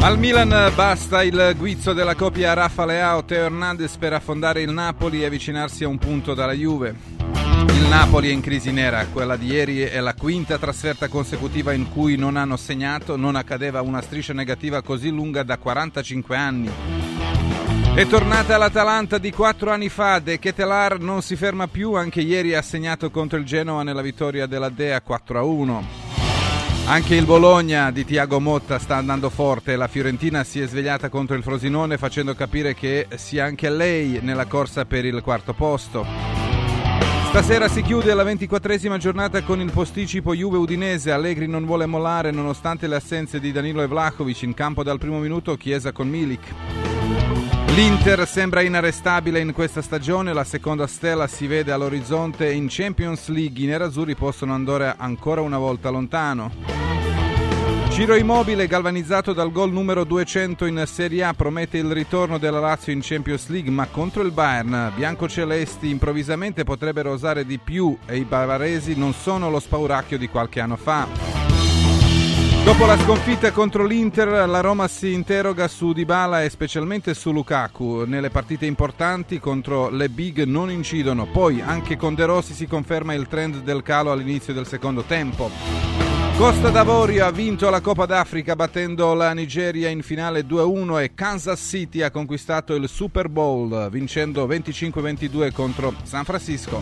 Al Milan basta il guizzo della coppia Rafa Leao-Teo Hernandez per affondare il Napoli e avvicinarsi a un punto dalla Juve. Il Napoli è in crisi nera, quella di ieri è la quinta trasferta consecutiva in cui non hanno segnato, non accadeva una striscia negativa così lunga da 45 anni. È tornata l'Atalanta di 4 anni fa, De Ketelaere non si ferma più, anche ieri ha segnato contro il Genoa nella vittoria della Dea 4-1. Anche il Bologna di Thiago Motta sta andando forte, la Fiorentina si è svegliata contro il Frosinone facendo capire che sia anche lei nella corsa per il quarto posto. Stasera si chiude la 24esima giornata con il posticipo Juve-Udinese, Allegri non vuole mollare nonostante le assenze di Danilo e Vlahovic, in campo dal primo minuto Chiesa con Milik. L'Inter sembra inarrestabile in questa stagione, la seconda stella si vede all'orizzonte in Champions League, i nerazzurri possono andare ancora una volta lontano. Ciro Immobile, galvanizzato dal gol numero 200 in Serie A, promette il ritorno della Lazio in Champions League, ma contro il Bayern biancocelesti improvvisamente potrebbero osare di più e i bavaresi non sono lo spauracchio di qualche anno fa. Dopo la sconfitta contro l'Inter, la Roma si interroga su Dybala e specialmente su Lukaku. Nelle partite importanti contro le big non incidono. Poi anche con De Rossi si conferma il trend del calo all'inizio del secondo tempo. Costa d'Avorio ha vinto la Coppa d'Africa battendo la Nigeria in finale 2-1 e Kansas City ha conquistato il Super Bowl vincendo 25-22 contro San Francisco.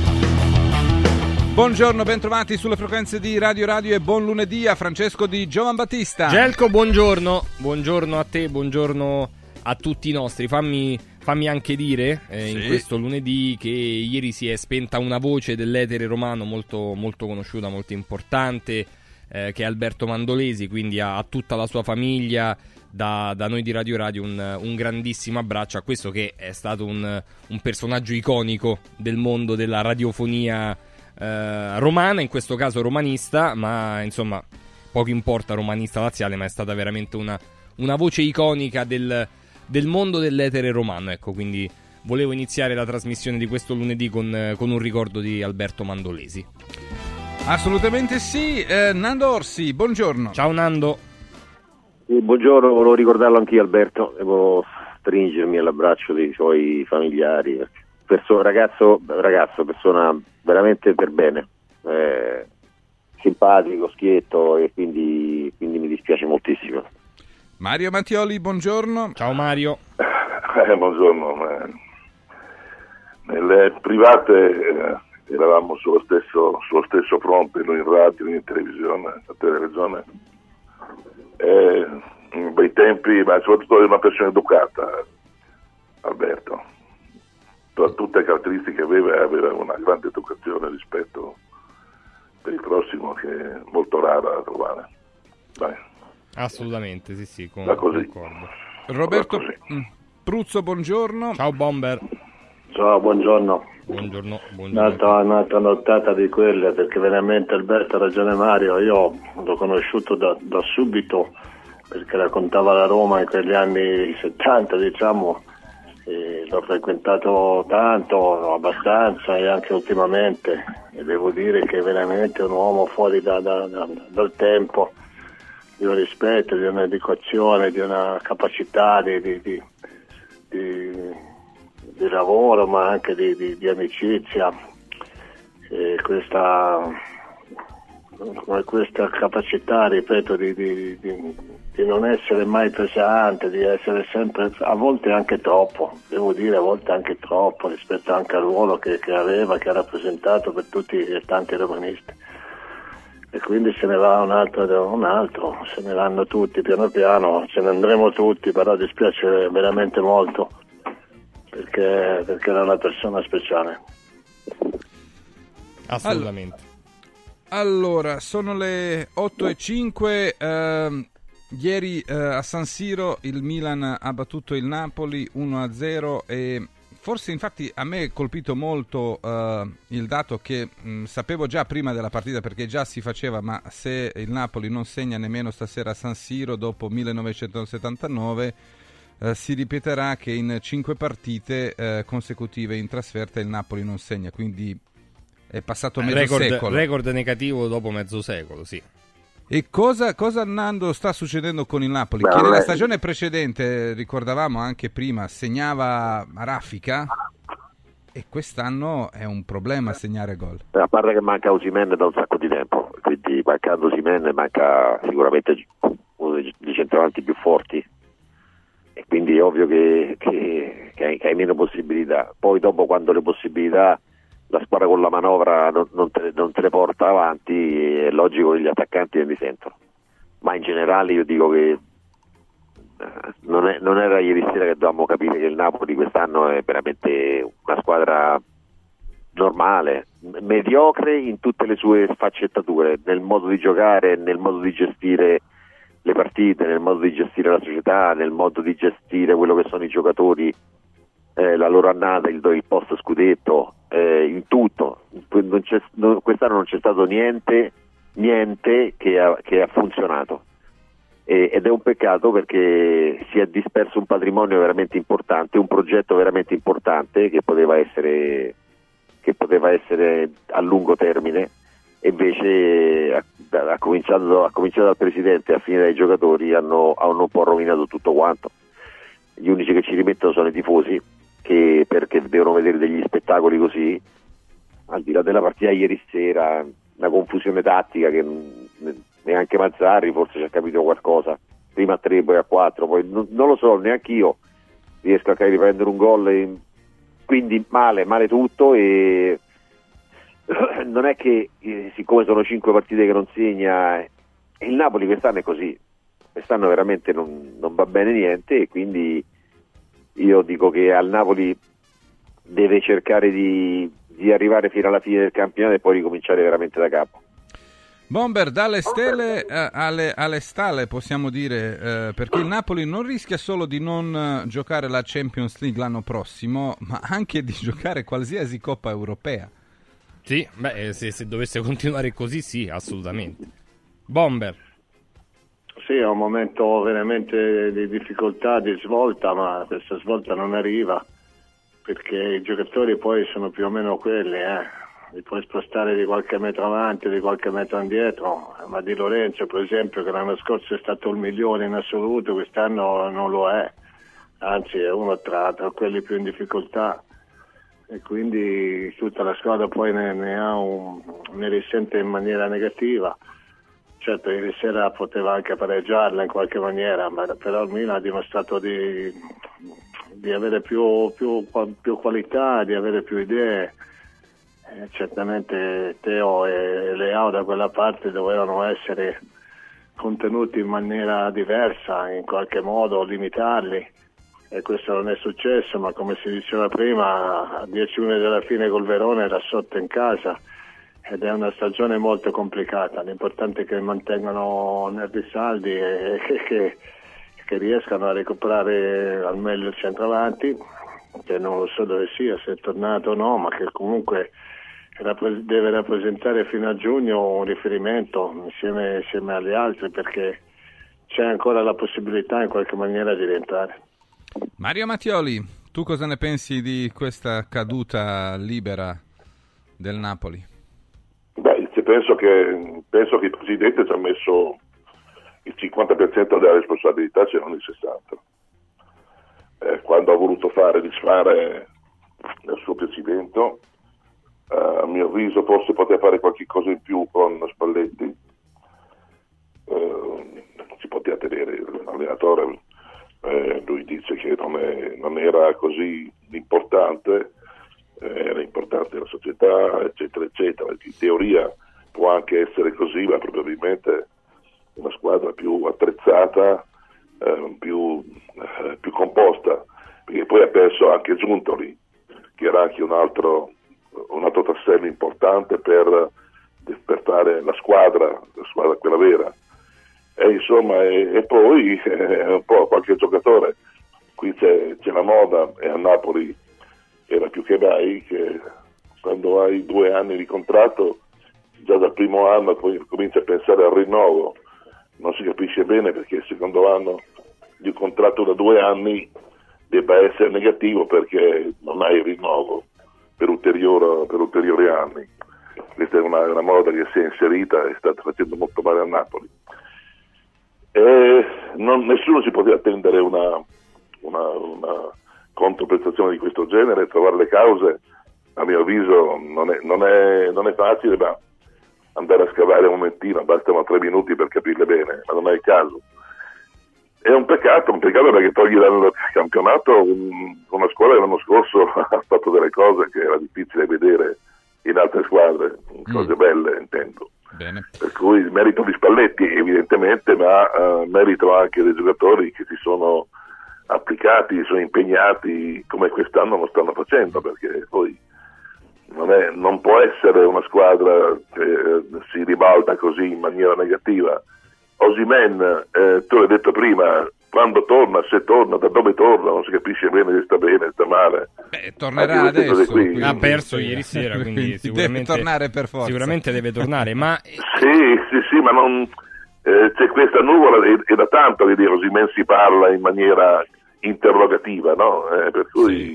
Buongiorno, bentrovati sulle frequenze di Radio Radio e buon lunedì a Francesco Di Giovanbattista. Gelco, buongiorno a te, buongiorno a tutti i nostri. Fammi anche dire in questo lunedì che ieri si è spenta una voce dell'etere romano molto, molto conosciuta, molto importante, che è Alberto Mandolesi, quindi a tutta la sua famiglia, da noi di Radio Radio un grandissimo abbraccio a questo che è stato un personaggio iconico del mondo della radiofonia romana, in questo caso romanista, ma insomma poco importa romanista laziale, ma è stata veramente una voce iconica del mondo dell'etere romano, ecco, quindi volevo iniziare la trasmissione di questo lunedì con un ricordo di Alberto Mandolesi. Assolutamente sì. Nando Orsi, buongiorno. Ciao Nando. Buongiorno, volevo ricordarlo anch'io Alberto e volevo stringermi all'abbraccio dei suoi familiari. Ragazzo, persona veramente per bene, simpatico, schietto, e quindi mi dispiace moltissimo. Mario Mattioli, buongiorno. Ciao Mario. Buongiorno. Nelle private eravamo sullo stesso fronte, noi in radio, in televisione, a televisione. In bei tempi, ma soprattutto una persona educata, Alberto. Tutte le caratteristiche che aveva una grande educazione, rispetto per il prossimo, che è molto rara da trovare. Dai. Assolutamente, sì, concordo. Roberto Pruzzo, buongiorno. Ciao Bomber. Ciao, buongiorno. Buongiorno. Un'altra nottata di quelle, perché veramente Alberto ha ragione Mario, io l'ho conosciuto da subito, perché raccontava la Roma in quegli anni 70, diciamo, e l'ho frequentato tanto, abbastanza, e anche ultimamente, e devo dire che è veramente un uomo fuori dal tempo, di un rispetto, di un'educazione, di una capacità di lavoro, ma anche di amicizia, e questa capacità, ripeto, di non essere mai pesante, di essere sempre, a volte anche troppo, devo dire, a volte anche troppo, rispetto anche al ruolo che aveva, che ha rappresentato per tutti e tanti romanisti. E quindi se ne va un altro, se ne vanno tutti piano piano, ce ne andremo tutti, però dispiace veramente molto, perché era una persona speciale. Assolutamente. Allora, sono le 8:05. Ieri a San Siro il Milan ha battuto il Napoli 1-0 e forse infatti a me è colpito molto il dato che sapevo già prima della partita, perché già si faceva, ma se il Napoli non segna nemmeno stasera a San Siro dopo 1979 si ripeterà che in 5 partite consecutive in trasferta il Napoli non segna, quindi è passato mezzo secolo. Record negativo dopo mezzo secolo, sì. E cosa Nando sta succedendo con il Napoli? Che nella stagione precedente, ricordavamo anche prima, segnava a raffica e quest'anno è un problema segnare gol. A parte che manca Osimhen da un sacco di tempo, quindi mancando Osimhen manca sicuramente uno dei centravanti più forti e quindi è ovvio che hai meno possibilità. Poi dopo, quando le possibilità la squadra con la manovra non te le porta avanti, è logico che gli attaccanti ne risentono, ma in generale io dico che non era ieri sera che dovevamo capire che il Napoli quest'anno è veramente una squadra normale, mediocre in tutte le sue sfaccettature, nel modo di giocare, nel modo di gestire le partite, nel modo di gestire la società, nel modo di gestire quello che sono i giocatori, la loro annata, il post scudetto, in tutto. Quest'anno non c'è stato niente che ha funzionato, ed è un peccato perché si è disperso un patrimonio veramente importante, un progetto veramente importante che poteva essere a lungo termine, e invece a cominciato dal presidente e a finire dai giocatori hanno un po' rovinato tutto quanto. Gli unici che ci rimettono sono i tifosi, che perché devono vedere degli spettacoli così, al di là della partita ieri sera, una confusione tattica che neanche Mazzarri forse ci ha capito qualcosa, prima a 3 poi a 4, poi non lo so, neanche io riesco a riprendere un gol, quindi male tutto, e non è che siccome sono 5 partite che non segna, il Napoli quest'anno è così, quest'anno veramente non va bene niente, e quindi io dico che al Napoli deve cercare di arrivare fino alla fine del campionato e poi ricominciare veramente da capo. Bomber, dalle stelle alle stalle, possiamo dire, perché il Napoli non rischia solo di non giocare la Champions League l'anno prossimo, ma anche di giocare qualsiasi Coppa Europea. Sì, se dovesse continuare così, sì, assolutamente. Bomber. Sì, è un momento veramente di difficoltà, di svolta, ma questa svolta non arriva perché i giocatori poi sono più o meno quelli, li puoi spostare di qualche metro avanti, di qualche metro indietro, ma Di Lorenzo per esempio, che l'anno scorso è stato il migliore in assoluto, quest'anno non lo è, anzi è uno tra quelli più in difficoltà, e quindi tutta la squadra poi ne risente in maniera negativa. Certo, ieri sera poteva anche pareggiarla in qualche maniera, però il Milan ha dimostrato di avere più qualità, di avere più idee. Certamente Teo e Leao da quella parte dovevano essere contenuti in maniera diversa, in qualche modo limitarli, e questo non è successo, ma come si diceva prima, a 10 minuti dalla fine col Verona era sotto in casa. Ed è una stagione molto complicata, l'importante è che mantengano nervi saldi e che riescano a recuperare al meglio il centravanti, che non lo so dove sia, se è tornato o no, ma che comunque deve rappresentare fino a giugno un riferimento insieme agli altri, perché c'è ancora la possibilità in qualche maniera di rientrare. Mario Mattioli, tu cosa ne pensi di questa caduta libera del Napoli? Penso che il Presidente ci ha messo il 50% della responsabilità, se non il 60%. Quando ha voluto disfare il suo Presidente, a mio avviso forse poteva fare qualche cosa in più con Spalletti, si poteva tenere l'allenatore, lui dice che non era così importante, era importante la società, eccetera, eccetera. In teoria può anche essere così, ma probabilmente una squadra più attrezzata, più composta, perché poi ha perso anche Giuntoli, che era anche un altro tassello importante per fare la squadra quella vera. E insomma, e poi un po' qualche giocatore, qui c'è la moda, e a Napoli era più che mai che quando hai 2 anni di contratto, già dal primo anno poi cominci a pensare al rinnovo, non si capisce bene perché il secondo anno di un contratto da 2 anni debba essere negativo, perché non hai il rinnovo per ulteriori anni. questa è una moda che si è inserita e sta facendo molto male a Napoli. Nessuno si poteva attendere una controprestazione di questo genere. Trovare le cause, a mio avviso, non è facile, ma andare a scavare un momentino, bastano 3 minuti per capirle bene, ma non è il caso. È un peccato perché togli dal campionato una squadra che l'anno scorso ha fatto delle cose che era difficile vedere in altre squadre, cose belle intendo. Bene. Per cui il merito di Spalletti evidentemente, ma merito anche dei giocatori che si sono applicati, si sono impegnati come quest'anno lo stanno facendo, perché poi non può essere una squadra che si ribalta così in maniera negativa. Osimhen, tu l'hai detto prima, quando torna, se torna, da dove torna, non si capisce bene se sta male. Tornerà adesso. Ha perso ieri sera, quindi sicuramente deve tornare per forza. Sicuramente deve tornare, ma sì, ma non c'è questa nuvola, è da tanto che di Osimhen si parla in maniera interrogativa, no? Per cui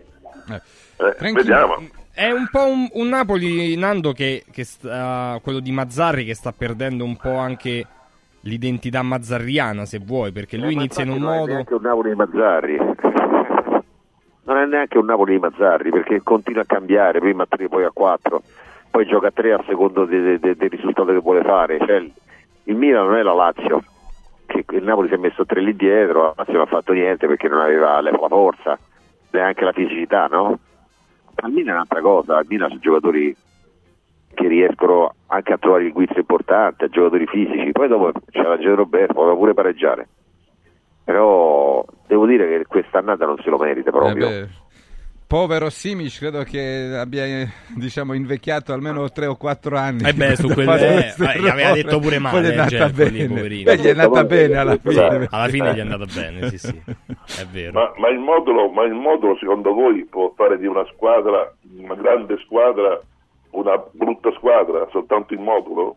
vediamo. È un po' un Napoli, Nando, che sta, quello di Mazzarri, che sta perdendo un po' anche l'identità mazzarriana, se vuoi, perché lui inizia in un modo. Non è neanche un Napoli di Mazzarri. Non è neanche un Napoli di Mazzarri, perché continua a cambiare, prima a 3, poi a 4, poi gioca a 3 a secondo del risultato che vuole fare. Cioè, il Milan non è la Lazio, che il Napoli si è messo 3 lì dietro, la Lazio non ha fatto niente perché non aveva la forza, neanche la fisicità, no? Al Milan è un'altra cosa, al Milan sono giocatori che riescono anche a trovare il guizzo importante, a giocatori fisici, poi dopo c'è la Gio Roberto, poteva pure pareggiare, però devo dire che quest'annata non se lo merita proprio. Povero Simic, credo che abbia invecchiato almeno 3 o 4 anni. Su quelle gli aveva detto pure male, gli è andata bene. Poverino. Gli è andata bene alla fine. Alla fine gli è andata bene, sì, è vero. Ma il modulo secondo voi può fare di una squadra, una grande squadra, una brutta squadra, soltanto il modulo?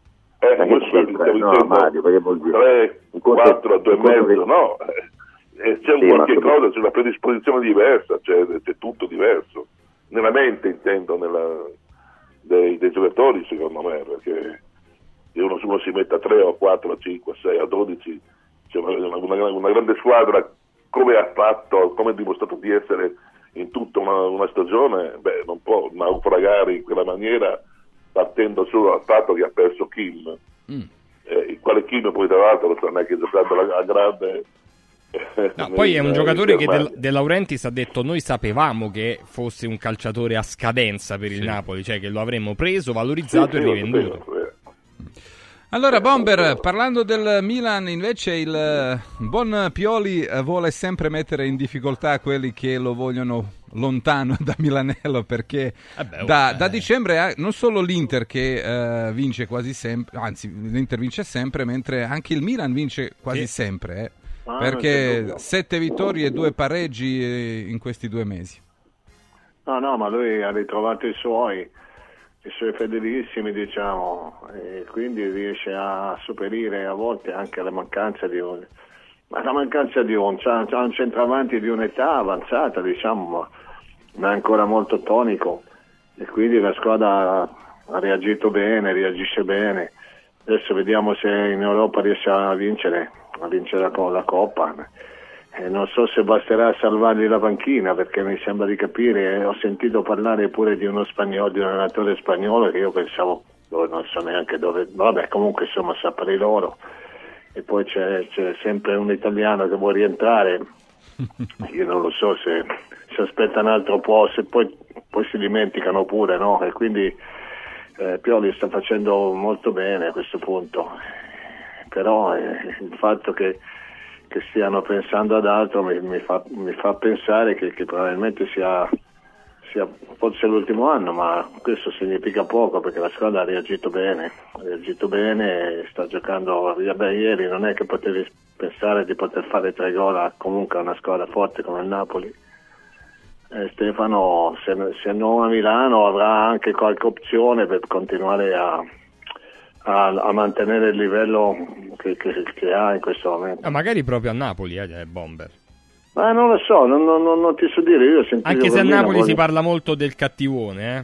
Mario, perché vuol dire 3, 4, 2,5, no? C'è qualche cosa, c'è una predisposizione diversa, c'è tutto diverso. Nella mente, intendo, dei giocatori, secondo me, perché uno si mette a 3 o a 4, a 5, a 6, a 12, c'è una grande squadra, come ha fatto, come ha dimostrato di essere in tutta una stagione, non può naufragare in quella maniera partendo solo dal fatto che ha perso Kim. Il quale Kim poi tra l'altro non sta neanche giocando a grande. No, poi è un giocatore che De Laurentiis ha detto: noi sapevamo che fosse un calciatore a scadenza per il Napoli, cioè che lo avremmo preso, valorizzato e rivenduto. Allora Bomber, parlando del Milan, invece il buon Pioli vuole sempre mettere in difficoltà quelli che lo vogliono lontano da Milanello, perché da dicembre non solo l'Inter che vince quasi sempre, anzi l'Inter vince sempre, mentre anche il Milan vince quasi sempre, perché 7 vittorie e 2 pareggi in questi 2 mesi. No, ma lui ha ritrovato i suoi fedelissimi, diciamo, e quindi riesce a superare a volte anche la mancanza di un centravanti di un'età avanzata, diciamo, ma è ancora molto tonico, e quindi la squadra ha reagito bene, reagisce bene. Adesso vediamo se in Europa riesce a vincere la Coppa. Non so se basterà salvargli la panchina, perché mi sembra di capire, ho sentito parlare pure di uno spagnolo, di un allenatore spagnolo che io pensavo, non so neanche dove, vabbè, comunque insomma sapere loro. E poi c'è sempre un italiano che vuole rientrare, io non lo so se aspetta un altro po', se poi si dimenticano pure, no? E quindi Pioli sta facendo molto bene a questo punto, però il fatto che stiano pensando ad altro mi fa pensare che probabilmente sia forse l'ultimo anno, ma questo significa poco, perché la squadra ha reagito bene, e sta giocando. Ieri non è che potevi pensare di poter fare 3 gol comunque a una squadra forte come il Napoli. Stefano, se non a Milano, avrà anche qualche opzione per continuare a mantenere il livello che ha in questo momento. Magari proprio a Napoli, Bomber. Ma non lo so, non ti so dire. Io anche se a Napoli si parla molto del cattivone,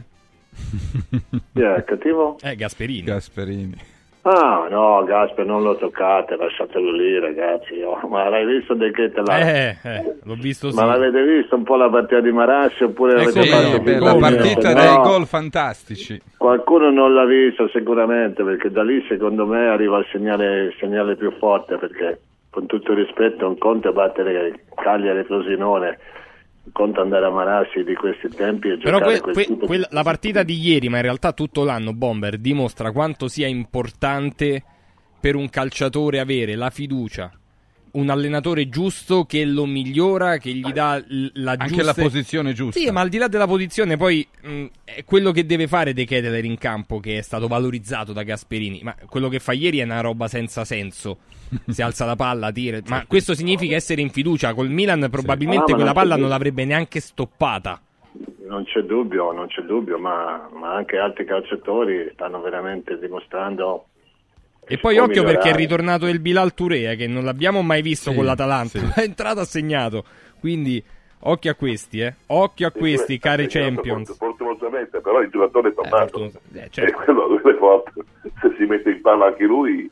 Chi è cattivo? Gasperini. Ah no, Gasper, non lo toccate, lasciatelo lì ragazzi. Ma l'hai visto De Ketelaere? L'ho visto sì. Ma l'avete visto un po' la partita di Marassi oppure l'avete fatto la partita dei gol fantastici. Qualcuno non l'ha visto sicuramente, perché da lì secondo me arriva il segnale più forte, perché con tutto il rispetto un conto è battere Cagliari e Frosinone, conta andare a Marassi di questi tempi e giocare la partita di ieri, ma in realtà tutto l'anno, Bomber, dimostra quanto sia importante per un calciatore avere la fiducia, un allenatore giusto che lo migliora, che gli dà la giusta... Anche la posizione giusta. Sì, ma al di là della posizione poi è quello che deve fare De Ketelaere in campo, che è stato valorizzato da Gasperini, ma quello che fa ieri è una roba senza senso. Si alza la palla, tira, ma questo significa essere in fiducia. Col Milan probabilmente quella palla non l'avrebbe neanche stoppata. Non c'è dubbio, ma anche altri calciatori stanno veramente dimostrando. E poi occhio perché è ritornato il Bilal Touré, che non l'abbiamo mai visto con l'Atalanta, è entrato a segnato, quindi occhio a questi, occhio a questi, cari Champions. Fortunatamente però il giocatore è tornato, certo. E quello è forte. Se si mette in palla anche lui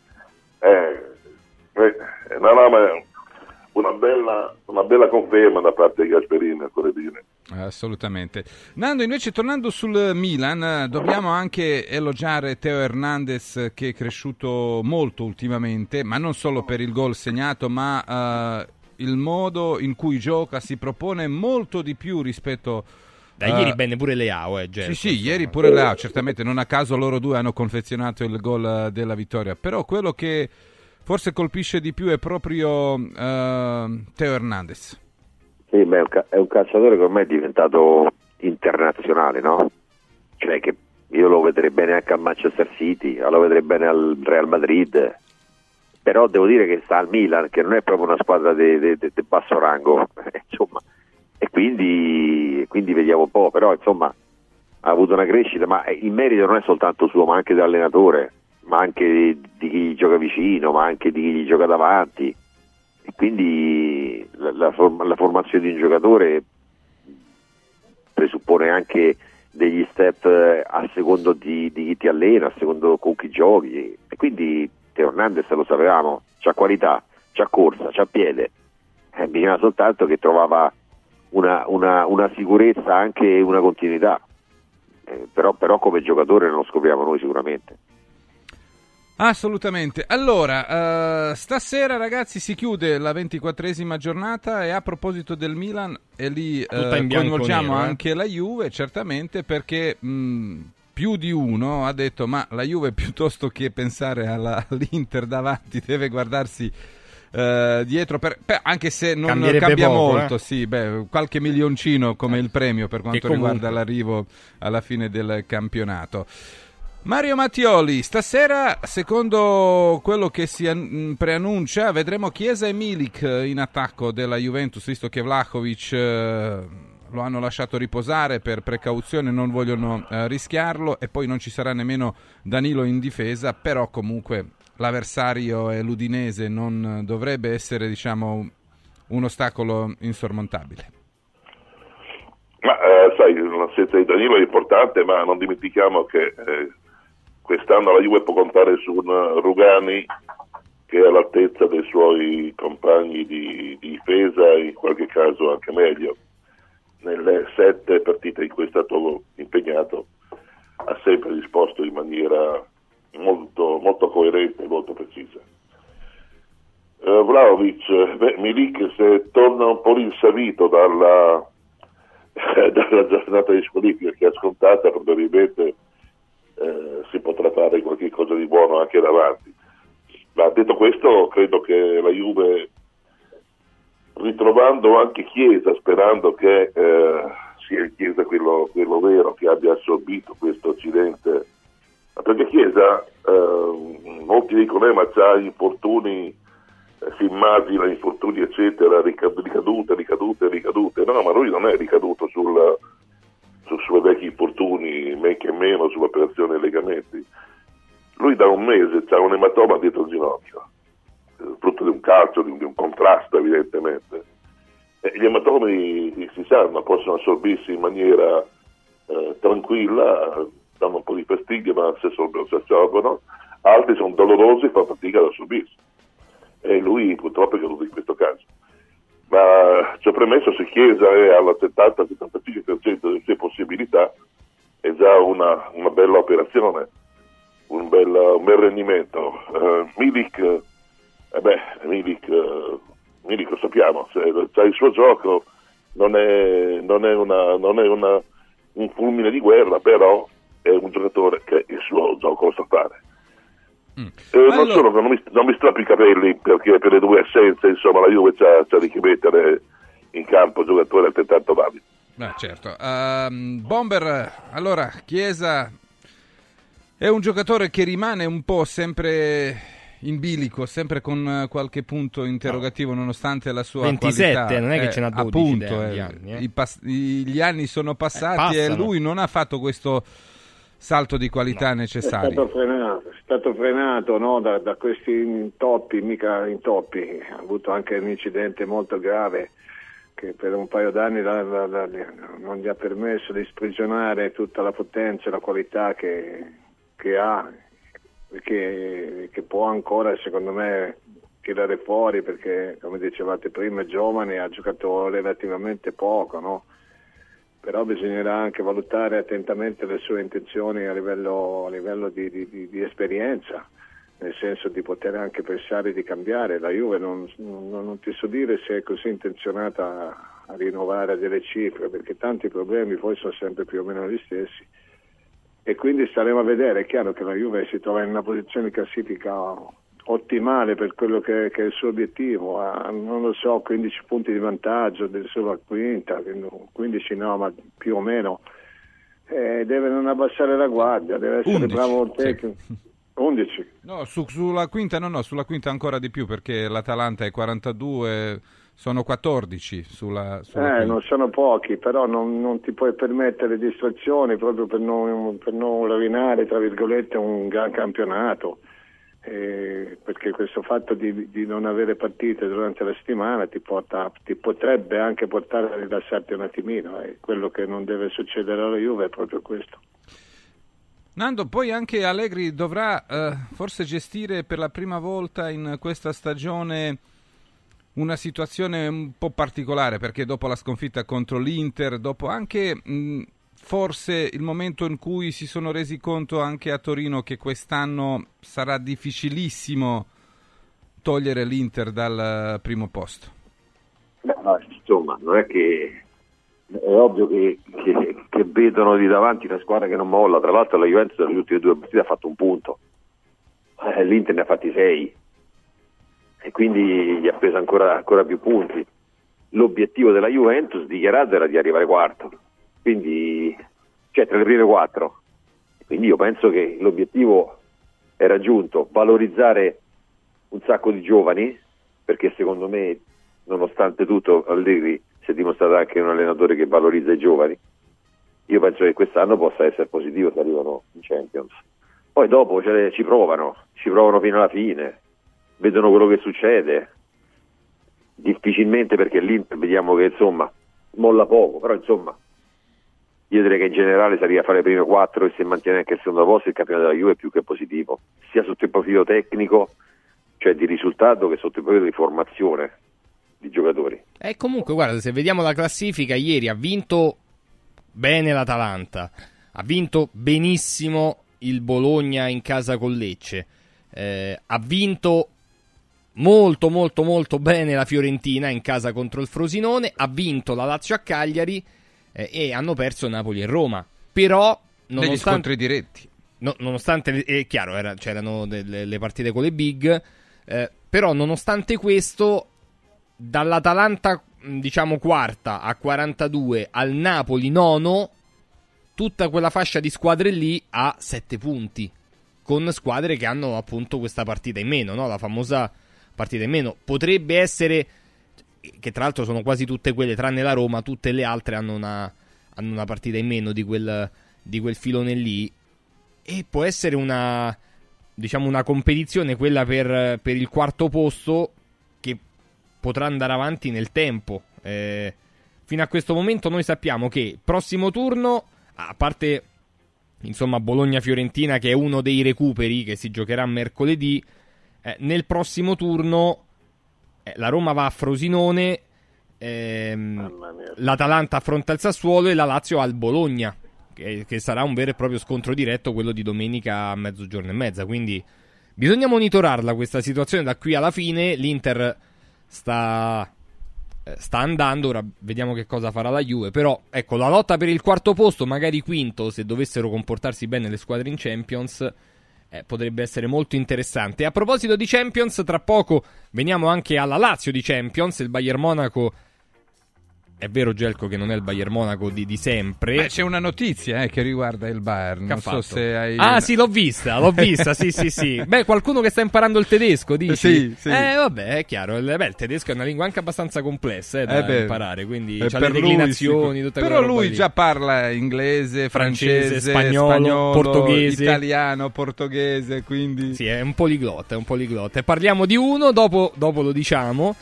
una bella conferma da parte di Gasperini, occorre dire. Assolutamente. Nando, invece, tornando sul Milan, dobbiamo anche elogiare Theo Hernandez, che è cresciuto molto ultimamente, ma non solo per il gol segnato, ma il modo in cui gioca, si propone molto di più rispetto... ieri bene pure Leao, Sì, ieri pure Leao, certamente, non a caso loro due hanno confezionato il gol della vittoria, però quello che forse colpisce di più è proprio Theo Hernandez. Sì, beh, è un calciatore che ormai è diventato internazionale, no? Cioè che io lo vedrei bene anche al Manchester City, lo vedrei bene al Real Madrid, però devo dire che sta al Milan, che non è proprio una squadra di basso rango, insomma, e quindi vediamo un po', però insomma ha avuto una crescita, ma il merito non è soltanto suo, ma anche dell'allenatore, ma anche di chi gioca vicino, ma anche di chi gioca davanti. E quindi la formazione di un giocatore presuppone anche degli step a secondo di chi ti allena, a secondo con chi giochi, e quindi Theo Hernandez lo sapevamo, c'ha qualità, c'ha corsa, c'ha piede, bisogna soltanto che trovava una sicurezza, anche una continuità, però come giocatore non lo scopriamo noi sicuramente. Assolutamente. Allora, stasera ragazzi si chiude la 24esima giornata e a proposito del Milan, e lì coinvolgiamo anche la Juve, certamente, perché più di uno ha detto ma la Juve piuttosto che pensare all'Inter davanti deve guardarsi dietro, anche se non cambia poco, molto, sì, qualche milioncino come il premio per quanto riguarda l'arrivo alla fine del campionato. Mario Mattioli, stasera, secondo quello che si preannuncia, vedremo Chiesa e Milik in attacco della Juventus, visto che Vlahovic lo hanno lasciato riposare per precauzione, non vogliono rischiarlo, e poi non ci sarà nemmeno Danilo in difesa, però comunque l'avversario è l'Udinese, non dovrebbe essere, diciamo, un ostacolo insormontabile. Ma sai, l'assenza di Danilo è importante, ma non dimentichiamo che quest'anno la Juve può contare su un Rugani che è all'altezza dei suoi compagni di difesa, in qualche caso anche meglio. Nelle 7 partite in cui è stato impegnato ha sempre risposto in maniera molto, molto coerente e molto precisa. Vlahovic, Milik, se torna un po' rinsavito dalla giornata di squalifica che ha scontata, probabilmente si potrà fare qualche cosa di buono anche davanti. Ma detto questo, credo che la Juve, ritrovando anche Chiesa, sperando che sia il Chiesa quello vero, che abbia assorbito questo accidente, perché Chiesa, molti dicono ma c'ha infortuni, si immagina infortuni eccetera, ricadute, no, ma lui non è ricaduto sui suoi vecchi infortuni, men che meno sull'operazione dei legamenti. Lui da un mese ha un ematoma dietro il ginocchio, frutto di un calcio, di un contrasto evidentemente. Gli ematomi si sanno, possono assorbirsi in maniera tranquilla, danno un po' di fastidio ma si assorbono, altri sono dolorosi e fa fatica da subirsi, e lui purtroppo è caduto in questo caso. Ma ciò premesso, se Chiesa è al 70-75% delle sue possibilità, è già una bella operazione, un bel rendimento. Milik lo sappiamo, c'ha il suo gioco, non è un fulmine di guerra, però è un giocatore che il suo gioco lo sa fare. Non mi strappi i capelli, perché per le due assenze, insomma, la Juve c'ha di che mettere in campo giocatori altrettanto validi. Certo. Bomber, allora, Chiesa è un giocatore che rimane un po' sempre in bilico, sempre con qualche punto interrogativo, nonostante la sua 27, qualità. Non è che ce n'ha 12 appunto, gli anni. Gli anni sono passati e lui non ha fatto questo salto di qualità necessario. È stato frenato, no, da questi intoppi, mica intoppi. Ha avuto anche un incidente molto grave che per un paio d'anni non gli ha permesso di sprigionare tutta la potenza e la qualità che ha, che può ancora, secondo me, tirare fuori, perché, come dicevate prima, è giovane, ha giocato relativamente poco, no? Però bisognerà anche valutare attentamente le sue intenzioni a livello di esperienza, nel senso di poter anche pensare di cambiare. La Juve non ti so dire se è così intenzionata a rinnovare delle cifre, perché tanti problemi poi sono sempre più o meno gli stessi, e quindi staremo a vedere. È chiaro che la Juve si trova in una posizione di classifica ottimale per quello che è il suo obiettivo, non lo so, 15 punti di vantaggio sulla quinta, 15 no, ma più o meno, deve non abbassare la guardia, deve essere 11, bravo il tecnico. sì. 11? No, sulla quinta sulla quinta ancora di più, perché l'Atalanta è 42, sono 14 sulla quinta. Non sono pochi, però non ti puoi permettere distrazioni proprio per non rovinare, tra virgolette, un gran campionato. Perché questo fatto di non avere partite durante la settimana ti potrebbe anche portare a rilassarti un attimino, e quello che non deve succedere alla Juve è proprio questo. Nando, poi anche Allegri dovrà forse gestire per la prima volta in questa stagione una situazione un po' particolare, perché dopo la sconfitta contro l'Inter, dopo anche forse il momento in cui si sono resi conto anche a Torino che quest'anno sarà difficilissimo togliere l'Inter dal primo posto. Insomma, non è che è ovvio che vedono di davanti una squadra che non molla. Tra l'altro la Juventus nelle ultime due partite ha fatto un punto, l'Inter ne ha fatti 6 e quindi gli ha preso ancora più punti. L'obiettivo della Juventus dichiarato era di arrivare quarto, quindi tra le prime 4, quindi io penso che l'obiettivo è raggiunto, valorizzare un sacco di giovani, perché secondo me, nonostante tutto, Allegri si è dimostrato anche un allenatore che valorizza i giovani. Io penso che quest'anno possa essere positivo se arrivano in Champions. Poi dopo ci provano fino alla fine, vedono quello che succede. Difficilmente, perché l'Inter vediamo che insomma molla poco, però insomma io direi che in generale se arriva a fare le prime 4 e se mantiene anche il secondo posto, il campionato della Juve è più che positivo, sia sotto il profilo tecnico, cioè di risultato, che sotto il profilo di formazione di giocatori. E comunque guarda, se vediamo la classifica, ieri ha vinto bene l'Atalanta, ha vinto benissimo il Bologna in casa con Lecce, ha vinto molto molto molto bene la Fiorentina in casa contro il Frosinone, ha vinto la Lazio a Cagliari, e hanno perso Napoli e Roma. Però degli scontri diretti, nonostante è chiaro, c'erano le partite con le big, però nonostante questo, dall'Atalanta diciamo quarta a 42 al Napoli nono, tutta quella fascia di squadre lì ha 7 punti, con squadre che hanno appunto questa partita in meno, no? La famosa partita in meno. Potrebbe essere che tra l'altro sono quasi tutte quelle, tranne la Roma, tutte le altre hanno una partita in meno di quel filone lì, e può essere una competizione, quella per il quarto posto, che potrà andare avanti nel tempo. Fino a questo momento noi sappiamo che prossimo turno a parte insomma Bologna-Fiorentina, che è uno dei recuperi che si giocherà mercoledì, nel prossimo turno la Roma va a Frosinone, l'Atalanta affronta il Sassuolo e la Lazio al Bologna, che sarà un vero e proprio scontro diretto, quello di domenica a 12:30. Quindi bisogna monitorarla questa situazione da qui alla fine. L'Inter sta andando, ora vediamo che cosa farà la Juve, però ecco, la lotta per il quarto posto, magari quinto, se dovessero comportarsi bene le squadre in Champions, potrebbe essere molto interessante. A proposito di Champions, tra poco veniamo anche alla Lazio di Champions. Il Bayern Monaco, è vero Gelco che non è il Bayern Monaco di sempre. Beh, c'è una notizia che riguarda il Bayern, non so se hai... Ah sì, l'ho vista, sì. Beh, qualcuno che sta imparando il tedesco, dici? Sì. Vabbè, è chiaro, il tedesco è una lingua anche abbastanza complessa da imparare, quindi c'ha le declinazioni, tutte però lui già parla inglese, francese, spagnolo, portoghese, italiano, portoghese, quindi... Sì, è un poliglotta. E parliamo di uno, dopo lo diciamo,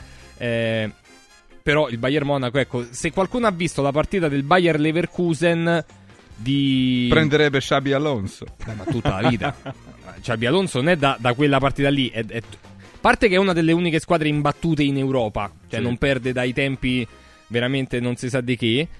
però il Bayern Monaco, ecco, se qualcuno ha visto la partita del Bayer Leverkusen prenderebbe Xabi Alonso. Ma tutta la vita. Xabi Alonso non è da quella partita lì, a parte che è una delle uniche squadre imbattute in Europa, cioè non perde dai tempi veramente non si sa di che,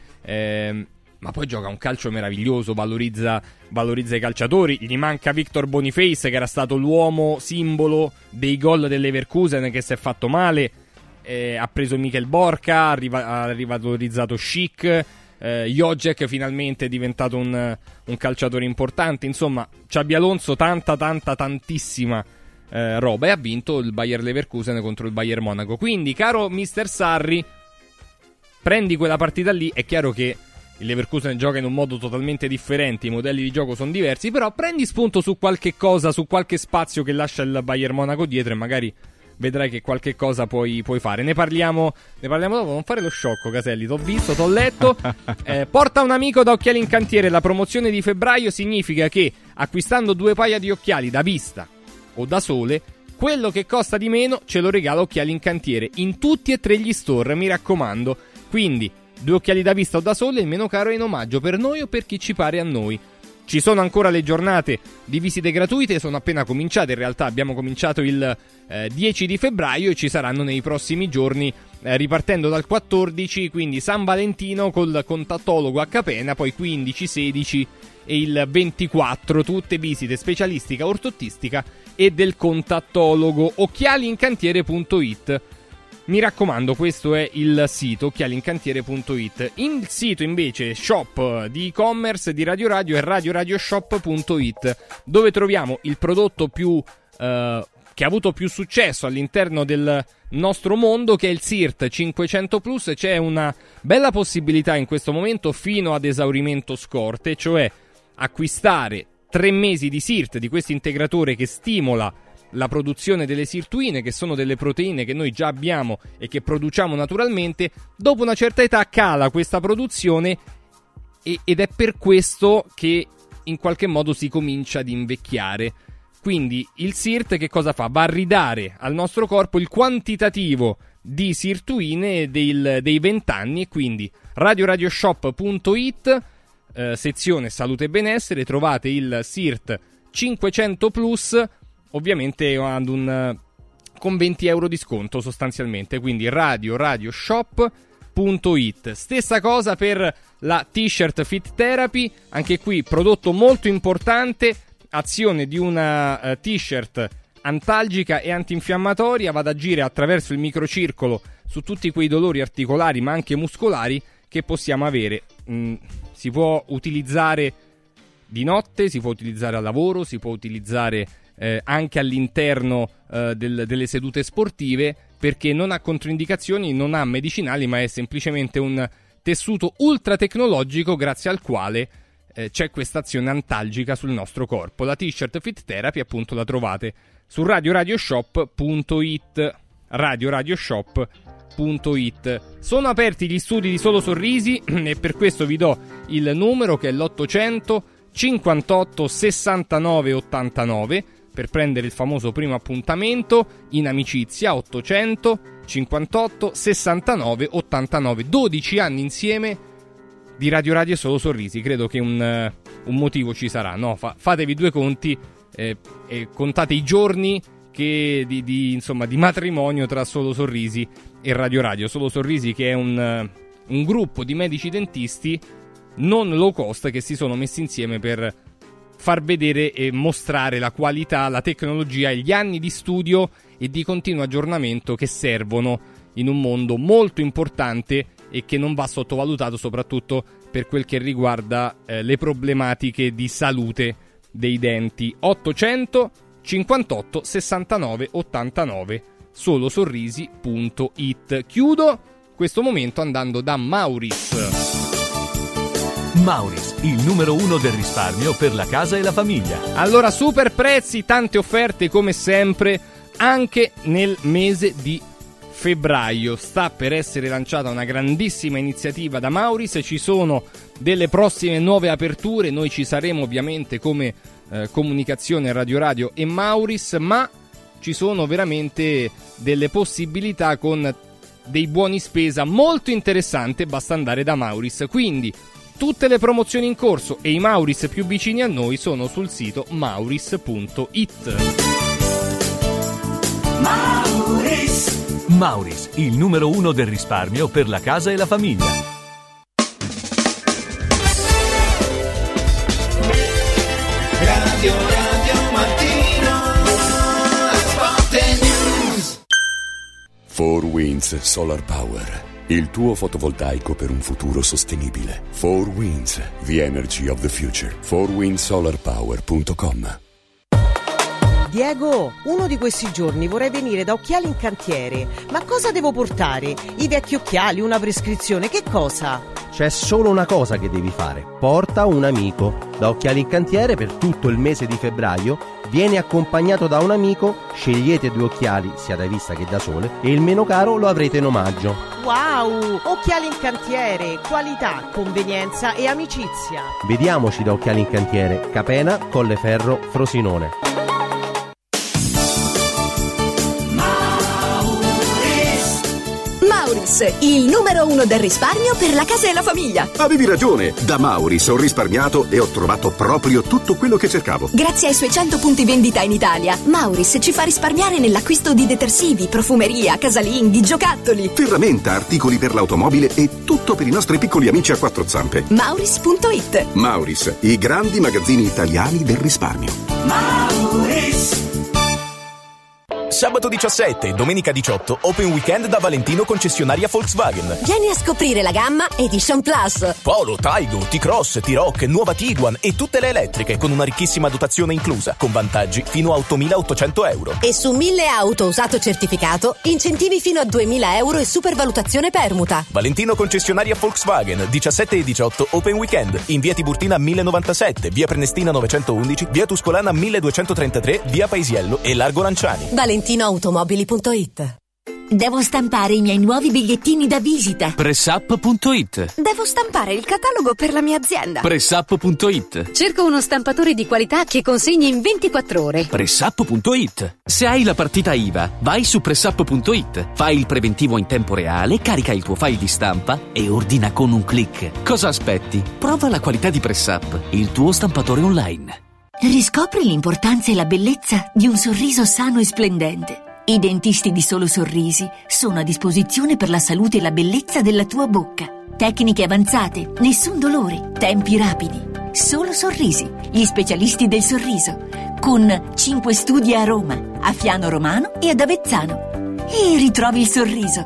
ma poi gioca un calcio meraviglioso, valorizza i calciatori. Gli manca Victor Boniface, che era stato l'uomo simbolo dei gol del Leverkusen, che si è fatto male. Ha preso Mikel Borca, ha rivalorizzato Schick, Jocek finalmente è diventato un calciatore importante. Insomma, Xabi Alonso tantissima roba, e ha vinto il Bayer Leverkusen contro il Bayern Monaco. Quindi, caro Mister Sarri, prendi quella partita lì. È chiaro che il Leverkusen gioca in un modo totalmente differente, i modelli di gioco sono diversi, però prendi spunto su qualche cosa, su qualche spazio che lascia il Bayern Monaco dietro, e magari vedrai che qualche cosa puoi fare. Ne parliamo dopo. Non fare lo sciocco, Caselli. T'ho visto, t'ho letto. Porta un amico da Occhiali in Cantiere. La promozione di febbraio significa che acquistando 2 paia di occhiali da vista o da sole, quello che costa di meno ce lo regala Occhiali in Cantiere in tutti e 3 gli store, mi raccomando. Quindi 2 occhiali da vista o da sole, il meno caro è in omaggio per noi o per chi ci pare a noi. Ci sono ancora le giornate di visite gratuite, sono appena cominciate, in realtà abbiamo cominciato il 10 di febbraio e ci saranno nei prossimi giorni, ripartendo dal 14, quindi San Valentino col contattologo a Capena, poi 15, 16 e il 24, tutte visite specialistica, ortottistica e del contattologo. Occhialiincantiere.it. Mi raccomando, questo è il sito, occhialincantiere.it. Il sito invece shop di e-commerce di Radio Radio è radioradioshop.it, dove troviamo il prodotto più che ha avuto più successo all'interno del nostro mondo, che è il SIRT 500 Plus. C'è una bella possibilità in questo momento fino ad esaurimento scorte, cioè acquistare 3 mesi di SIRT, di questo integratore che stimola la produzione delle sirtuine, che sono delle proteine che noi già abbiamo e che produciamo naturalmente. Dopo una certa età cala questa produzione ed è per questo che in qualche modo si comincia ad invecchiare. Quindi il SIRT che cosa fa? Va a ridare al nostro corpo il quantitativo di sirtuine dei 20 anni, e quindi radioradioshop.it, sezione salute e benessere, trovate il SIRT 500 Plus, ovviamente con 20 euro di sconto sostanzialmente, quindi radioradioshop.it. Stessa cosa per la t-shirt Fit Therapy, anche qui prodotto molto importante, azione di una t-shirt antalgica e antinfiammatoria, va ad agire attraverso il microcircolo su tutti quei dolori articolari ma anche muscolari che possiamo avere. Si può utilizzare di notte, si può utilizzare al lavoro, si può utilizzare anche all'interno delle sedute sportive, perché non ha controindicazioni, non ha medicinali, ma è semplicemente un tessuto ultra tecnologico grazie al quale c'è questa azione antalgica sul nostro corpo. La t-shirt Fit Therapy appunto la trovate su radioradioshop.it. radioradioshop.it. Sono aperti gli studi di Solo Sorrisi e per questo vi do il numero, che è l'800 58 69 89, per prendere il famoso primo appuntamento in amicizia. 800 58 69 89. 12 anni insieme di Radio Radio e Solo Sorrisi. Credo che un motivo ci sarà, no? Fatevi due conti e contate i giorni che di matrimonio tra Solo Sorrisi e Radio Radio. Solo Sorrisi, che è un gruppo di medici dentisti non low cost che si sono messi insieme per far vedere e mostrare la qualità, la tecnologia e gli anni di studio e di continuo aggiornamento che servono in un mondo molto importante e che non va sottovalutato, soprattutto per quel che riguarda le problematiche di salute dei denti. 800 58 69 89 solosorrisi.it. Chiudo questo momento andando da Mauris. Mauris, il numero 1 del risparmio per la casa e la famiglia. Allora, super prezzi, tante offerte come sempre anche nel mese di febbraio. Sta per essere lanciata una grandissima iniziativa da Mauris, ci sono delle prossime nuove aperture, noi ci saremo ovviamente come Comunicazione Radio Radio e Mauris, ma ci sono veramente delle possibilità con dei buoni spesa molto interessanti, basta andare da Mauris. Quindi tutte le promozioni in corso e i Mauris più vicini a noi sono sul sito mauris.it. Mauris, il numero 1 del risparmio per la casa e la famiglia. Radio Mattino, Sport News. 4Winds Solar Power, il tuo fotovoltaico per un futuro sostenibile. 4Winds, the energy of the future. 4windsolarpower.com. Diego, uno di questi giorni vorrei venire da Occhiali in Cantiere. Ma cosa devo portare? I vecchi occhiali, una prescrizione, che cosa? C'è solo una cosa che devi fare: porta un amico. Da Occhiali in Cantiere per tutto il mese di febbraio vieni accompagnato da un amico, scegliete 2 occhiali sia da vista che da sole e il meno caro lo avrete in omaggio. Wow! Occhiali in Cantiere, qualità, convenienza e amicizia. Vediamoci da Occhiali in Cantiere, Capena, Colleferro, Frosinone. Mauris, il numero 1 del risparmio per la casa e la famiglia. Avevi ragione, da Mauris ho risparmiato e ho trovato proprio tutto quello che cercavo. Grazie ai suoi 100 punti vendita in Italia, Mauris ci fa risparmiare nell'acquisto di detersivi, profumeria, casalinghi, giocattoli, ferramenta, articoli per l'automobile e tutto per i nostri piccoli amici a 4 zampe. Mauris.it. Mauris, i grandi magazzini italiani del risparmio. Mauris. Sabato 17 e domenica 18 Open Weekend da Valentino concessionaria Volkswagen. Vieni a scoprire la gamma Edition Plus. Polo, Taigo, T-Cross, T-Roc, nuova Tiguan e tutte le elettriche con una ricchissima dotazione inclusa, con vantaggi fino a 8.800 euro. E su 1000 auto usato certificato, incentivi fino a 2.000 euro e supervalutazione permuta. Valentino concessionaria Volkswagen, 17 e 18 Open Weekend, in via Tiburtina 1097, via Prenestina 911, via Tuscolana 1233, via Paisiello e Largo Lanciani. ValentinoAutomobili.it. Devo stampare i miei nuovi bigliettini da visita. Pressup.it. Devo stampare il catalogo per la mia azienda. Pressup.it. Cerco uno stampatore di qualità che consegni in 24 ore. Pressup.it. Se hai la partita IVA, vai su Pressup.it, fai il preventivo in tempo reale, carica il tuo file di stampa e ordina con un click. Cosa aspetti? Prova la qualità di Pressup, il tuo stampatore online. Riscopri l'importanza e la bellezza di un sorriso sano e splendente. I dentisti di Solo Sorrisi sono a disposizione per la salute e la bellezza della tua bocca. Tecniche avanzate, nessun dolore, tempi rapidi. Solo Sorrisi, gli specialisti del sorriso, con 5 studi a Roma, a Fiano Romano e ad Avezzano. E ritrovi il sorriso.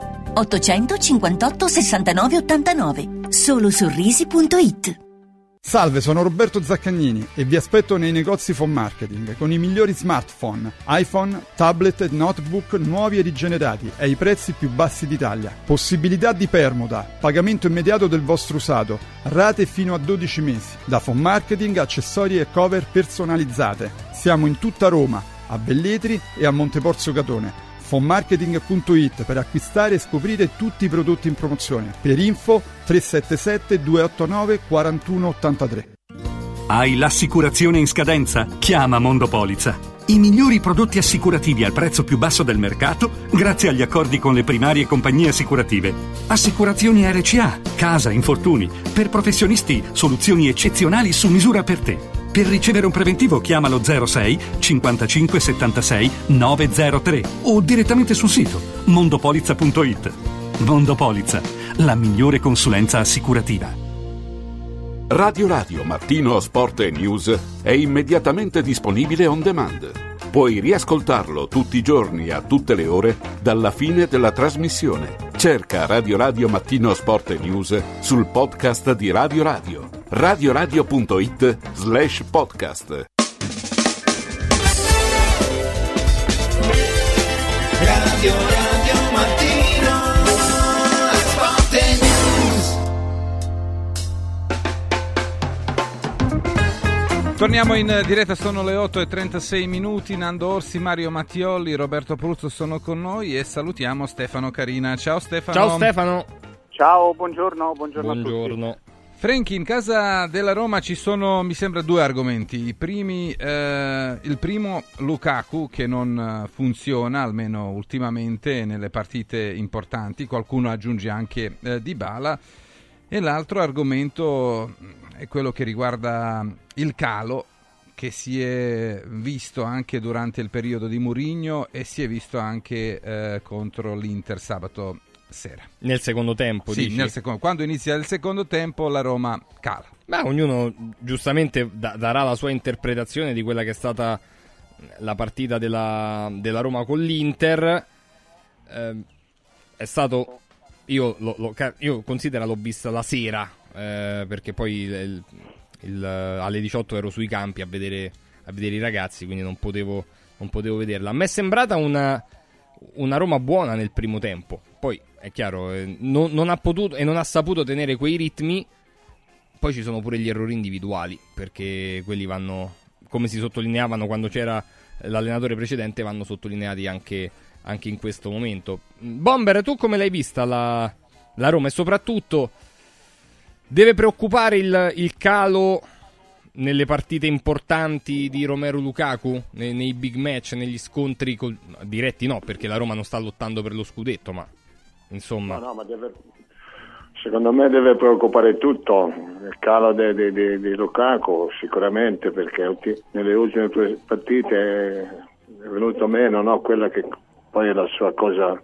858 69 89. Solosorrisi.it. Salve, sono Roberto Zaccagnini e vi aspetto nei negozi Phone Marketing con i migliori smartphone, iPhone, tablet e notebook nuovi e rigenerati ai prezzi più bassi d'Italia. Possibilità di permuta, pagamento immediato del vostro usato, rate fino a 12 mesi. Da Phone Marketing, accessori e cover personalizzate. Siamo in tutta Roma, a Velletri e a Monteporzio Catone. Fonmarketing.it per acquistare e scoprire tutti i prodotti in promozione. Per info 377 289 4183. Hai l'assicurazione in scadenza? Chiama Mondopolizza. I migliori prodotti assicurativi al prezzo più basso del mercato grazie agli accordi con le primarie compagnie assicurative. Assicurazioni RCA, casa, infortuni. Per professionisti, soluzioni eccezionali su misura per te. Per ricevere un preventivo chiamalo 06 55 76 903 o direttamente sul sito mondopolizza.it. Mondopolizza, la migliore consulenza assicurativa. Radio Radio Mattino Sport e News è immediatamente disponibile on demand. Puoi riascoltarlo tutti i giorni a tutte le ore dalla fine della trasmissione. Cerca Radio Radio Mattino Sport e News sul podcast di Radio Radio. radioradio.it/podcast. Radio Radio Mattino Sport e News. Torniamo in diretta, sono le 8:36. Nando Orsi, Mario Mattioli, Roberto Pruzzo sono con noi e salutiamo Stefano Carina. Ciao Stefano. Ciao Stefano. Ciao, buongiorno a tutti. Franchi, in casa della Roma ci sono, mi sembra, due argomenti. Il primo, Lukaku, che non funziona, almeno ultimamente, nelle partite importanti. Qualcuno aggiunge anche Dybala. E l'altro argomento è quello che riguarda il calo, che si è visto anche durante il periodo di Mourinho e si è visto anche contro l'Inter sabato sera. Nel secondo tempo, sì, dici? Quando inizia il secondo tempo la Roma cala. Ma ognuno giustamente darà la sua interpretazione di quella che è stata la partita della Roma con l'Inter. È stato, io considero, l'ho vista la sera, perché poi alle 18 ero sui campi a vedere i ragazzi, quindi non potevo vederla. A me è sembrata una Roma buona nel primo tempo. Poi è chiaro, non ha potuto e non ha saputo tenere quei ritmi. Poi ci sono pure gli errori individuali, perché quelli vanno, come si sottolineavano quando c'era l'allenatore precedente, vanno sottolineati anche in questo momento. Bomber, tu come l'hai vista la Roma? E soprattutto, deve preoccupare il calo nelle partite importanti di Romelu Lukaku, nei big match, negli scontri diretti? No, perché la Roma non sta lottando per lo scudetto, ma insomma... No, ma secondo me deve preoccupare tutto il calo di Lukaku, sicuramente, perché nelle ultime partite è venuto meno, no? Quella che poi è la sua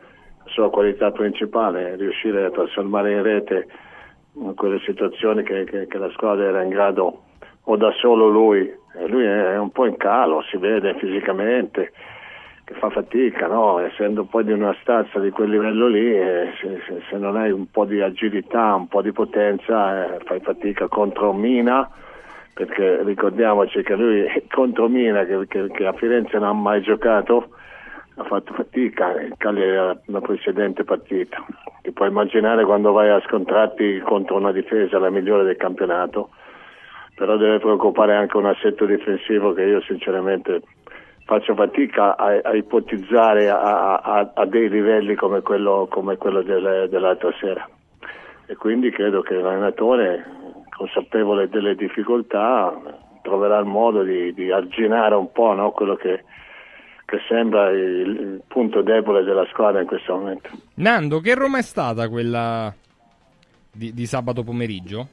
qualità principale, riuscire a trasformare in rete quelle situazioni che la squadra era in grado, o da solo lui è un po' in calo, si vede fisicamente che fa fatica, no? Essendo poi di una stazza di quel livello lì, se non hai un po' di agilità, un po' di potenza, fai fatica contro Mina, perché ricordiamoci che lui contro Mina, che a Firenze non ha mai giocato, ha fatto fatica in la precedente partita. Ti puoi immaginare quando vai a scontrarti contro una difesa la migliore del campionato, però deve preoccupare anche un assetto difensivo che io sinceramente faccio fatica a ipotizzare a dei livelli come quello dell'altra sera, e quindi credo che l'allenatore, consapevole delle difficoltà, troverà il modo di arginare un po', no? Quello che sembra il punto debole della squadra in questo momento. Nando, che Roma è stata quella di sabato pomeriggio?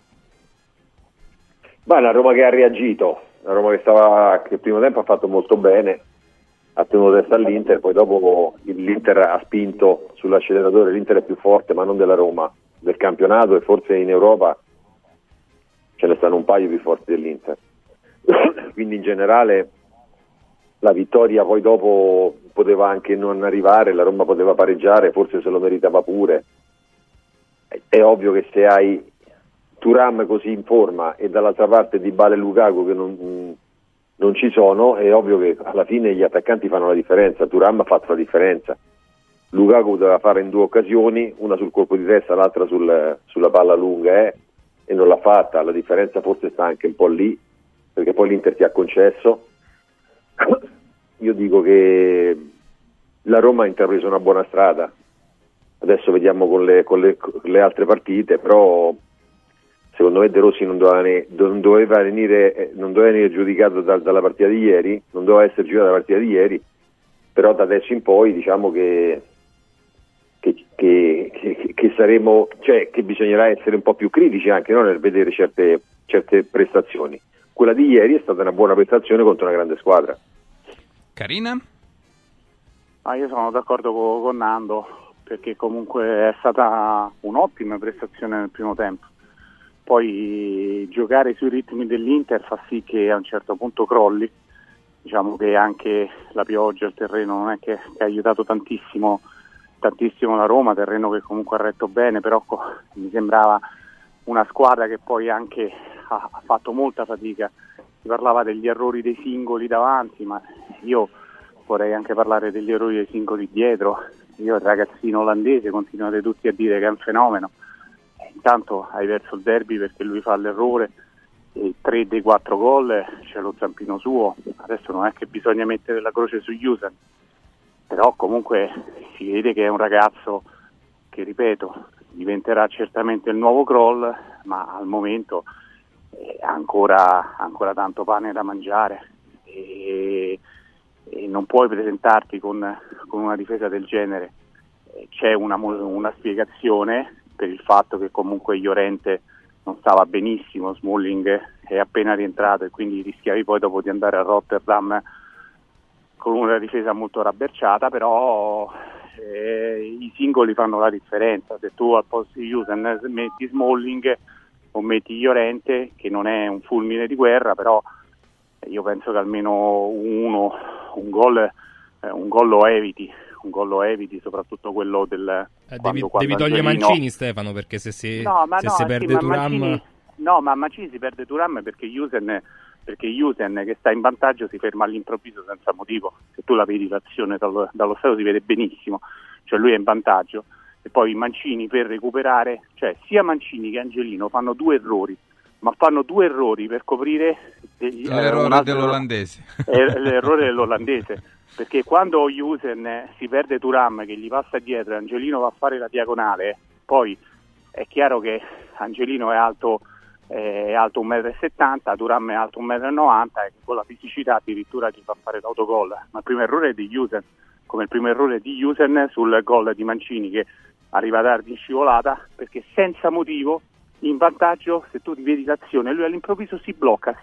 Beh, la Roma che ha reagito, la Roma che il primo tempo ha fatto molto bene, ha tenuto testa all'Inter, poi dopo l'Inter ha spinto sull'acceleratore. L'Inter è più forte, ma non della Roma, del campionato, e forse in Europa ce ne stanno un paio più forti dell'Inter. Quindi in generale la vittoria poi dopo poteva anche non arrivare, la Roma poteva pareggiare, forse se lo meritava pure. È ovvio che se hai Thuram così in forma e dall'altra parte Dybala e Lukaku che non ci sono, è ovvio che alla fine gli attaccanti fanno la differenza. Thuram ha fatto la differenza, Lukaku doveva fare in due occasioni, una sul colpo di testa, l'altra sulla palla lunga, e non l'ha fatta. La differenza forse sta anche un po' lì, perché poi l'Inter ti ha concesso. Io dico che la Roma ha intrapreso una buona strada, adesso vediamo con le altre partite, però secondo me De Rossi non doveva venire giudicato dalla partita di ieri, non doveva essere giudicato dalla partita di ieri, però da adesso in poi diciamo che saremo, cioè che bisognerà essere un po' più critici anche, no, nel vedere certe prestazioni. Quella di ieri è stata una buona prestazione contro una grande squadra. Carina? Io sono d'accordo con Nando, perché comunque è stata un'ottima prestazione nel primo tempo. Poi giocare sui ritmi dell'Inter fa sì che a un certo punto crolli. Diciamo che anche la pioggia, il terreno non è che ha aiutato tantissimo la Roma, terreno che comunque ha retto bene, però mi sembrava una squadra che poi anche ha fatto molta fatica. Si parlava degli errori dei singoli davanti, ma io vorrei anche parlare degli errori dei singoli dietro. Io il ragazzino olandese, continuate tutti a dire che è un fenomeno, intanto hai perso il derby perché lui fa l'errore, e 3 dei 4 gol c'è lo zampino suo. Adesso non è che bisogna mettere la croce su Jusen, però comunque si vede che è un ragazzo che, ripeto, diventerà certamente il nuovo Kroll, ma al momento ha ancora tanto pane da mangiare e non puoi presentarti con una difesa del genere. C'è una spiegazione per il fatto che comunque Llorente non stava benissimo, Smalling è appena rientrato e quindi rischiavi poi dopo di andare a Rotterdam con una difesa molto rabberciata, però i singoli fanno la differenza. Se tu al posto di Jusen metti Smalling o metti Llorente, che non è un fulmine di guerra, però io penso che almeno un gol lo eviti, soprattutto quello del devi togliere Mancini, Stefano, perché se si perde Thuram. Ma Mancini si perde Thuram perché Jusen che sta in vantaggio si ferma all'improvviso senza motivo. Se tu la vedi l'azione dallo stadio si vede benissimo, cioè lui è in vantaggio e poi Mancini per recuperare, cioè sia Mancini che Angelino fanno 2 errori, ma fanno 2 errori per coprire l'errore dell'olandese. L'errore dell'olandese, perché quando Jusen si perde Thuram che gli passa dietro e Angelino va a fare la diagonale, poi è chiaro che Angelino è alto 1,70 m, Thuram è alto 1,90 m e con la fisicità addirittura gli fa fare l'autogol. Ma il primo errore è di Jusen, come il primo errore di Jusen sul gol di Mancini che arriva tardi in scivolata, perché senza motivo in vantaggio, se tu vedi l'azione, lui all'improvviso si blocca,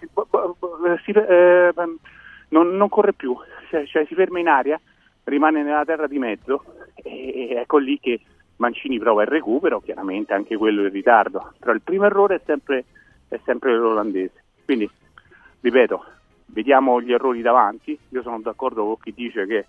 non corre più, cioè si ferma in aria, rimane nella terra di mezzo e ecco lì che Mancini prova il recupero, chiaramente anche quello in ritardo, però il primo errore è sempre l'olandese. Quindi, ripeto, vediamo gli errori davanti. Io sono d'accordo con chi dice che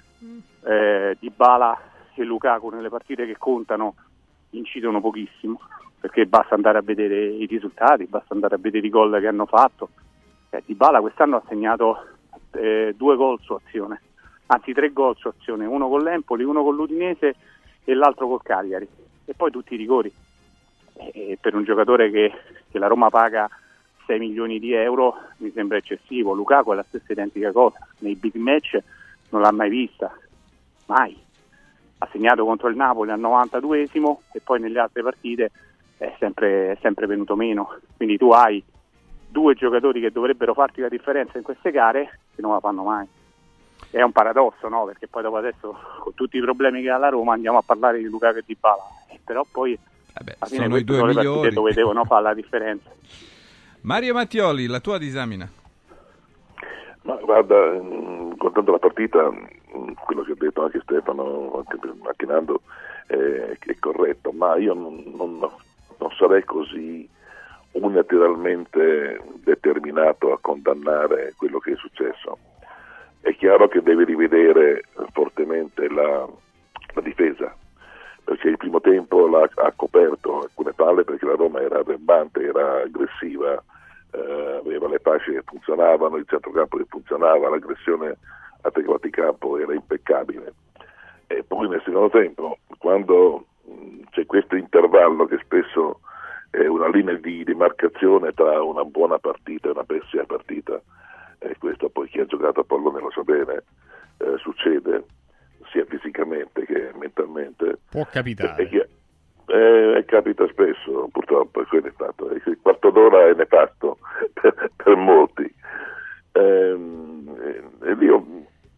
Dybala e Lukaku nelle partite che contano incidono pochissimo, perché basta andare a vedere i risultati, basta andare a vedere i gol che hanno fatto. Dybala quest'anno ha segnato 2 gol su azione, anzi 3 gol su azione, uno con l'Empoli, uno con l'Udinese e l'altro col Cagliari, e poi tutti i rigori. Per un giocatore che la Roma paga 6 milioni di euro mi sembra eccessivo. Lukaku è la stessa identica cosa, nei big match non l'ha mai vista, mai. Ha segnato contro il Napoli al 92esimo e poi nelle altre partite è sempre venuto meno. Quindi tu hai 2 giocatori che dovrebbero farti la differenza in queste gare che non la fanno mai. È un paradosso, no? Perché poi dopo adesso, con tutti i problemi che ha la Roma, andiamo a parlare di Lukaku e Dybala, però poi alla fine sono i 2 migliori dove devono fare la differenza. Mario Mattioli, la tua disamina? Ma guarda, guardando la partita, quello che ha detto anche Stefano, anche Nando, è corretto, ma io non sarei così unilateralmente determinato a condannare quello che è successo. È chiaro che deve rivedere fortemente la difesa, perché il primo tempo ha coperto alcune palle, perché la Roma era arrembante, era aggressiva, aveva le fasce che funzionavano, il centrocampo che funzionava, l'aggressione a tre quarti campo era impeccabile. E poi nel secondo tempo, quando c'è questo intervallo che spesso è una linea di demarcazione tra una buona partita e una pessima partita, e questo poi chi ha giocato a pallone lo sa bene, succede sia fisicamente che mentalmente. Può capitare. Capita spesso, purtroppo, e quello è stato. Il quarto d'ora è nefasto per molti. E io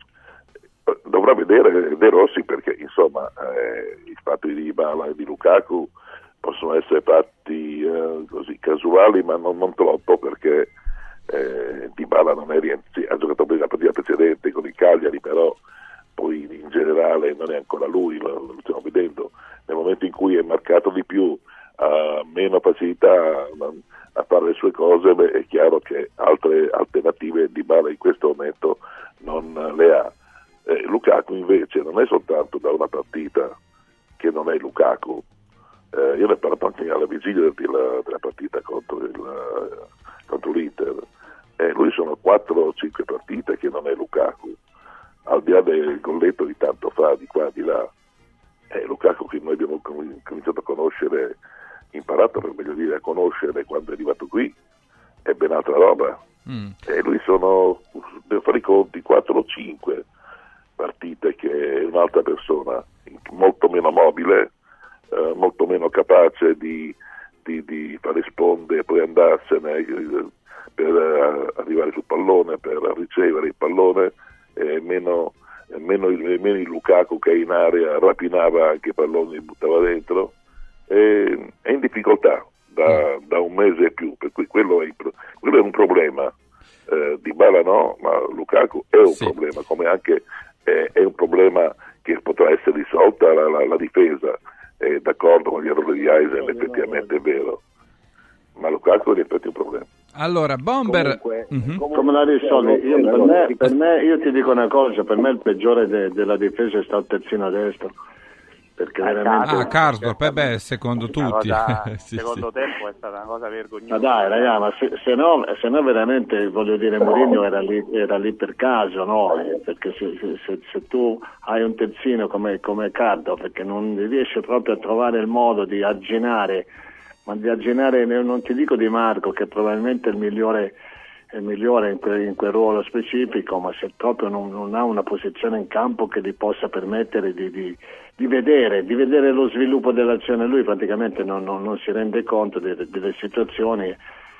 dovrà vedere De Rossi, perché insomma i fatti di Dybala e di Lukaku possono essere fatti così casuali, ma non troppo, perché Dybala non è ha giocato bene la partita precedente con il Cagliari, però poi in generale non è ancora lui, lo stiamo vedendo. Nel momento in cui è marcato di più, ha meno facilità a fare le sue cose, è chiaro che altre alternative Dybala in questo momento non le ha. Lukaku invece non è soltanto da una partita che non è Lukaku. Io ne ho parlato anche alla vigilia della partita contro l'Inter. Lui sono 4 o 5 partite che non è Lukaku, al di là del golletto di tanto fa di qua di là. Lukaku che noi abbiamo cominciato a conoscere, imparato per meglio dire a conoscere quando è arrivato qui, è ben altra roba. E lui devo fare i conti, 4 o 5 partite che è un'altra persona, molto meno mobile, molto meno capace di fare sponde e poi andarsene per arrivare sul pallone, per ricevere il pallone, meno il Lukaku che in area rapinava anche i palloni e buttava dentro. È in difficoltà da un mese e più, per cui quello è un problema. Dybala no, ma Lukaku è un problema, come anche è un problema che potrà essere risolta la difesa. D'accordo con gli errori di Eisen, effettivamente è vero, ma Lukaku è in effetti un problema. Allora, Bomber come la risolvi? Per me, io ti dico una cosa, per me il peggiore della difesa è stato il terzino destro, perché veramente Karsdorp, secondo tutti. Secondo tempo è stata una cosa vergognosa. Ma dai ragazzi, ma se no veramente, voglio dire, Mourinho era lì per caso, no? Perché se tu hai un terzino come Karsdorp, perché non riesce proprio a trovare il modo di arginare, ma di arginare, non ti dico Di Marco, che probabilmente è il migliore in quel ruolo specifico, ma se proprio non ha una posizione in campo che gli possa permettere di vedere lo sviluppo dell'azione, lui praticamente non si rende conto delle situazioni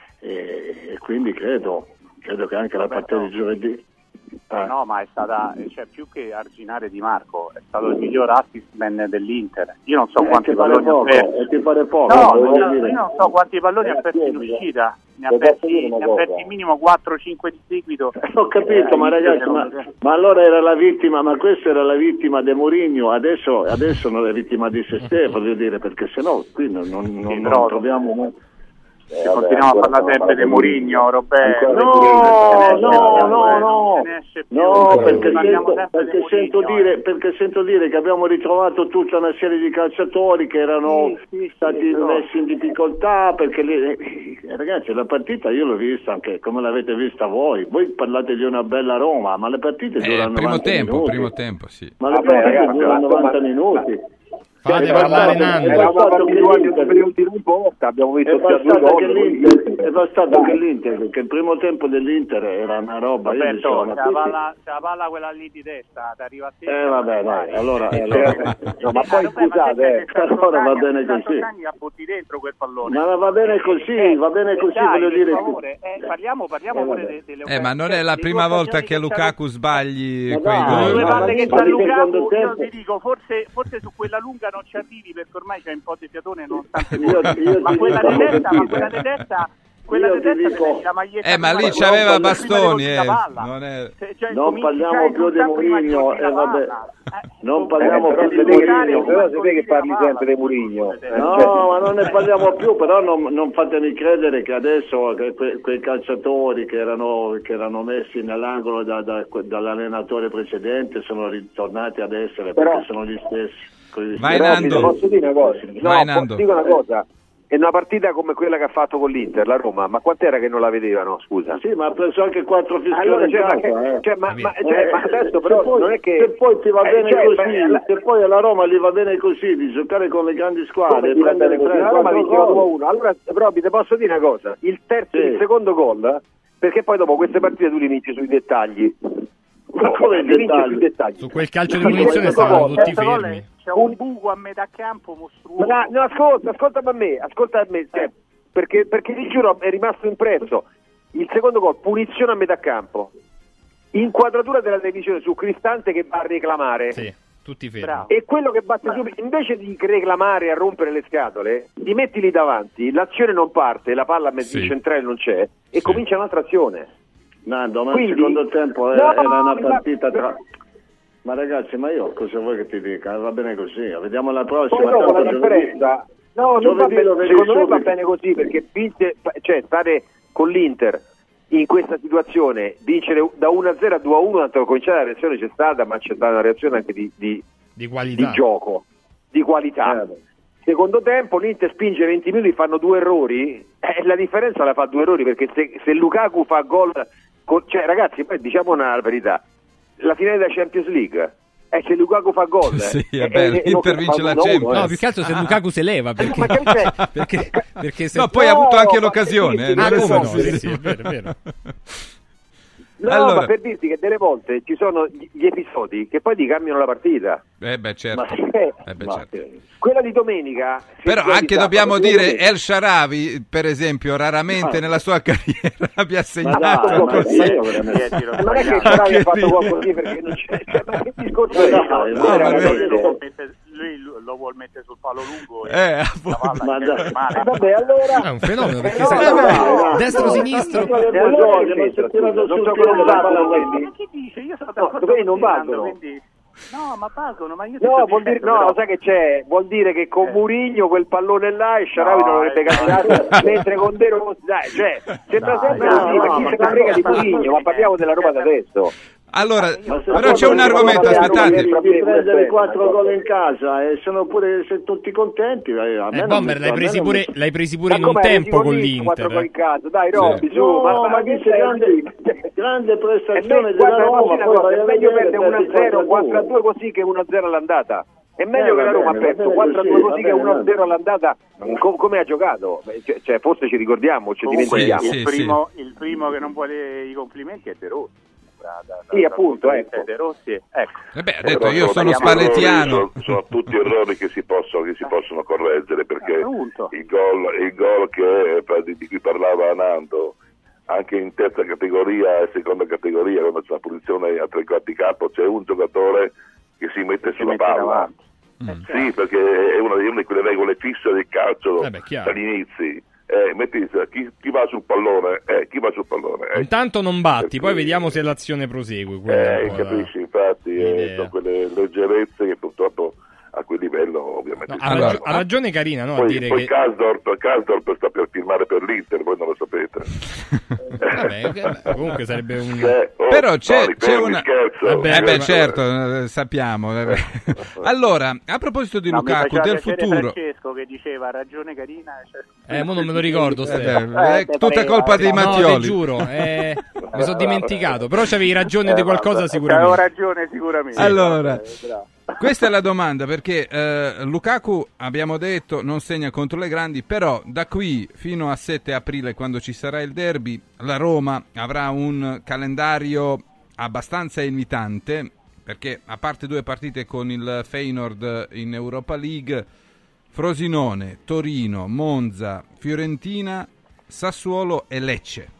e quindi credo che anche la partita di giovedì no, ma è stata, cioè, più che arginare Di Marco, è stato il miglior assist man dell'Inter. Io non so quanti palloni ha perso. Io non so quanti palloni ha perso in uscita. Ne ha persi minimo 4-5 di seguito. Ho capito, ma ragazzi, ma allora era la vittima, ma questa era la vittima di Mourinho, adesso non è vittima di se stesso, voglio dire, perché sennò qui non troviamo. Continuiamo a parlare sempre di Mourinho, Roberto. No, perché sento dire che abbiamo ritrovato tutta una serie di calciatori che erano stati messi in difficoltà, perché ragazzi, la partita io l'ho vista anche come l'avete vista voi parlate di una bella Roma, ma le partite durano 90 minuti. Primo tempo, sì. Ma le partite durano 90 minuti. Fate parlare Nando. Abbiamo visto è bastato che l'Inter, che il primo tempo dell'Inter era una roba. Roberto, se la palla quella lì di testa ti arriva a te. Vabbè, dai, allora. Ma poi scusate, allora va bene così. A butti dentro quel pallone. Ma va bene così, voglio dire. Parliamo pure delle ma non è la prima volta che Lukaku sbagli quei gol. gol. Due palle che c'ha Lukaku, io ti dico, forse su quella lunga non ci arrivi, perché ormai c'è un po' di fiatone nonostante ma quella di testa la maglietta ma lì c'aveva bastoni non parliamo più di Mourinho non parliamo più di Mourinho, però si vede che parli sempre di Mourinho. No, ma non ne parliamo più, però non fatemi credere che adesso quei calciatori che erano messi nell'angolo dall'allenatore precedente sono ritornati ad essere, perché sono gli stessi. Vai Nando. Posso dire una cosa? Dico una cosa. È una partita come quella che ha fatto con l'Inter, la Roma, ma quant'era che non la vedevano, scusa? Sì, ma ha preso anche 4 fischioni ma adesso però poi, non è che... Se poi ti va bene così, se poi alla Roma gli va bene così, di giocare con le grandi squadre, prendere la Roma vinceva 2-1. Allora, Roby, ti posso dire una cosa, il secondo gol, perché poi dopo queste partite tu li vinci sui dettagli. Ma come i dettagli? Su quel calcio di punizione stavano tutti fermi. c'è un buco a metà campo mostruoso. No, ascoltami a me, cioè, perché ti giuro è rimasto impresso. Il secondo gol, punizione a metà campo, inquadratura della televisione su Cristante che va a reclamare. Sì, tutti fermi. E quello che batte subito, invece di reclamare e a rompere le scatole, ti metti lì davanti, l'azione non parte, la palla a mezzo centrale non c'è e comincia un'altra azione. Nando, ma Quindi, il secondo tempo no, era una partita tra... Ma ragazzi, ma io cosa vuoi che ti dica? Va bene così, vediamo la prossima. Poi dopo la differenza, no, non va bene, secondo me va bene così, perché stare con l'Inter in questa situazione, vincere da 1-0 a 2-1, tanto cominciare la reazione c'è stata, ma c'è stata una reazione anche di qualità, di gioco, di qualità. Secondo tempo l'Inter spinge 20 minuti, fanno 2 errori, la differenza la fa 2 errori, perché se Lukaku fa gol, cioè ragazzi, poi diciamo una verità, la finale della Champions League, se Lukaku fa gol, sì, l'Inter vince la Champions. No, più che altro se Lukaku se leva, perché se... No, poi ha avuto anche l'occasione. Sì, è vero. No, allora, ma per dirti che delle volte ci sono gli episodi che poi ti cambiano la partita. Certo. Certo. Quella di domenica. Però anche dobbiamo dire El Shaarawy, per esempio, raramente nella sua carriera abbia segnato così. Non è che El Shaarawy ha fatto qualcosa perché non c'è. Ma che discorso è? Lui lo vuol mettere sul palo lungo. Vabbè, allora è un fenomeno perché destro-sinistro. Ma che dice? Io sono d'accordo non valgono. No, ma valgono, ma io sai che c'è? Vuol dire che con Mourinho quel pallone là e Shaarawy non l'avrebbe candidato, mentre con De Rossi, sembra sempre così, ma chi se ne frega di Mourinho, ma parliamo della Roma da adesso. Allora, però c'è un argomento, aspettate. Prendere 4 gol in casa e sono pure tutti contenti. Bomber, l'hai presi pure in un tempo con l'Inter. 4 gol in casa, dai Robby, su, ma che c'è grande prestazione della Roma. È meglio perdere 1-0, 4-2 così che 1-0 all'andata. È meglio che la Roma ha perso 4-2 così che 1-0 all'andata. Come ha giocato? Cioè, forse ci ricordiamo, ci dimentichiamo. Il primo che non vuole i complimenti è De Rossi. Sì, appunto, ecco. De Rossi, ha detto io sono spallettiano. Sono tutti errori che si possono correggere, perché il gol di cui parlava Nando, anche in terza categoria e seconda categoria, quando c'è una posizione a 3 quarti campo, c'è un giocatore che si mette sulla palla. Sì, perché è una di quelle regole fisse del calcio dagli inizi. Chi va sul pallone, Intanto non batti, poi vediamo se l'azione prosegue. Capisci, infatti sono quelle leggerezze che purtroppo a quel livello ovviamente ha ragione Carina, no? Poi, a dire poi che Kasdorp sta per firmare per l'Inter, voi non lo sapete. Comunque sarebbe un però c'è una scherzo. certo, sappiamo. Allora, a proposito di Lukaku, del futuro, Francesco che diceva ha ragione Carina, mo non me lo ricordo, è tutta colpa dei Mattioli. No, ti giuro, mi sono dimenticato, però c'avevi ragione di qualcosa sicuramente. Avevo ragione sicuramente. Allora, questa è la domanda, perché Lukaku, abbiamo detto, non segna contro le grandi, però da qui fino a 7 aprile, quando ci sarà il derby, la Roma avrà un calendario abbastanza invitante, perché a parte 2 partite con il Feyenoord in Europa League, Frosinone, Torino, Monza, Fiorentina, Sassuolo e Lecce.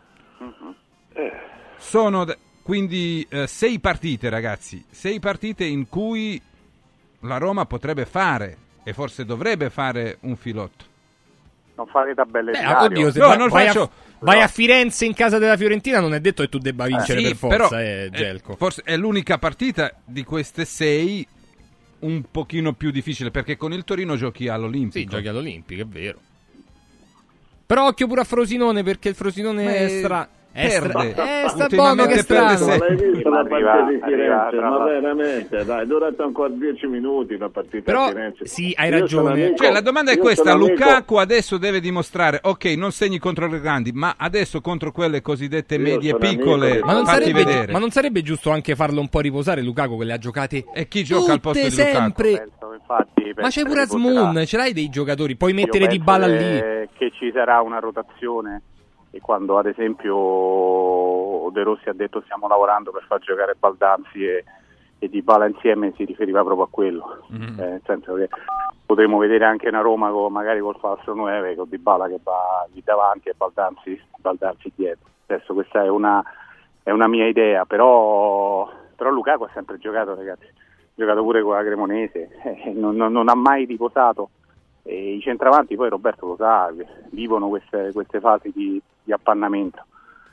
Sono quindi 6 partite, ragazzi, 6 partite in cui la Roma potrebbe fare e forse dovrebbe fare un filotto. Non fare tabelle oddio, se vai a Firenze in casa della Fiorentina non è detto che tu debba vincere per forza, però, Gelco. Forse è l'unica partita di queste 6 un pochino più difficile, perché con il Torino giochi all'Olimpico. Sì, giochi all'Olimpico, è vero. Però occhio pure a Frosinone, perché il Frosinone sta buono che strano. Ma l'hai visto la partita di Firenze? Ma veramente, dai, durata ancora 10 minuti la partita però, di Firenze. Sì, hai ragione. Cioè, la domanda è questa: Lukaku adesso deve dimostrare, ok, non segni contro le grandi, ma adesso contro quelle cosiddette medie piccole ma non sarebbe giusto anche farlo un po' riposare Lukaku, che le ha giocate e chi gioca al posto di sempre? Ma c'è pure Asmun, ce l'hai dei giocatori, puoi mettere Dybala lì. Che ci sarà una rotazione. E quando ad esempio De Rossi ha detto stiamo lavorando per far giocare Baldanzi e Dybala insieme si riferiva proprio a quello, nel senso che potremmo vedere anche una Roma magari col falso 9 con Dybala che va lì davanti e baldarsi dietro. Adesso questa è una mia idea, però Lukaku ha sempre giocato, ragazzi, ha giocato pure con la Cremonese, non ha mai riposato, e i centravanti poi Roberto lo sa, vivono queste fasi di appannamento.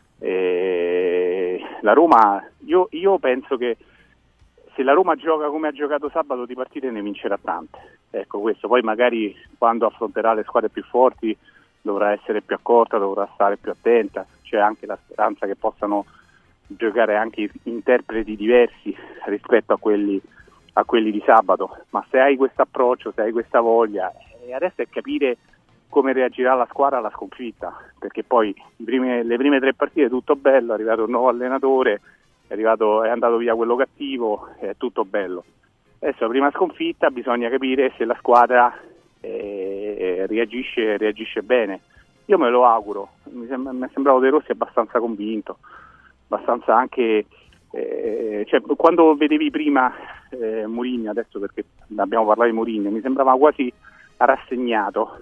La Roma, io penso che se la Roma gioca come ha giocato sabato di partite ne vincerà tante, ecco questo. Poi magari quando affronterà le squadre più forti dovrà essere più accorta, dovrà stare più attenta, c'è anche la speranza che possano giocare anche interpreti diversi rispetto a quelli di sabato, ma se hai questo approccio, se hai questa voglia, adesso è capire come reagirà la squadra alla sconfitta, perché poi le prime 3 partite tutto bello, è arrivato un nuovo allenatore, è andato via quello cattivo, è tutto bello. Adesso la prima sconfitta bisogna capire se la squadra reagisce bene. Io me lo auguro, mi è sembrato De Rossi abbastanza convinto, abbastanza anche cioè, quando vedevi prima Mourinho, adesso perché abbiamo parlato di Mourinho, mi sembrava quasi rassegnato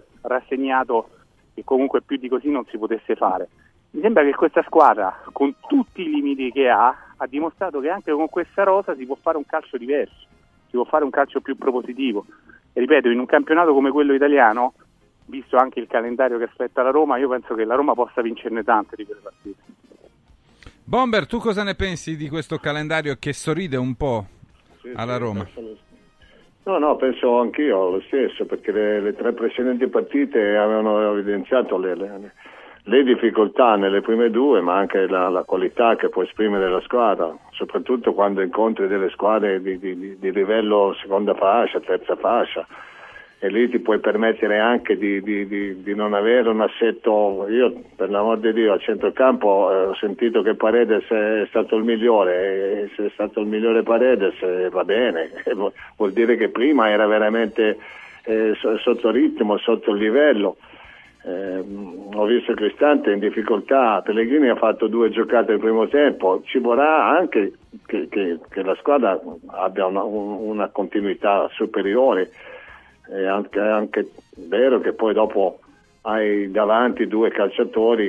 che comunque più di così non si potesse fare. Mi sembra che questa squadra, con tutti i limiti che ha dimostrato che anche con questa rosa si può fare un calcio diverso, si può fare un calcio più propositivo, e ripeto, in un campionato come quello italiano, visto anche il calendario che aspetta la Roma, io penso che la Roma possa vincerne tante di quelle partite. Bomber, tu cosa ne pensi di questo calendario che sorride un po' alla Roma? No, penso anch'io lo stesso, perché le 3 precedenti partite avevano evidenziato le difficoltà nelle prime 2, ma anche la qualità che può esprimere la squadra, soprattutto quando incontri delle squadre di livello seconda fascia, terza fascia, e lì ti puoi permettere anche di non avere un assetto. Io, per l'amor di Dio, a centrocampo ho sentito che Paredes è stato il migliore, e se è stato il migliore Paredes va bene, vuol dire che prima era veramente sotto ritmo, sotto il livello. Ho visto Cristante in difficoltà, Pellegrini ha fatto 2 giocate al primo tempo, ci vorrà anche che la squadra abbia una continuità superiore. È anche vero che poi dopo hai davanti 2 calciatori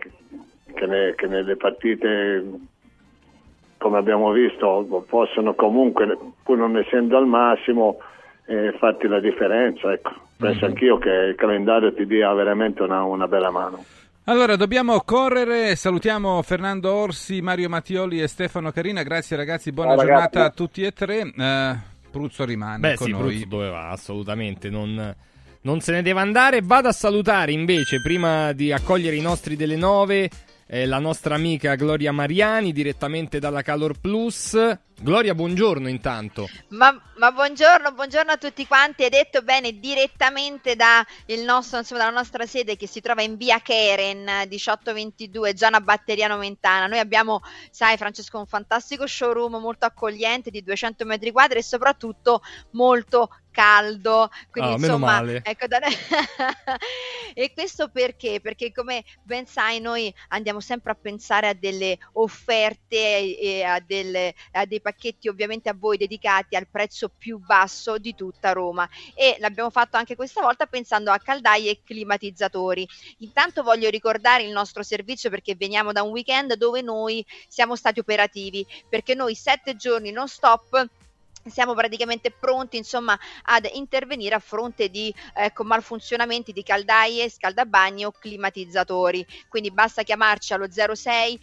che nelle partite, come abbiamo visto, possono comunque, pur non essendo al massimo, farti la differenza, ecco. Penso anch'io che il calendario ti dia veramente una bella mano. Allora, dobbiamo correre, salutiamo Fernando Orsi, Mario Mattioli e Stefano Carina, grazie ragazzi, buona giornata a tutti e 3. Pruzzo rimane con noi. Pruzzo doveva, assolutamente, non se ne deve andare. Vado a salutare invece, prima di accogliere i nostri delle 9, la nostra amica Gloria Mariani, direttamente dalla Calor Plus. Gloria, buongiorno intanto. Ma buongiorno a tutti quanti. Hai detto bene, direttamente dalla nostra sede che si trova in via Keren 1822, Giana Batteriano Mentana. Noi abbiamo, sai Francesco, un fantastico showroom molto accogliente di 200 metri quadri e soprattutto molto caldo, quindi insomma, meno male. Ecco, e questo perché? Perché come ben sai noi andiamo sempre a pensare a delle offerte e a dei pacchetti ovviamente a voi dedicati al prezzo più basso di tutta Roma, e l'abbiamo fatto anche questa volta pensando a caldaie e climatizzatori. Intanto voglio ricordare il nostro servizio, perché veniamo da un weekend dove noi siamo stati operativi, perché noi 7 giorni non stop siamo praticamente pronti, insomma, ad intervenire a fronte di malfunzionamenti di caldaie, scaldabagni o climatizzatori. Quindi basta chiamarci allo 06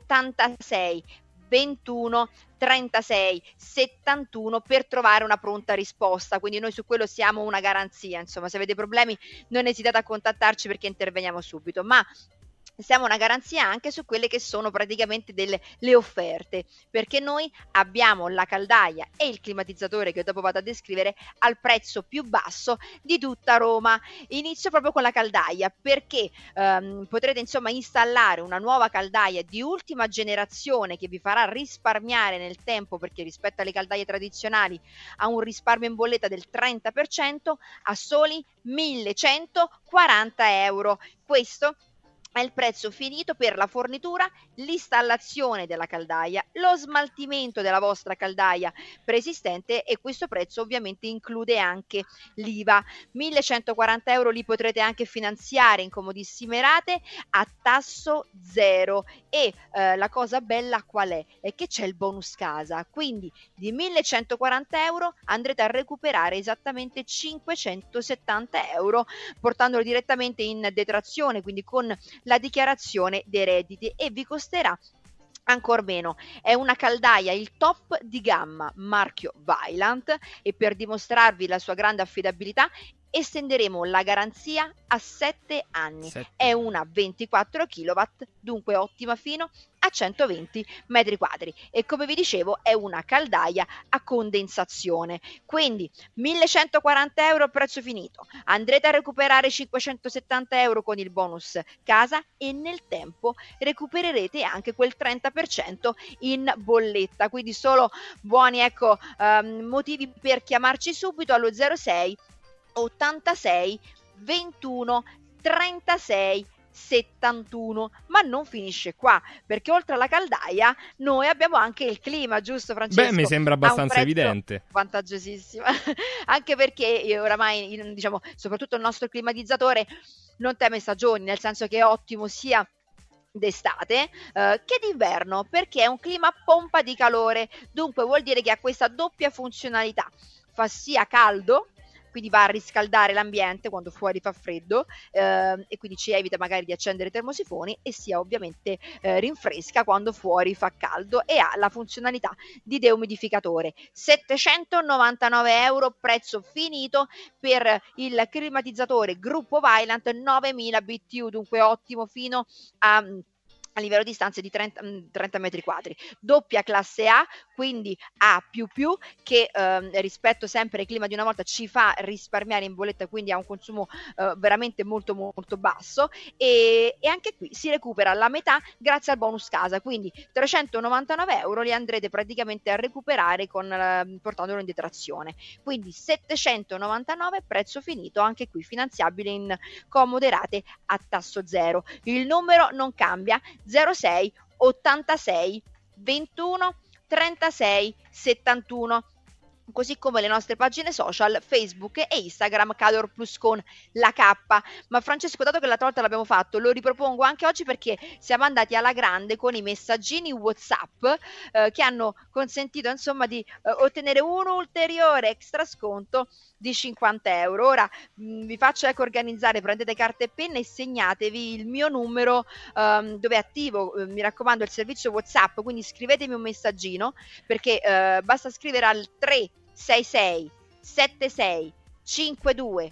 86 21 36 71 per trovare una pronta risposta. Quindi noi su quello siamo una garanzia, insomma, se avete problemi non esitate a contattarci perché interveniamo subito, ma siamo una garanzia anche su quelle che sono praticamente le offerte, perché noi abbiamo la caldaia e il climatizzatore che dopo vado a descrivere al prezzo più basso di tutta Roma. Inizio proprio con la caldaia, perché potrete insomma installare una nuova caldaia di ultima generazione che vi farà risparmiare nel tempo, perché rispetto alle caldaie tradizionali ha un risparmio in bolletta del 30% a soli 1.140 euro. Questo è il prezzo finito per la fornitura, l'installazione della caldaia, lo smaltimento della vostra caldaia preesistente, e questo prezzo ovviamente include anche l'IVA. 1140 euro li potrete anche finanziare in comodissime rate a tasso zero, e la cosa bella qual è? È che c'è il bonus casa, quindi di 1140 euro andrete a recuperare esattamente 570 euro, portandolo direttamente in detrazione, quindi con la dichiarazione dei redditi, e vi costerà ancor meno. È una caldaia il top di gamma marchio Vaillant, e per dimostrarvi la sua grande affidabilità estenderemo la garanzia a 7 anni. È una 24 kW, dunque ottima fino a 120 metri quadri, e come vi dicevo è una caldaia a condensazione. Quindi 1140 euro prezzo finito, andrete a recuperare 570 euro con il bonus casa, e nel tempo recupererete anche quel 30% in bolletta, quindi solo buoni motivi per chiamarci subito allo 06 86 21 36 71. Ma non finisce qua, perché oltre alla caldaia noi abbiamo anche il clima, giusto Francesco? Beh, mi sembra abbastanza evidente. Vantaggiosissima, anche perché oramai diciamo soprattutto il nostro climatizzatore non teme stagioni, nel senso che è ottimo sia d'estate che d'inverno, perché è un clima pompa di calore, dunque vuol dire che ha questa doppia funzionalità: fa sia caldo, quindi va a riscaldare l'ambiente quando fuori fa freddo, e quindi ci evita magari di accendere i termosifoni, e sia ovviamente rinfresca quando fuori fa caldo, e ha la funzionalità di deumidificatore. 799 euro prezzo finito per il climatizzatore gruppo Vaillant 9000 BTU, dunque ottimo fino a livello di stanze di 30 metri quadri, doppia classe A, quindi A++, che rispetto sempre al clima di una volta ci fa risparmiare in bolletta, quindi ha un consumo veramente molto molto basso, e anche qui si recupera la metà grazie al bonus casa, quindi 399 euro li andrete praticamente a recuperare portandolo in detrazione, quindi 799 prezzo finito, anche qui finanziabile in comode rate a tasso zero. Il numero non cambia: 06 86 21 36 71, così come le nostre pagine social Facebook e Instagram Calor Plus con la K. Ma Francesco, dato che l'altra volta l'abbiamo fatto, lo ripropongo anche oggi, perché siamo andati alla grande con i messaggini WhatsApp che hanno consentito insomma di ottenere un ulteriore extra sconto di 50 euro. Ora vi faccio organizzare, prendete carta e penna e segnatevi il mio numero dove è attivo, mi raccomando, il servizio WhatsApp, quindi scrivetemi un messaggino, perché basta scrivere al 366 76 52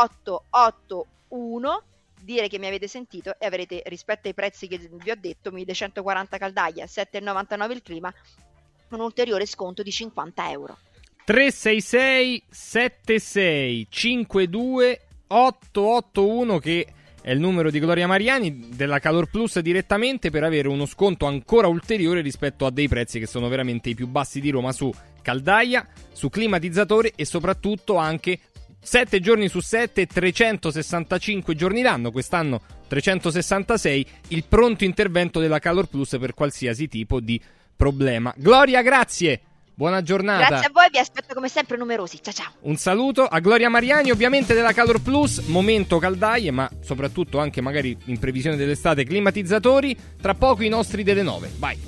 881, dire che mi avete sentito, e avrete, rispetto ai prezzi che vi ho detto, 1140 caldaia, 7,99 il clima, un ulteriore sconto di 50 euro. 366 76 52 881, che è il numero di Gloria Mariani della Calor Plus, direttamente per avere uno sconto ancora ulteriore rispetto a dei prezzi che sono veramente i più bassi di Roma su caldaia, su climatizzatore, e soprattutto anche 7 giorni su 7, 365 giorni l'anno, quest'anno 366, il pronto intervento della Calor Plus per qualsiasi tipo di problema. Gloria, grazie! Buona giornata. Grazie a voi, vi aspetto come sempre numerosi. Ciao ciao. Un saluto a Gloria Mariani, ovviamente della Calor Plus, momento caldaie, ma soprattutto anche magari in previsione dell'estate climatizzatori. Tra poco i nostri delle 9. Vai.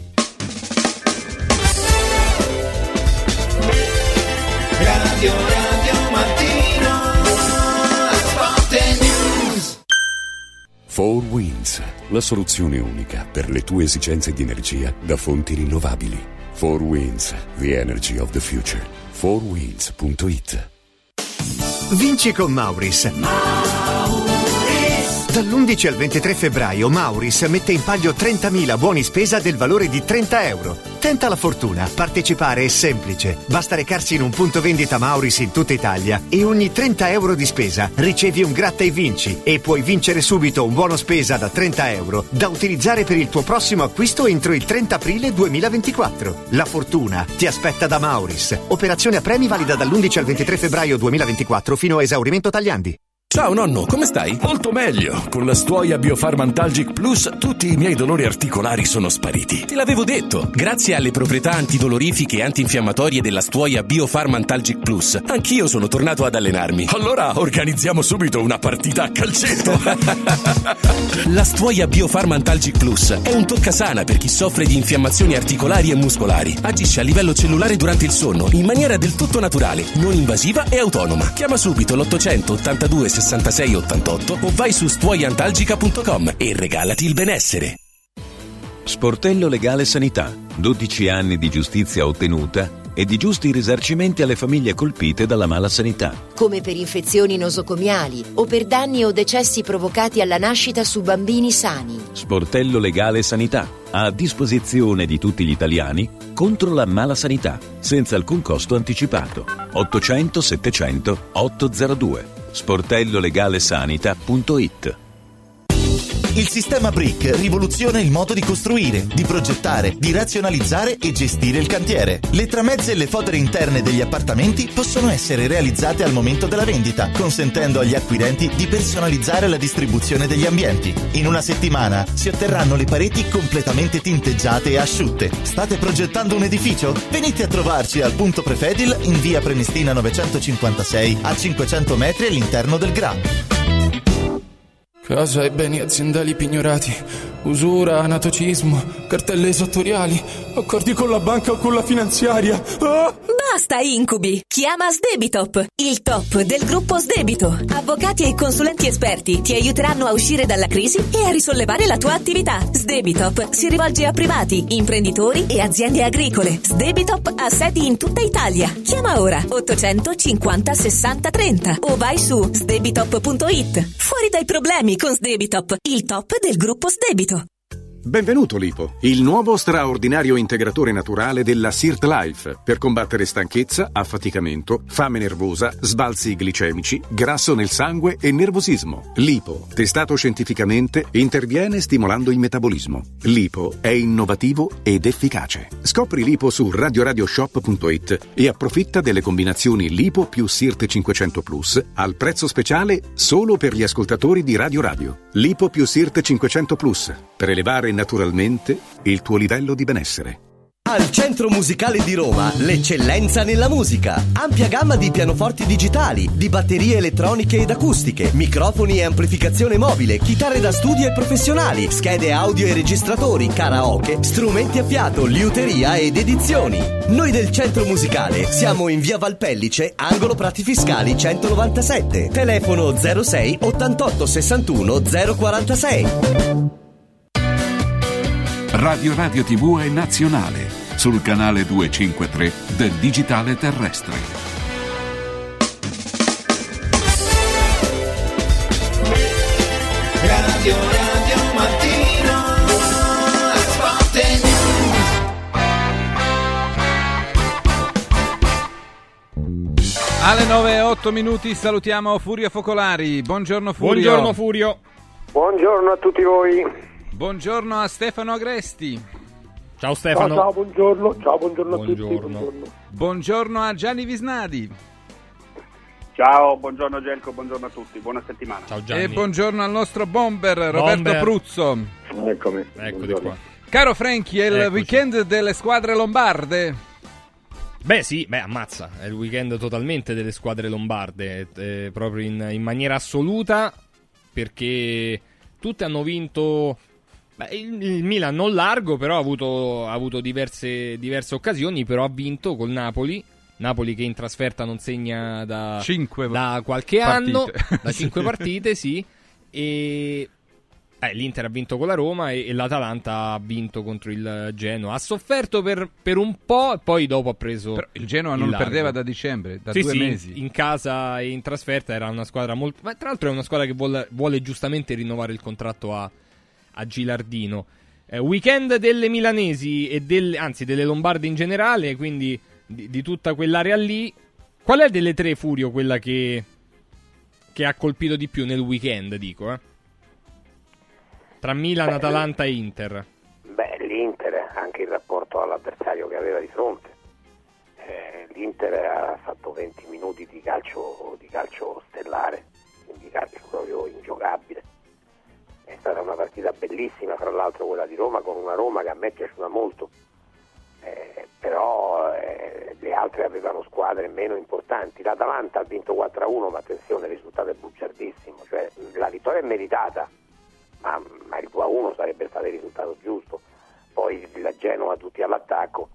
Radio Mattino, Sport News. 4Winds, la soluzione unica per le tue esigenze di energia da fonti rinnovabili. 4Winds, the energy of the future. 4winds.it. Vinci con Mauris. Dall'11 al 23 febbraio Mauris mette in palio 30.000 buoni spesa del valore di 30 euro. Tenta la fortuna, partecipare è semplice. Basta recarsi in un punto vendita Mauris in tutta Italia e ogni 30 euro di spesa ricevi un gratta e vinci, e puoi vincere subito un buono spesa da 30 euro da utilizzare per il tuo prossimo acquisto entro il 30 aprile 2024. La fortuna ti aspetta da Mauris. Operazione a premi valida dall'11 al 23 febbraio 2024 fino a esaurimento tagliandi. Ciao nonno, come stai? Molto meglio. Con la Stuoia Biofarm Antalgic Plus tutti i miei dolori articolari sono spariti. Te l'avevo detto. Grazie alle proprietà antidolorifiche e antinfiammatorie della Stuoia Biofarm Antalgic Plus, anch'io sono tornato ad allenarmi. Allora organizziamo subito una partita a calcetto. La Stuoia Biofarm Antalgic Plus è un toccasana per chi soffre di infiammazioni articolari e muscolari. Agisce a livello cellulare durante il sonno in maniera del tutto naturale, non invasiva e autonoma. Chiama subito l'800 82 66 88 o vai su stuoiantalgica.com e regalati il benessere. Sportello Legale Sanità. 12 anni di giustizia ottenuta e di giusti risarcimenti alle famiglie colpite dalla mala sanità. Come per infezioni nosocomiali o per danni o decessi provocati alla nascita su bambini sani. Sportello Legale Sanità. A disposizione di tutti gli italiani contro la mala sanità, senza alcun costo anticipato. 800 700 802. sportellolegalesanita.it. Il sistema Brick rivoluziona il modo di costruire, di progettare, di razionalizzare e gestire il cantiere. Le tramezze e le fodere interne degli appartamenti possono essere realizzate al momento della vendita, consentendo agli acquirenti di personalizzare la distribuzione degli ambienti. In una settimana si otterranno le pareti completamente tinteggiate e asciutte. State progettando un edificio? Venite a trovarci al punto Prefedil in via Prenestina 956 a 500 metri all'interno del GRA. Casa e beni aziendali pignorati, usura, anatocismo, cartelle esattoriali, accordi con la banca o con la finanziaria. Ah! Basta incubi! Chiama Sdebitop, il top del gruppo Sdebito. Avvocati e consulenti esperti ti aiuteranno a uscire dalla crisi e a risollevare la tua attività. Sdebitop si rivolge a privati, imprenditori e aziende agricole. Sdebitop ha sedi in tutta Italia. Chiama ora 850 60 30 o vai su sdebitop.it. Fuori dai problemi con Sdebitop, il top del gruppo Sdebito. Benvenuto Lipo, il nuovo straordinario integratore naturale della Sirt Life per combattere stanchezza, affaticamento, fame nervosa, sbalzi glicemici, grasso nel sangue e nervosismo. Lipo, testato scientificamente, interviene stimolando il metabolismo. Lipo è innovativo ed efficace. Scopri Lipo su radioradioshop.it e approfitta delle combinazioni Lipo più Sirt 500 Plus al prezzo speciale solo per gli ascoltatori di Radio Radio. Lipo più Sirt 500 Plus per elevare naturalmente il tuo livello di benessere. Al Centro Musicale di Roma, l'eccellenza nella musica. Ampia gamma di pianoforti digitali, di batterie elettroniche ed acustiche, microfoni e amplificazione mobile, chitarre da studio e professionali, schede audio e registratori, karaoke, strumenti a fiato, liuteria ed edizioni. Noi del Centro Musicale siamo in via Valpellice, angolo Prati Fiscali 197. Telefono 06 88 61 046. Radio Radio TV è nazionale sul canale 253 del digitale terrestre. Radio Radio Mattino, Sport News. Alle 9:08 minuti salutiamo Furio Focolari. Buongiorno Furio. Buongiorno Furio. Buongiorno a tutti voi. Buongiorno a Stefano Agresti. Ciao Stefano. Ciao, buongiorno a tutti. Buongiorno a Gianni Visnadi. Ciao, buongiorno Gelco, buongiorno a tutti, buona settimana. Ciao Gianni. E buongiorno al nostro bomber Roberto Pruzzo. Eccomi. Eccoti qua. Caro Franchi, è il weekend delle squadre lombarde? Beh sì, ammazza, è il weekend totalmente delle squadre lombarde, proprio in maniera assoluta, perché tutte hanno vinto. Il Milan non largo, però ha avuto diverse occasioni, però ha vinto col Napoli che in trasferta non segna da qualche anno, da 5 partite, sì, e l'Inter ha vinto con la Roma e l'Atalanta ha vinto contro il Genoa. Ha sofferto per un po' e poi dopo ha preso. Però il Genoa non perdeva da dicembre, da 2 mesi. In casa e in trasferta era una squadra molto. Ma tra l'altro è una squadra che vuole giustamente rinnovare il contratto a Gilardino. Weekend delle milanesi e delle lombarde in generale, quindi di tutta quell'area lì. Qual è delle tre, Furio, quella che ha colpito di più nel weekend, dico, tra Milan, Atalanta e Inter? L'Inter, anche in rapporto all'avversario che aveva di fronte. L'Inter ha fatto 20 minuti di calcio stellare, quindi Icardi proprio ingiocabile. È stata una partita bellissima, fra l'altro quella di Roma, con una Roma che a me è piaciuta molto, però le altre avevano squadre meno importanti. L'Atalanta ha vinto 4-1, ma attenzione, il risultato è bugiardissimo, cioè la vittoria è meritata, ma il 2-1 sarebbe stato il risultato giusto. Poi la Genova tutti all'attacco,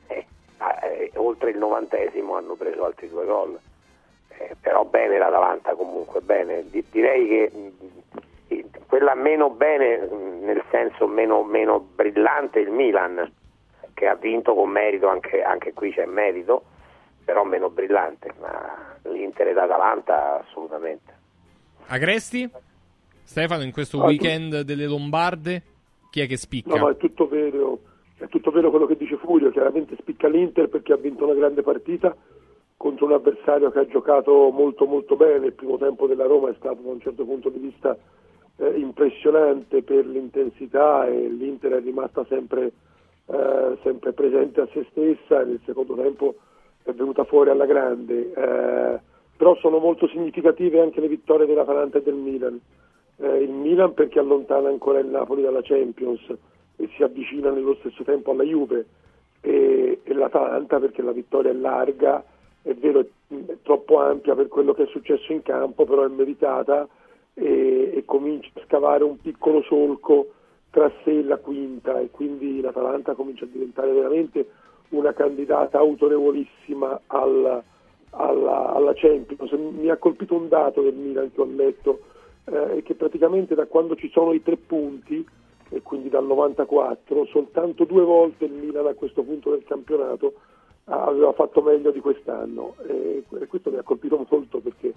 oltre il 90esimo hanno preso altri 2 gol, però bene l'Atalanta, comunque bene. Direi che quella meno bene, nel senso meno brillante, il Milan, che ha vinto con merito, anche qui c'è merito, però meno brillante, ma l'Inter e l'Atalanta assolutamente. Agresti? Stefano, in questo weekend delle Lombarde, chi è che spicca? No, ma è tutto vero quello che dice Furio, chiaramente spicca l'Inter perché ha vinto una grande partita contro un avversario che ha giocato molto molto bene. Il primo tempo della Roma è stato da un certo punto di vista impressionante per l'intensità, e l'Inter è rimasta sempre presente a se stessa, e nel secondo tempo è venuta fuori alla grande, però sono molto significative anche le vittorie dell'Atalanta e del Milan. Il Milan perché allontana ancora il Napoli dalla Champions e si avvicina nello stesso tempo alla Juve, e l'Atalanta perché la vittoria è larga, è vero, è troppo ampia per quello che è successo in campo, però è meritata, e comincia a scavare un piccolo solco tra sé e la quinta, e quindi l'Atalanta comincia a diventare veramente una candidata autorevolissima alla Champions. Mi ha colpito un dato del Milan che ho letto, che praticamente da quando ci sono i 3 punti, e quindi dal 94, soltanto 2 volte il Milan a questo punto del campionato aveva fatto meglio di quest'anno, e questo mi ha colpito molto perché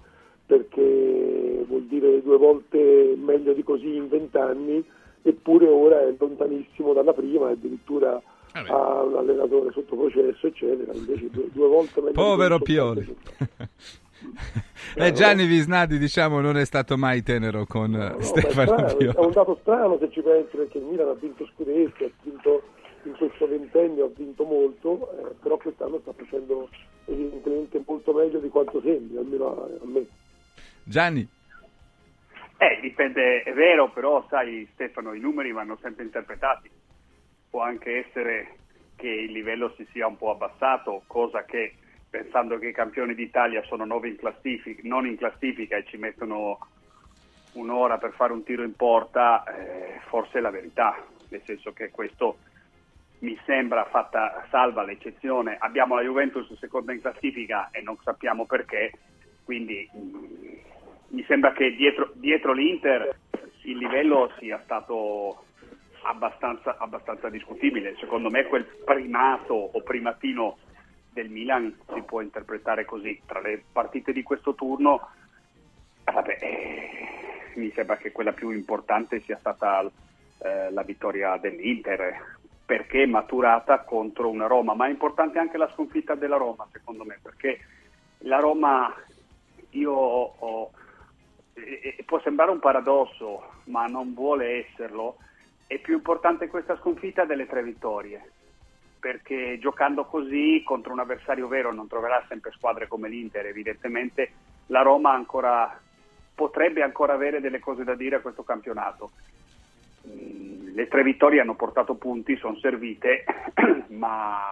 vuol dire 2 volte meglio di così in 20 anni, eppure ora è lontanissimo dalla prima, addirittura ha un allenatore sotto processo eccetera, invece 2 volte meglio. Povero Pioli. Gianni Visnadi, diciamo, non è stato mai tenero con Stefano Pioli. È un dato strano se ci pensi, perché il Milan ha vinto scudetti, ha vinto in questo ventennio, ha vinto molto, però quest'anno sta facendo evidentemente molto meglio di quanto sembra, almeno a me. Gianni? Dipende, è vero, però sai Stefano, i numeri vanno sempre interpretati. Può anche essere che il livello si sia un po' abbassato, cosa che, pensando che i campioni d'Italia sono 9 non in classifica e ci mettono un'ora per fare un tiro in porta, forse è la verità, nel senso che questo mi sembra, fatta salva l'eccezione, abbiamo la Juventus seconda in classifica e non sappiamo perché, quindi mi sembra che dietro l'Inter il livello sia stato abbastanza discutibile. Secondo me quel primato o primatino del Milan si può interpretare così. Tra le partite di questo turno mi sembra che quella più importante sia stata la vittoria dell'Inter, perché maturata contro una Roma, ma è importante anche la sconfitta della Roma secondo me, perché la Roma può sembrare un paradosso, ma non vuole esserlo, è più importante questa sconfitta delle 3 vittorie, perché giocando così contro un avversario vero non troverà sempre squadre come l'Inter, evidentemente la Roma potrebbe ancora avere delle cose da dire a questo campionato. Le 3 vittorie hanno portato punti, sono servite, ma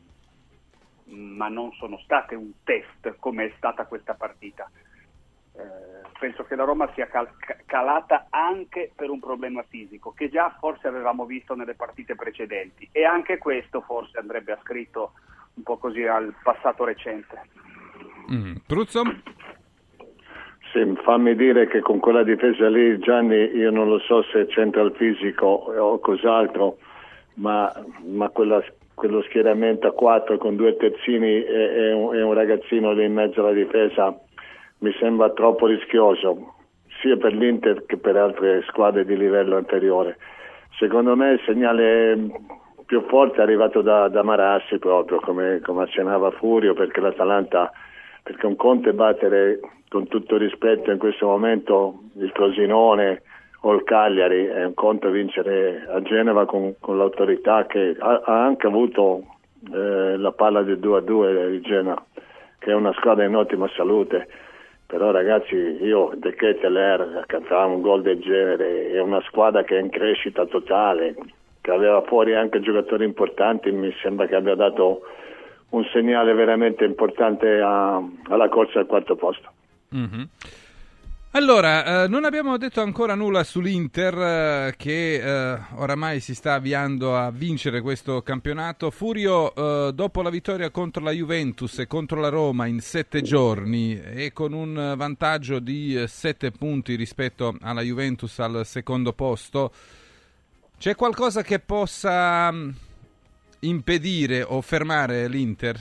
non sono state un test come è stata questa partita. Penso che la Roma sia calata anche per un problema fisico che già forse avevamo visto nelle partite precedenti, e anche questo forse andrebbe ascritto un po' così al passato recente. Pruzzo? Sì, fammi dire che con quella difesa lì, Gianni, io non lo so se c'entra il fisico o cos'altro, ma quello schieramento a 4 con 2 terzini e un ragazzino lì in mezzo alla difesa mi sembra troppo rischioso, sia per l'Inter che per altre squadre di livello anteriore. Secondo me il segnale più forte è arrivato da Marassi, proprio come accennava Furio, perché l'Atalanta, perché un conto è battere, con tutto rispetto in questo momento, il Frosinone o il Cagliari, è un conto vincere a Genova con l'autorità che ha anche avuto la palla del 2-2 di Genova, che è una squadra in ottima salute. Però ragazzi, io De Ketelaere, cantavamo un gol del genere, è una squadra che è in crescita totale, che aveva fuori anche giocatori importanti, mi sembra che abbia dato un segnale veramente importante alla corsa al quarto posto. Mm-hmm. Allora, non abbiamo detto ancora nulla sull'Inter che oramai si sta avviando a vincere questo campionato. Furio, dopo la vittoria contro la Juventus e contro la Roma in 7 giorni e con un vantaggio di 7 punti rispetto alla Juventus al secondo posto, c'è qualcosa che possa impedire o fermare l'Inter?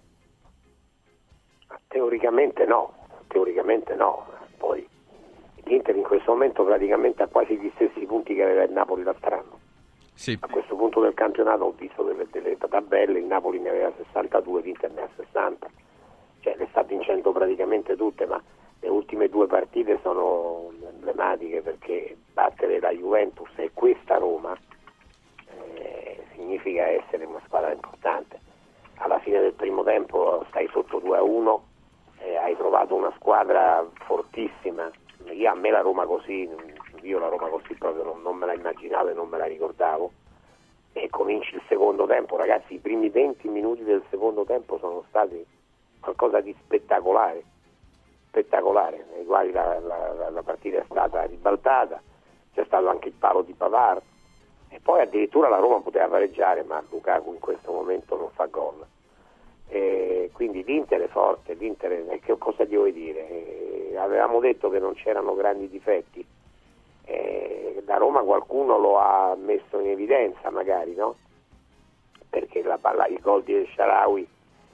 Teoricamente no. Poi l'Inter in questo momento praticamente ha quasi gli stessi punti che aveva il Napoli l'altro anno. Sì. A questo punto del campionato ho visto delle tabelle, il Napoli ne aveva 62, l'Inter ne ha 60, cioè le sta vincendo praticamente tutte, ma le ultime 2 partite sono emblematiche, perché battere la Juventus e questa Roma significa essere una squadra importante. Alla fine del primo tempo stai sotto 2-1, hai trovato una squadra fortissima. A me la Roma così proprio non me la immaginavo e non me la ricordavo. E cominci il secondo tempo, ragazzi, i primi 20 minuti del secondo tempo sono stati qualcosa di spettacolare, nei quali la partita è stata ribaltata, c'è stato anche il palo di Pavard e poi addirittura la Roma poteva pareggiare, ma Lukaku in questo momento non fa gol. Quindi l'Inter è forte, che cosa devo dire? Avevamo detto che non c'erano grandi difetti, da Roma qualcuno lo ha messo in evidenza magari, no? Perché il gol di El Shaarawy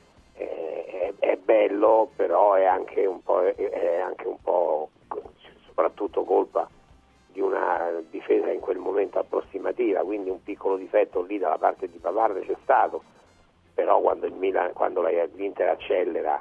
è bello, però è anche un po' soprattutto colpa di una difesa in quel momento approssimativa, quindi un piccolo difetto lì dalla parte di Pavard c'è stato. Però quando l'Inter accelera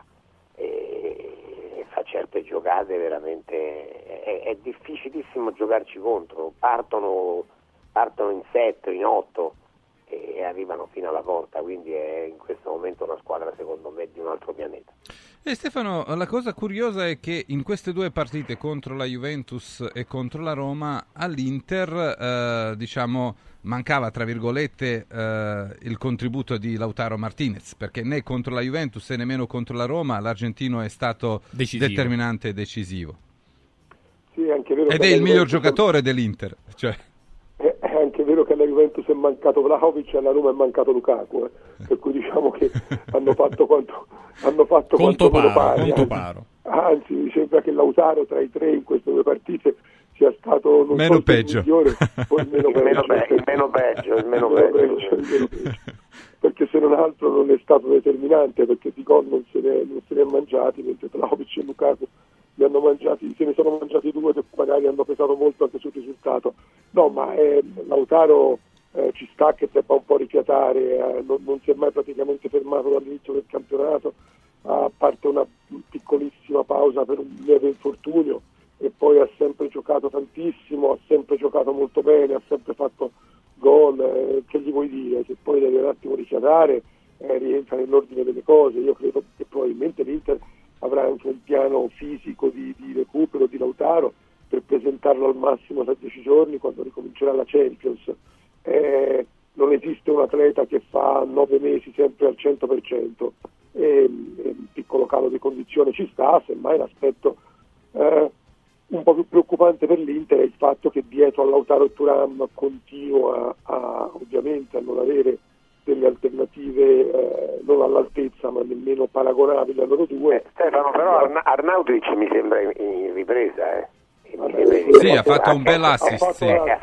e fa certe giocate veramente è difficilissimo giocarci contro, partono in 7, in 8 e arrivano fino alla porta, quindi è in questo momento una squadra secondo me di un altro pianeta. E Stefano, la cosa curiosa è che in queste 2 partite contro la Juventus e contro la Roma all'Inter mancava tra virgolette il contributo di Lautaro Martinez, perché né contro la Juventus e nemmeno contro la Roma l'argentino è stato determinante e decisivo. Sì, è anche vero. Ed è il miglior giocatore dell'Inter, cioè. È anche vero che alla Juventus è mancato Vlahovic e alla Roma è mancato Lukaku, per cui diciamo che hanno fatto quanto paro. Anzi, mi sembra che Lautaro tra i 3 in queste 2 partite sia stato non meno peggio. Il migliore, poi il meno peggio. Perché se non altro non è stato determinante, perché di gol non se ne è mangiati, mentre Vlahovic e Lukaku se ne sono mangiati 2 che magari hanno pesato molto anche sul risultato. No, ma Lautaro ci sta che debba un po' rifiatare, non si è mai praticamente fermato dall'inizio del campionato, a parte una piccolissima pausa per un lieve infortunio, e poi ha sempre giocato tantissimo, ha sempre giocato molto bene, ha sempre fatto gol, che gli vuoi dire? Che poi deve un attimo rifiatare, rientra nell'ordine delle cose. Io credo che probabilmente l'Inter avrà anche un piano fisico di recupero di Lautaro per presentarlo al massimo tra 10 giorni quando ricomincerà la Champions. Non esiste un atleta che fa 9 mesi sempre al 100%, un piccolo calo di condizione ci sta. Semmai l'aspetto un po' più preoccupante per l'Inter è il fatto che dietro a Lautaro e Thuram continua ovviamente a non avere delle alternative non all'altezza ma nemmeno paragonabili a loro 2. Stefano, però Arnautovic mi sembra in ripresa. Sì, ha fatto un bel assist. Era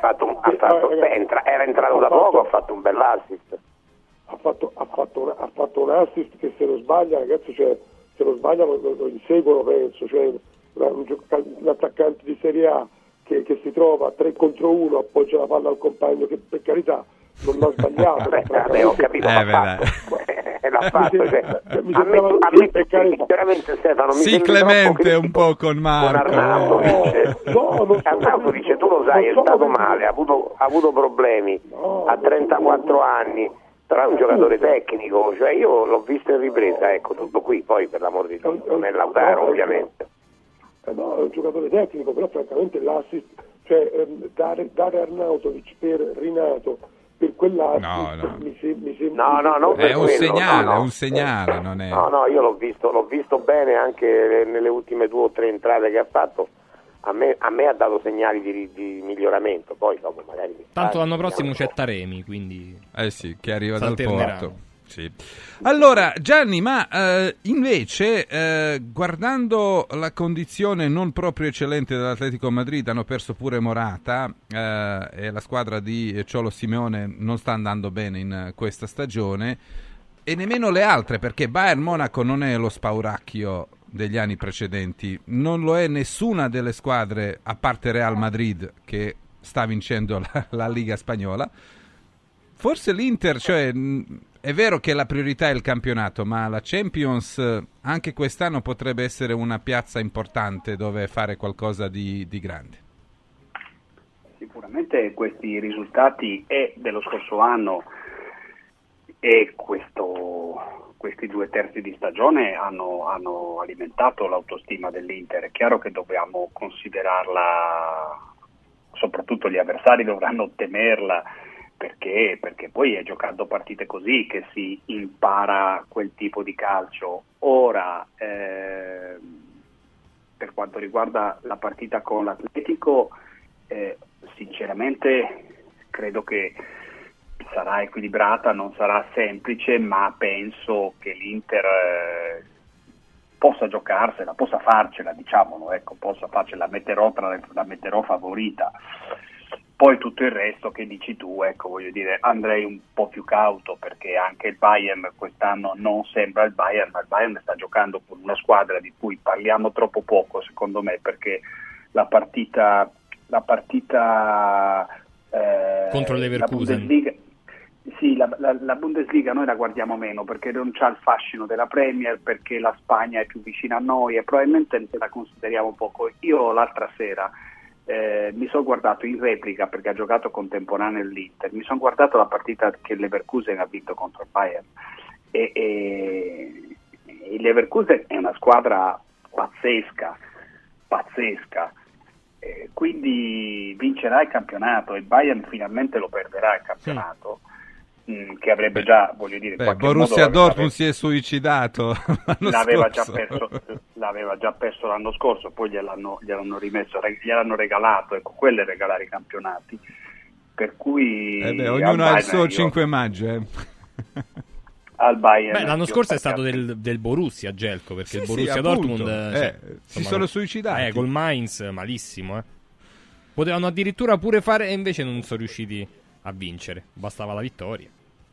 entrato da poco, ha fatto un bel assist. Ha fatto un assist che se non sbaglia, ragazzi, se non sbaglia lo inseguono, penso, cioè un attaccante di Serie A che si trova 3 contro 1, appoggia la palla al compagno, che per carità non l'ha sbagliato. Ho capito, l'ha fatto. Veramente Stefano, sì, Clemente un po' con Marco. Arnautovic, tu lo sai, è stato male, ha avuto problemi a 34 anni, però è un giocatore tecnico, cioè io l'ho visto in ripresa, ecco, tutto qui, poi per l'amor di Dio, non è Lautaro ovviamente. No, è un giocatore tecnico, però francamente l'assist, cioè dare Arnautovic per Rinato per quell'assist mi sembra non per è un quello, segnale, no. è un segnale, non è... No, io l'ho visto bene anche nelle ultime 2 o 3 entrate che ha fatto. A me ha dato segnali di miglioramento, poi dopo magari... Tanto l'anno prossimo c'è Taremi, quindi... sì, che arriva dal S'alterneranno. Porto. Sì. Allora, Gianni, ma invece, guardando la condizione non proprio eccellente dell'Atletico Madrid, hanno perso pure Morata e la squadra di Cholo Simeone non sta andando bene in questa stagione, e nemmeno le altre, perché Bayern Monaco non è lo spauracchio degli anni precedenti, non lo è nessuna delle squadre a parte Real Madrid che sta vincendo la Liga spagnola. Forse l'Inter, cioè è vero che la priorità è il campionato, ma la Champions anche quest'anno potrebbe essere una piazza importante dove fare qualcosa di grande. Sicuramente questi risultati dello scorso anno e questi 2 terzi di stagione hanno alimentato l'autostima dell'Inter. È chiaro che dobbiamo considerarla, soprattutto gli avversari dovranno temerla, perché poi è giocando partite così che si impara quel tipo di calcio. Ora, per quanto riguarda la partita con l'Atletico, sinceramente credo che sarà equilibrata, non sarà semplice, ma penso che l'Inter possa giocarsela, possa farcela, diciamolo, possa farcela, la metterò favorita. Poi tutto il resto che dici tu, voglio dire, andrei un po' più cauto, perché anche il Bayern quest'anno non sembra il Bayern, ma il Bayern sta giocando con una squadra di cui parliamo troppo poco, secondo me, perché la partita contro Leverkusen. La Bundesliga noi la guardiamo meno perché non c'ha il fascino della Premier, perché la Spagna è più vicina a noi e probabilmente la consideriamo poco. Io l'altra sera mi sono guardato in replica, perché ha giocato contemporaneo l'Inter, mi sono guardato la partita che il Leverkusen ha vinto contro il Bayern e il Leverkusen è una squadra pazzesca, quindi vincerà il campionato e il Bayern finalmente lo perderà il campionato. Che avrebbe già, voglio dire, Borussia Dortmund si è suicidato l'aveva già perso l'anno scorso, poi gliel'hanno rimesso, gliel'hanno regalato, quello è regalare i campionati, per cui ognuno ha il suo 5 maggio al Bayern. L'anno scorso è stato del Borussia, Gelco, perché il Borussia Dortmund si sono suicidati col Mainz malissimo, potevano addirittura pure fare, e invece non sono riusciti a vincere, bastava la vittoria.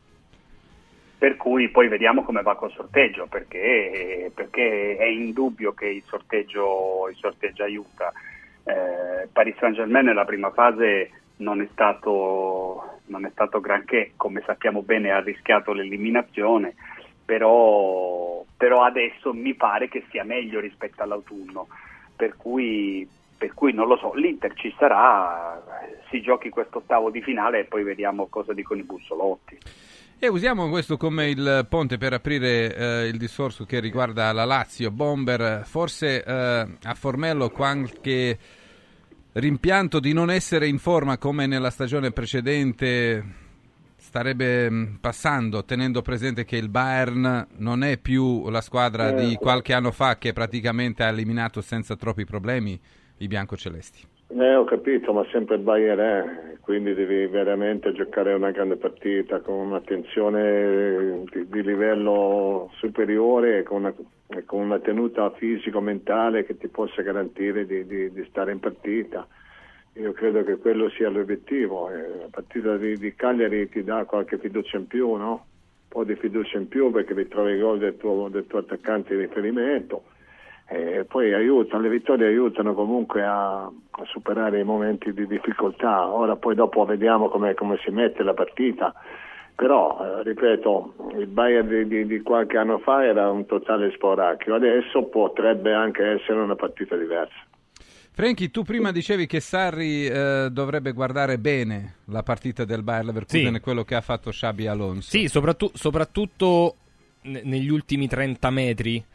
Per cui poi vediamo come va col sorteggio, perché è indubbio che il sorteggio aiuta. Paris Saint-Germain nella prima fase non è stato granché, come sappiamo bene ha rischiato l'eliminazione, però adesso mi pare che sia meglio rispetto all'autunno, per cui non lo so, l'Inter ci sarà, si giochi questo ottavo di finale e poi vediamo cosa dicono i bussolotti. E usiamo questo come il ponte per aprire il discorso che riguarda la Lazio. Bomber, forse a Formello qualche rimpianto di non essere in forma come nella stagione precedente starebbe passando, tenendo presente che il Bayern non è più la squadra di qualche anno fa che praticamente ha eliminato senza troppi problemi i biancocelesti. Ho capito, ma sempre il Bayern è, quindi devi veramente giocare una grande partita con un'attenzione di livello superiore e con una tenuta fisico-mentale che ti possa garantire di stare in partita. Io credo che quello sia l'obiettivo. La partita di Cagliari ti dà qualche fiducia in più, no? Un po' di fiducia in più perché ritrovi i gol del tuo attaccante di riferimento. Poi le vittorie aiutano comunque a superare i momenti di difficoltà. Ora poi dopo vediamo come si mette la partita, però ripeto, il Bayern di qualche anno fa era un totale spauracchio, adesso potrebbe anche essere una partita diversa. Franchi, tu prima dicevi che Sarri dovrebbe guardare bene la partita del Bayer Leverkusen e quello che ha fatto Xabi Alonso. Sì, soprattutto negli ultimi 30 metri,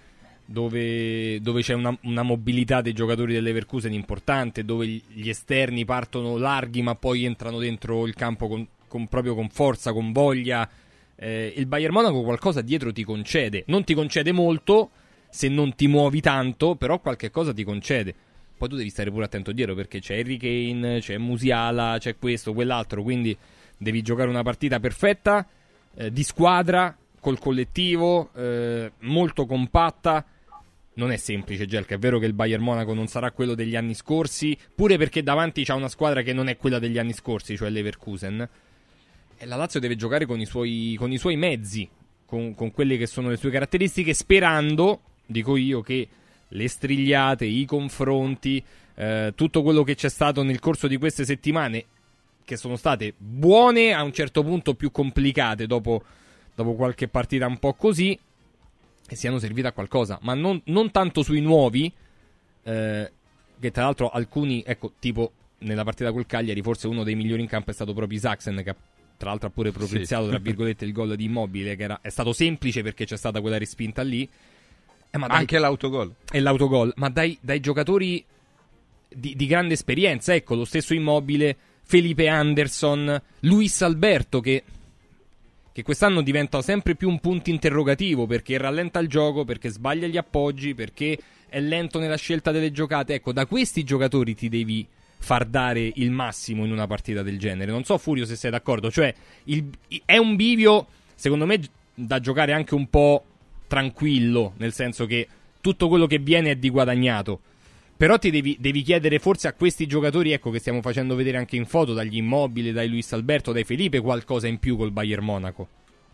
dove c'è una mobilità dei giocatori del Leverkusen importante, dove gli esterni partono larghi ma poi entrano dentro il campo proprio con forza, con voglia. Il Bayern Monaco qualcosa dietro ti concede, non ti concede molto se non ti muovi tanto, però qualche cosa ti concede. Poi tu devi stare pure attento dietro, perché c'è Harry Kane, c'è Musiala, c'è questo, quell'altro, quindi devi giocare una partita perfetta, di squadra, col collettivo, molto compatta. Non è semplice, Gelka, è vero che il Bayern Monaco non sarà quello degli anni scorsi, pure perché davanti c'ha una squadra che non è quella degli anni scorsi, cioè Leverkusen, e la Lazio deve giocare con i suoi mezzi, con quelle che sono le sue caratteristiche, sperando, dico io, che le strigliate, i confronti, tutto quello che c'è stato nel corso di queste settimane, che sono state buone, a un certo punto più complicate dopo qualche partita un po' così, e siano servite a qualcosa, ma non tanto sui nuovi, che tra l'altro alcuni, ecco, tipo nella partita col Cagliari, forse uno dei migliori in campo è stato proprio Isaacsen, che tra l'altro ha pure propiziato, tra virgolette, il gol di Immobile, che è stato semplice perché c'è stata quella respinta lì. Ma anche l'autogol. E l'autogol, ma dai giocatori di grande esperienza, ecco, lo stesso Immobile, Felipe Anderson, Luis Alberto, che quest'anno diventa sempre più un punto interrogativo, perché rallenta il gioco, perché sbaglia gli appoggi, perché è lento nella scelta delle giocate. Ecco, da questi giocatori ti devi far dare il massimo in una partita del genere. Non so, Furio, se sei d'accordo, cioè è un bivio, secondo me, da giocare anche un po' tranquillo, nel senso che tutto quello che viene è di guadagnato, però ti devi chiedere forse a questi giocatori, ecco, che stiamo facendo vedere anche in foto, dagli Immobile, dai Luis Alberto, dai Felipe, qualcosa in più col Bayern Monaco.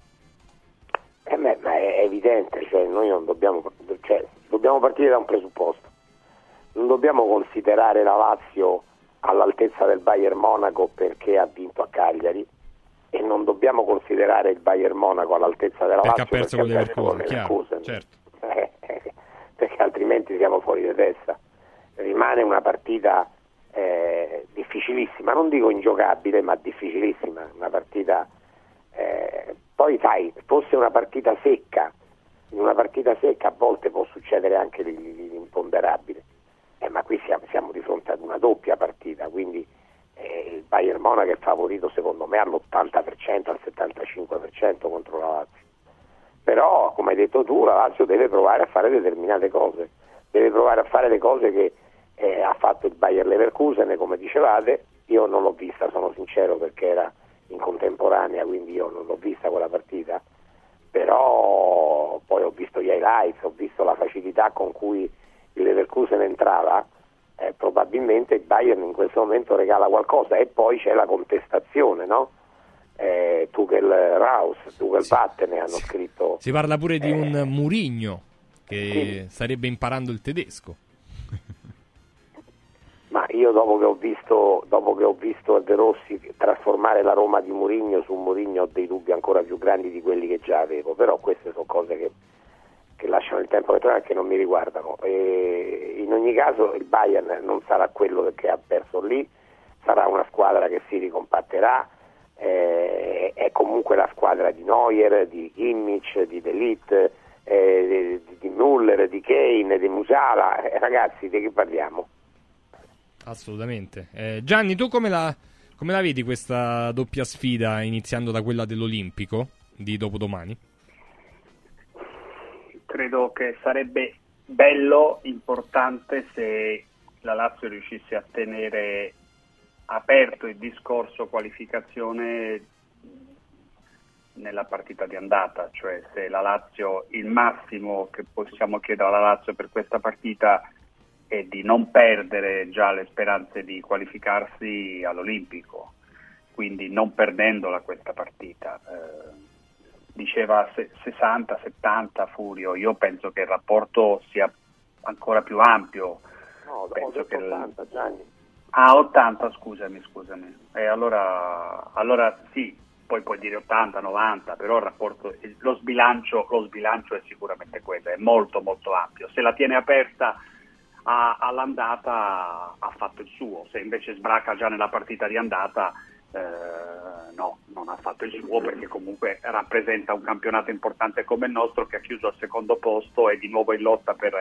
Ma è evidente, cioè noi non dobbiamo partire da un presupposto, non dobbiamo considerare la Lazio all'altezza del Bayern Monaco perché ha vinto a Cagliari, e non dobbiamo considerare il Bayern Monaco all'altezza della Lazio perché ha perso con Leverkusen, certo. Perché altrimenti siamo fuori di testa. Rimane una partita difficilississima, non dico ingiocabile, ma difficilissima, una partita poi sai, fosse una partita secca, in una partita secca a volte può succedere anche l'imponderabile, ma qui siamo di fronte ad una doppia partita, quindi il Bayern Monaco è favorito secondo me all'80%, al 75% contro la Lazio. Però, come hai detto tu, la Lazio deve provare a fare determinate cose, deve provare a fare le cose che ha fatto il Bayer Leverkusen, come dicevate. Io non l'ho vista, sono sincero, perché era in contemporanea, quindi io non l'ho vista quella partita, però poi ho visto gli highlights, ho visto la facilità con cui il Leverkusen entrava. Probabilmente il Bayern in questo momento regala qualcosa, e poi c'è la contestazione, no? Tuchel Batte ne hanno scritto. Si parla pure di un Mourinho che starebbe imparando il tedesco. Ma io dopo che ho visto De Rossi trasformare la Roma di Mourinho su Mourinho ho dei dubbi ancora più grandi di quelli che già avevo, però queste sono cose che lasciano il tempo che trovano e che non mi riguardano. E in ogni caso il Bayern non sarà quello che ha perso lì, sarà una squadra che si ricompatterà, è comunque la squadra di Neuer, di Kimmich, di De Ligt, di Müller, di Kane, di Musiala. Ragazzi, di che parliamo? Assolutamente. Gianni, tu come la vedi questa doppia sfida, iniziando da quella dell'Olimpico di dopodomani? Credo che sarebbe bello, importante, se la Lazio riuscisse a tenere aperto il discorso qualificazione nella partita di andata, cioè se la Lazio, il massimo che possiamo chiedere alla Lazio per questa partita è di non perdere già le speranze di qualificarsi all'Olimpico, quindi non perdendola questa partita. Diceva 60-70 Furio, io penso che il rapporto sia ancora più ampio. No, penso che 80, Gianni. 80, scusami. Allora sì, poi puoi dire 80-90, però il rapporto, lo sbilancio è sicuramente quello, è molto molto ampio. Se la tiene aperta all'andata ha fatto il suo, se invece sbraca già nella partita di andata no, non ha fatto il suo, perché comunque rappresenta un campionato importante come il nostro, che ha chiuso al secondo posto e di nuovo in lotta per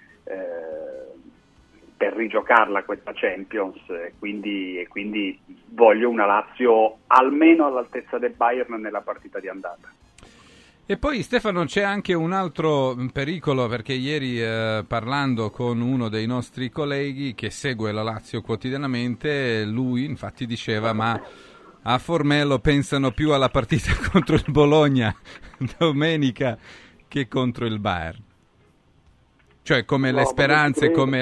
rigiocarla questa Champions, e quindi voglio una Lazio almeno all'altezza del Bayern nella partita di andata. E poi Stefano, c'è anche un altro pericolo, perché ieri parlando con uno dei nostri colleghi che segue la Lazio quotidianamente, lui infatti diceva: ma a Formello pensano più alla partita contro il Bologna domenica che contro il Bayern. Cioè come le speranze, come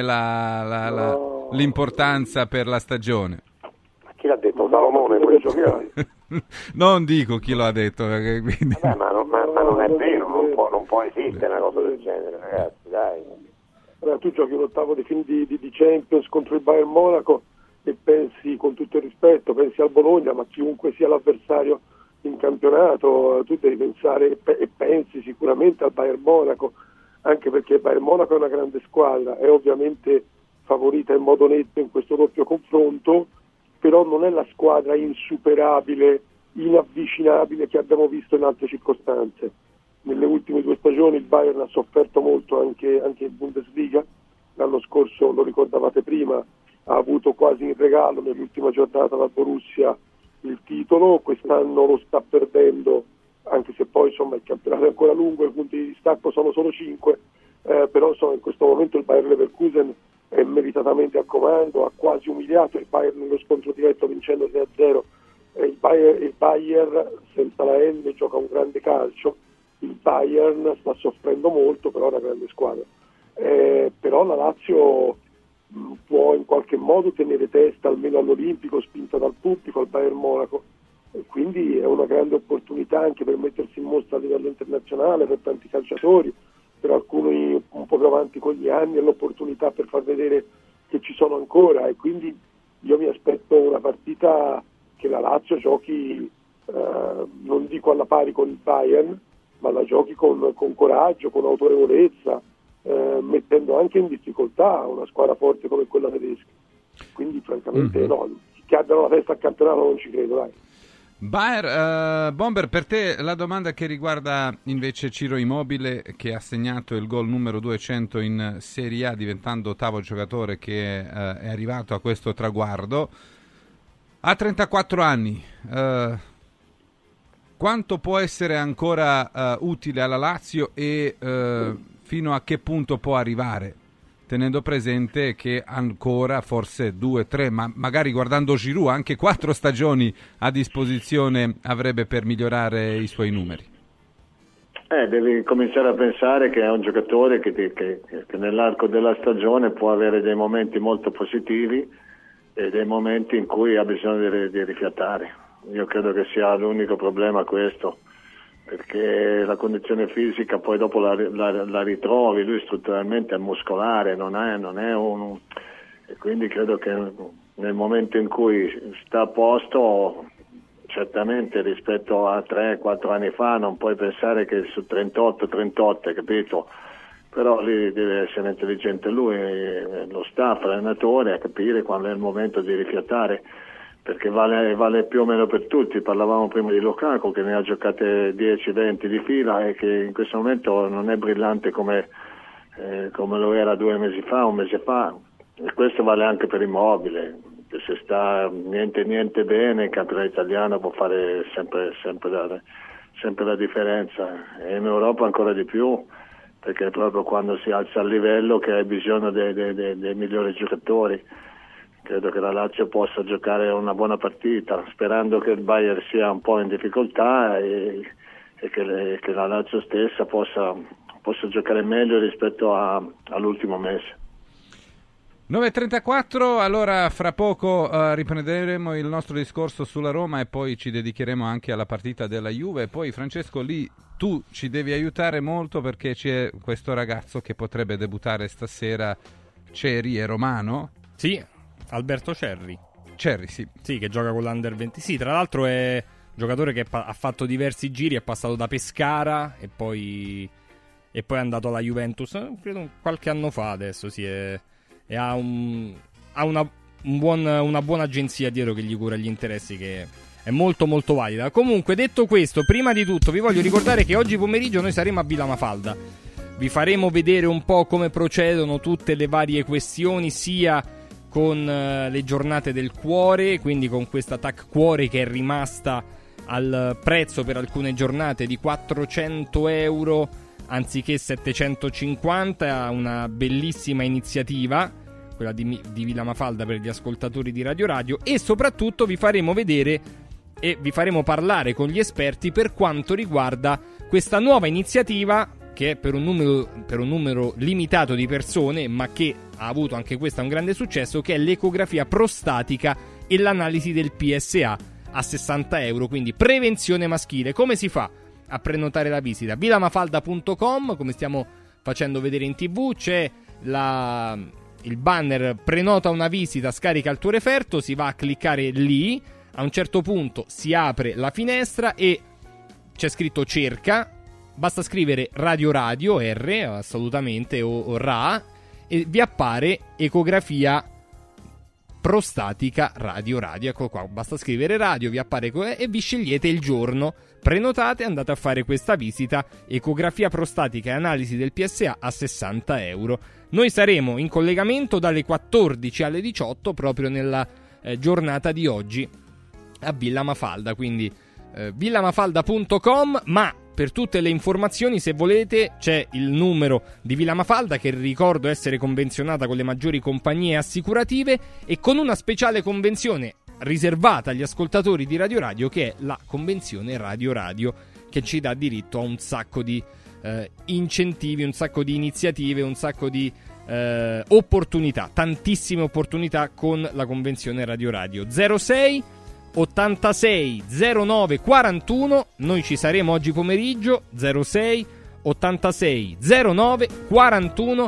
l'importanza per la stagione. Chi l'ha detto? Salomone questo? Non dico chi lo ha detto, quindi... Vabbè, ma non è vero, non può esistere una cosa del genere, ragazzi, dai. Allora, tu giochi un ottavo di Champions contro il Bayern Monaco e pensi, con tutto il rispetto, pensi al Bologna, ma chiunque sia l'avversario in campionato, tu devi pensare e pensi sicuramente al Bayern Monaco, anche perché il Bayern Monaco è una grande squadra, è ovviamente favorita in modo netto in questo doppio confronto, però non è la squadra insuperabile, inavvicinabile che abbiamo visto in altre circostanze. Nelle ultime 2 stagioni il Bayern ha sofferto molto anche in Bundesliga, l'anno scorso, lo ricordavate prima, ha avuto quasi in regalo nell'ultima giornata dal Borussia il titolo, quest'anno lo sta perdendo, anche se poi insomma il campionato è ancora lungo, i punti di distacco sono solo 5, però insomma in questo momento il Bayer Leverkusen è meritatamente al comando, ha quasi umiliato il Bayern nello scontro diretto vincendo 3-0. Il Bayern senza la N gioca un grande calcio, il Bayern sta soffrendo molto, però è una grande squadra. Però la Lazio può in qualche modo tenere testa almeno all'Olimpico, spinta dal pubblico, al Bayern Monaco, e quindi è una grande opportunità anche per mettersi in mostra a livello internazionale per tanti calciatori, per alcuni un po' più avanti con gli anni, è l'opportunità per far vedere che ci sono ancora, e quindi io mi aspetto una partita che la Lazio giochi non dico alla pari con il Bayern, ma la giochi con coraggio, con autorevolezza, mettendo anche in difficoltà una squadra forte come quella tedesca. Quindi francamente no, che abbiano la testa al campionato non ci credo, dai. Bomber, per te la domanda che riguarda invece Ciro Immobile, che ha segnato il gol numero 200 in Serie A, diventando 8º giocatore che è arrivato a questo traguardo. Ha 34 anni, quanto può essere ancora utile alla Lazio e fino a che punto può arrivare, tenendo presente che ancora forse 2, 3, ma magari guardando Giroud anche 4 stagioni a disposizione avrebbe per migliorare i suoi numeri? Devi cominciare a pensare che è un giocatore che nell'arco della stagione può avere dei momenti molto positivi e dei momenti in cui ha bisogno di rifiatare. Io credo che sia l'unico problema questo, perché la condizione fisica poi dopo la ritrovi, lui strutturalmente è muscolare, non è un... e quindi credo che nel momento in cui sta a posto, certamente rispetto a 3-4 anni fa non puoi pensare che su 38, capito? Però lì deve essere intelligente lui, lo staff, l'allenatore, a capire quando è il momento di rifiatare, perché vale più o meno per tutti. Parlavamo prima di Lukaku che ne ha giocate 10-20 di fila e che in questo momento non è brillante come lo era 2 mesi fa, un mese fa, e questo vale anche per Immobile, che se sta niente bene il campionato italiano può fare sempre la differenza, e in Europa ancora di più, perché è proprio quando si alza il livello che hai bisogno dei migliori giocatori. Credo che la Lazio possa giocare una buona partita, sperando che il Bayern sia un po' in difficoltà e che la Lazio stessa possa giocare meglio rispetto all'ultimo mese. 9.34, allora fra poco riprenderemo il nostro discorso sulla Roma e poi ci dedicheremo anche alla partita della Juve. Poi Francesco, lì tu ci devi aiutare molto perché c'è questo ragazzo che potrebbe debuttare stasera, Cerri, è romano? Sì, Alberto Cerri. Cerri, sì. Sì, che gioca con l'Under 20. Sì, tra l'altro è un giocatore che ha fatto diversi giri, è passato da Pescara e poi è andato alla Juventus, credo qualche anno fa adesso, sì, e ha una una buona agenzia dietro che gli cura gli interessi, che è molto molto valida. Comunque, detto questo, prima di tutto vi voglio ricordare che oggi pomeriggio noi saremo a Villa Mafalda. Vi faremo vedere un po' come procedono tutte le varie questioni, sia con le giornate del cuore, quindi con questa TAC Cuore che è rimasta al prezzo per alcune giornate di 400 euro anziché 750, una bellissima iniziativa, quella di Villa Mafalda per gli ascoltatori di Radio Radio, e soprattutto vi faremo vedere e vi faremo parlare con gli esperti per quanto riguarda questa nuova iniziativa che è per un numero limitato di persone, ma che ha avuto anche questa un grande successo, che è l'ecografia prostatica e l'analisi del PSA a 60 euro, quindi prevenzione maschile. Come si fa a prenotare la visita? villamafalda.com, come stiamo facendo vedere in TV, c'è il banner prenota una visita, scarica il tuo referto, si va a cliccare lì, a un certo punto si apre la finestra e c'è scritto cerca, basta scrivere Radio Radio, R assolutamente, o RA, e vi appare ecografia prostatica Radio Radio. Ecco qua, basta scrivere radio, vi appare e vi scegliete il giorno, prenotate, andate a fare questa visita, ecografia prostatica e analisi del PSA a 60 euro. Noi saremo in collegamento dalle 14 alle 18 proprio nella giornata di oggi a Villa Mafalda, quindi villamafalda.com, ma per tutte le informazioni, se volete, c'è il numero di Villa Mafalda, che ricordo essere convenzionata con le maggiori compagnie assicurative e con una speciale convenzione riservata agli ascoltatori di Radio Radio, che è la convenzione Radio Radio, che ci dà diritto a un sacco di incentivi, un sacco di iniziative, un sacco di opportunità, tantissime opportunità con la convenzione Radio Radio. 06 86 09 41, noi ci saremo oggi pomeriggio. 06 86 09 41,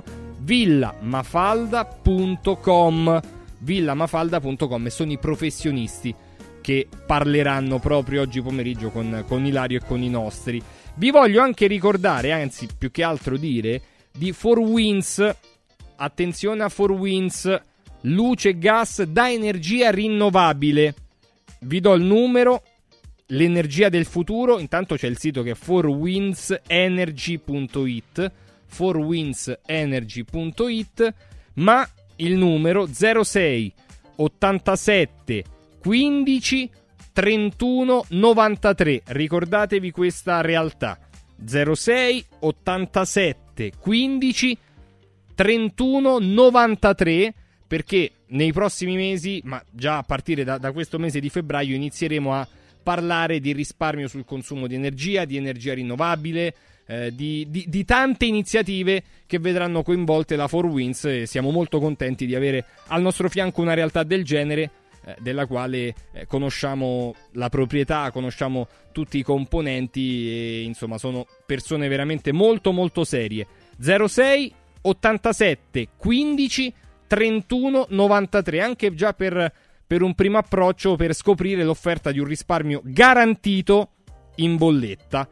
villamafalda.com, e sono i professionisti che parleranno proprio oggi pomeriggio con Ilario e con i nostri. Vi voglio anche ricordare, anzi più che altro dire, di 4Winds. Attenzione a 4Winds, luce e gas da energia rinnovabile. Vi do il numero, l'energia del futuro. Intanto c'è il sito che è 4windsenergy.it, 4windsenergy.it, ma il numero 06 87 15 31 93. Ricordatevi questa realtà: 06 87 15 31 93, perché nei prossimi mesi, ma già a partire da questo mese di febbraio, inizieremo a parlare di risparmio sul consumo di energia rinnovabile, di tante iniziative che vedranno coinvolte la 4Winds, e siamo molto contenti di avere al nostro fianco una realtà del genere, della quale conosciamo la proprietà, conosciamo tutti i componenti, e insomma sono persone veramente molto molto serie. 06 87 15 31 93, anche già per un primo approccio, per scoprire l'offerta di un risparmio garantito in bolletta.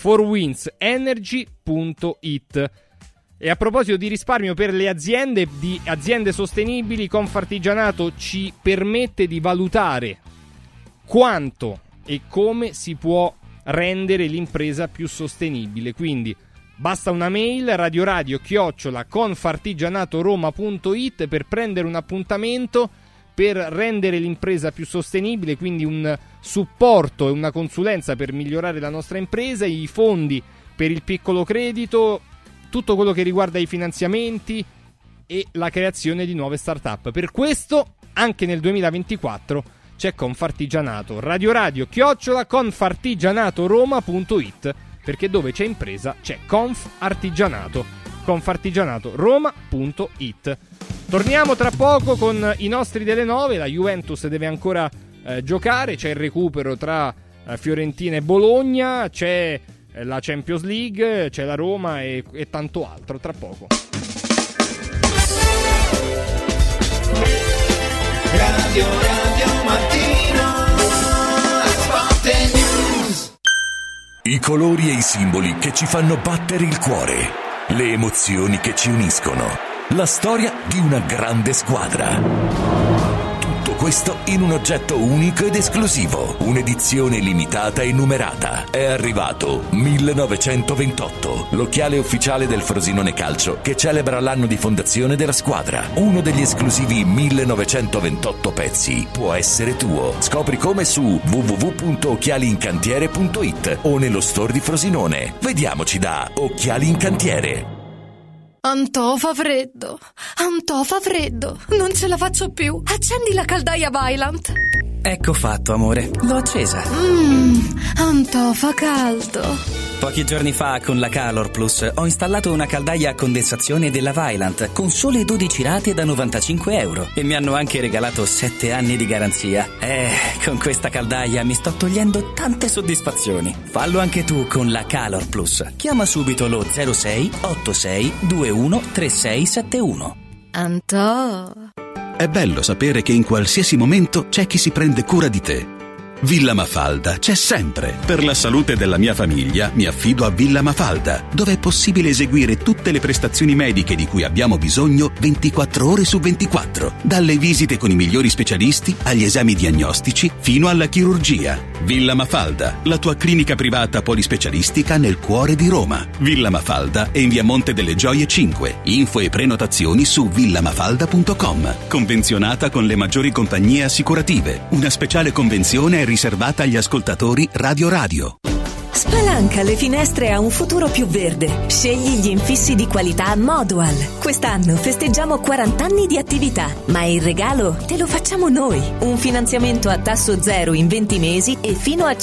4windsenergy.it. E a proposito di risparmio per le aziende, di aziende sostenibili, Confartigianato ci permette di valutare quanto e come si può rendere l'impresa più sostenibile. Quindi basta una mail, radioradio@confartigianatoroma.it, per prendere un appuntamento per rendere l'impresa più sostenibile, quindi un supporto e una consulenza per migliorare la nostra impresa, i fondi per il piccolo credito, tutto quello che riguarda i finanziamenti e la creazione di nuove start-up. Per questo anche nel 2024 c'è Confartigianato. radioradio@confartigianatoroma.it, perché dove c'è impresa c'è Confartigianato. Confartigianatoroma.it. Torniamo tra poco con i nostri delle 9. La Juventus deve ancora giocare, c'è il recupero tra Fiorentina e Bologna, c'è la Champions League, c'è la Roma e tanto altro tra poco. Radio Mattino, Sport News. I colori e i simboli che ci fanno battere il cuore, le emozioni che ci uniscono, la storia di una grande squadra. questo in un oggetto unico ed esclusivo. Un'edizione limitata e numerata. È arrivato 1928, l'occhiale ufficiale del Frosinone Calcio che celebra l'anno di fondazione della squadra. Uno degli esclusivi 1928 pezzi può essere tuo. Scopri come su www.occhialiincantiere.it o nello store di Frosinone. Vediamoci da Occhiali in Cantiere. Antò fa freddo, non ce la faccio più. Accendi la caldaia Vaillant. Ecco fatto, amore, l'ho accesa. Antò fa caldo. Pochi giorni fa con la Calor Plus ho installato una caldaia a condensazione della Vaillant con sole 12 rate da €95 e mi hanno anche regalato 7 anni di garanzia. Con questa caldaia mi sto togliendo tante soddisfazioni. Fallo anche tu con la Calor Plus. Chiama subito lo 06 86 21 3671. Antò. È bello sapere che in qualsiasi momento c'è chi si prende cura di te. Villa Mafalda c'è sempre. Per la salute della mia famiglia mi affido a Villa Mafalda, dove è possibile eseguire tutte le prestazioni mediche di cui abbiamo bisogno 24 ore su 24, dalle visite con i migliori specialisti agli esami diagnostici fino alla chirurgia. Villa Mafalda, la tua clinica privata polispecialistica nel cuore di Roma. Villa Mafalda è in via Monte delle Gioie 5. Info e prenotazioni su villamafalda.com. Convenzionata con le maggiori compagnie assicurative. Una speciale convenzione è riservata agli ascoltatori Radio. Spalanca le finestre a un futuro più verde. Scegli gli infissi di qualità Modual. Quest'anno festeggiamo 40 anni di attività, ma il regalo te lo facciamo noi. Un finanziamento a tasso zero in 20 mesi e fino a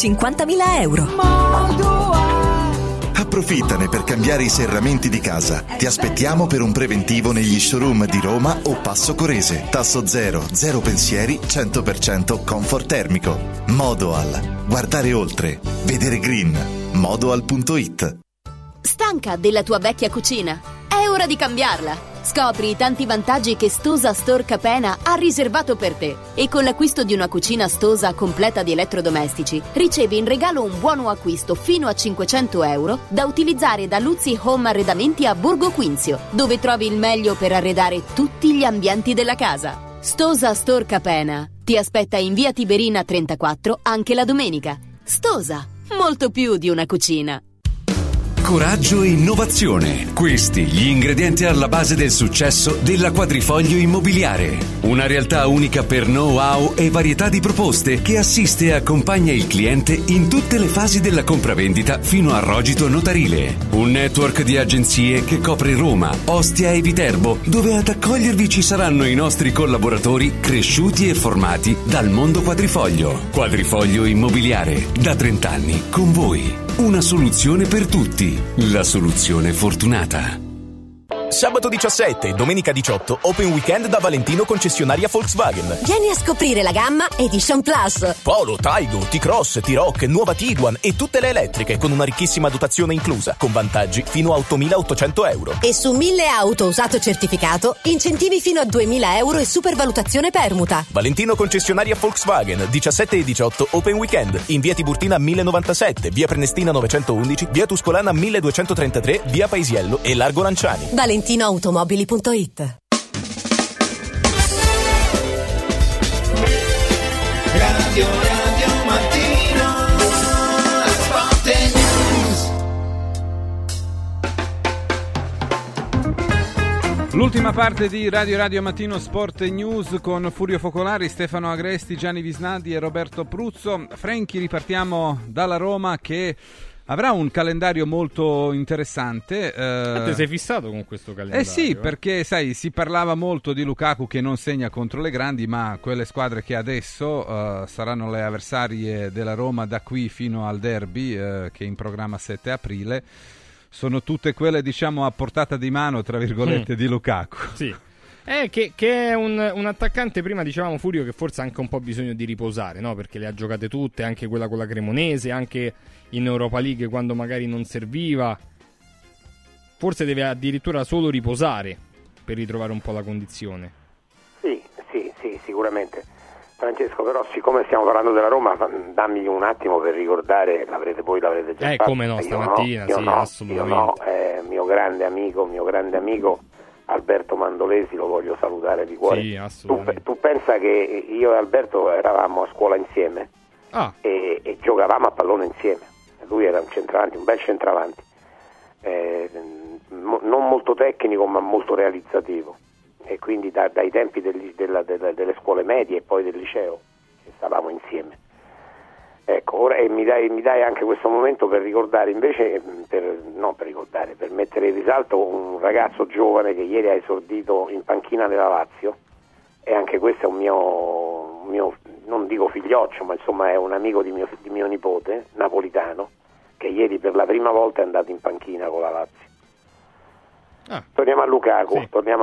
€50.000. Approfittane per cambiare i serramenti di casa. Ti aspettiamo per un preventivo negli showroom di Roma o Passo Corese. Tasso zero, zero pensieri, 100% comfort termico. Modoal. Guardare oltre. Vedere green. Modoal.it. Stanca della tua vecchia cucina? È ora di cambiarla. Scopri i tanti vantaggi che Stosa Store Capena ha riservato per te. E con l'acquisto di una cucina Stosa completa di elettrodomestici, ricevi in regalo un buono acquisto fino a €500 da utilizzare da Luzzi Home Arredamenti a Borgo Quinzio, dove trovi il meglio per arredare tutti gli ambienti della casa. Stosa Store Capena ti aspetta in via Tiberina 34 anche la domenica. Stosa, molto più di una cucina. Coraggio e innovazione. Questi gli ingredienti alla base del successo della Quadrifoglio Immobiliare. Una realtà unica per know-how e varietà di proposte che assiste e accompagna il cliente in tutte le fasi della compravendita fino al rogito notarile. Un network di agenzie che copre Roma, Ostia e Viterbo, dove ad accogliervi ci saranno i nostri collaboratori cresciuti e formati dal mondo Quadrifoglio. Quadrifoglio Immobiliare, da 30 anni con voi. Una soluzione per tutti. La soluzione fortunata. Sabato 17 e domenica 18 Open Weekend da Valentino concessionaria Volkswagen. Vieni a scoprire la gamma Edition Plus. Polo, Taigo, T-Cross, T-Rock, nuova Tiguan e tutte le elettriche con una ricchissima dotazione inclusa, con vantaggi fino a €8.800. E su 1000 auto usato certificato, incentivi fino a €2.000 e supervalutazione permuta. Valentino concessionaria Volkswagen, 17 e 18 Open Weekend, in via Tiburtina 1097, via Prenestina 911, via Tuscolana 1233, via Paisiello e Largo Lanciani. ValentinoAutomobili.it. Radio Mattino Sport News. L'ultima parte di Radio Mattino Sport News con Furio Focolari, Stefano Agresti, Gianni Visnaldi e Roberto Pruzzo. Franchi, ripartiamo dalla Roma che avrà un calendario molto interessante. Te sei fissato con questo calendario? Sì, perché sai, si parlava molto di Lukaku che non segna contro le grandi, ma quelle squadre che adesso saranno le avversarie della Roma da qui fino al derby che è in programma 7 aprile, sono tutte quelle, diciamo, a portata di mano, tra virgolette, di Lukaku. Sì. Che è un attaccante, prima dicevamo Furio, che forse ha anche un po' bisogno di riposare, no? Perché le ha giocate tutte, anche quella con la Cremonese, anche in Europa League quando magari non serviva. Forse deve addirittura solo riposare per ritrovare un po' la condizione. Sì, sicuramente. Francesco, però siccome stiamo parlando della Roma, dammi un attimo per ricordare, l'avrete già fatto. Come no, stamattina, io sì, no, assolutamente. Mio grande amico Alberto Mandolesi, lo voglio salutare di cuore. Sì, assolutamente. Tu pensa che io e Alberto eravamo a scuola insieme e giocavamo a pallone insieme. Lui era un centravanti, un bel centravanti, non molto tecnico ma molto realizzativo, e quindi dai tempi delle scuole medie e poi del liceo stavamo insieme. Ecco, ora mi dai anche questo momento per ricordare invece, per mettere in risalto un ragazzo giovane che ieri ha esordito in panchina della Lazio, e anche questo è un mio non dico figlioccio, ma insomma è un amico di mio nipote, napolitano, che ieri per la prima volta è andato in panchina con la Lazio. Torniamo a Lukaku.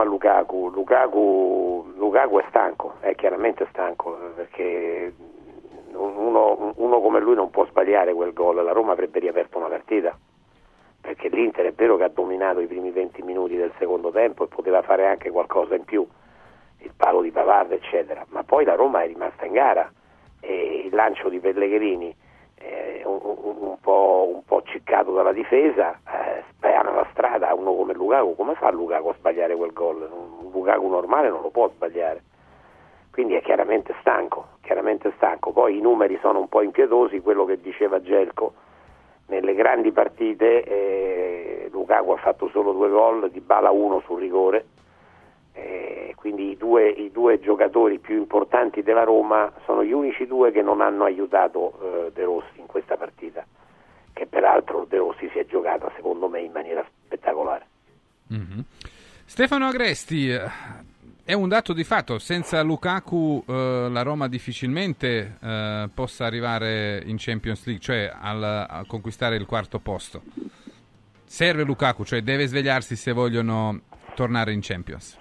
Lukaku è stanco, è chiaramente stanco, perché uno come lui non può sbagliare quel gol. La Roma avrebbe riaperto una partita, perché l'Inter è vero che ha dominato i primi 20 minuti del secondo tempo e poteva fare anche qualcosa in più, il palo di Pavard eccetera, ma poi la Roma è rimasta in gara, e il lancio di Pellegrini un po' ciccato dalla difesa spiana la strada a uno come Lukaku. Come fa Lukaku a sbagliare quel gol? Un Lukaku normale non lo può sbagliare, quindi è chiaramente stanco. Poi i numeri sono un po' impietosi, quello che diceva Gelko: nelle grandi partite Lukaku ha fatto solo 2 gol, Dybala 1 sul rigore, quindi i due giocatori più importanti della Roma sono gli unici 2 che non hanno aiutato De Rossi in questa partita, che peraltro De Rossi si è giocata secondo me in maniera spettacolare. Mm-hmm. Stefano Agresti, è un dato di fatto, senza Lukaku la Roma difficilmente possa arrivare in Champions League, cioè a conquistare il 4º posto. Serve Lukaku, cioè deve svegliarsi se vogliono tornare in Champions.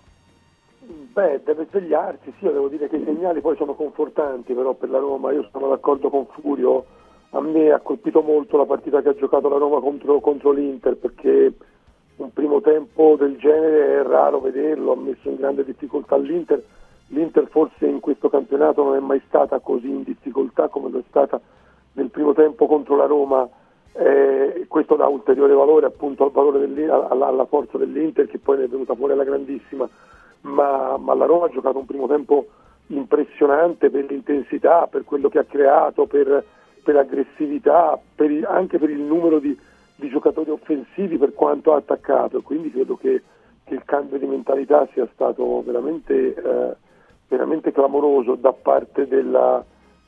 Deve svegliarsi, sì, io devo dire che i segnali poi sono confortanti però per la Roma. Io sono d'accordo con Furio, a me ha colpito molto la partita che ha giocato la Roma contro l'Inter, perché un primo tempo del genere è raro vederlo, ha messo in grande difficoltà l'Inter. L'Inter forse in questo campionato non è mai stata così in difficoltà come lo è stata nel primo tempo contro la Roma, questo dà ulteriore valore appunto al valore alla forza dell'Inter, che poi ne è venuta fuori alla grandissima, ma la Roma ha giocato un primo tempo impressionante per l'intensità, per quello che ha creato, per aggressività, anche per il numero di giocatori offensivi, per quanto ha attaccato, e quindi credo che il cambio di mentalità sia stato veramente clamoroso da parte della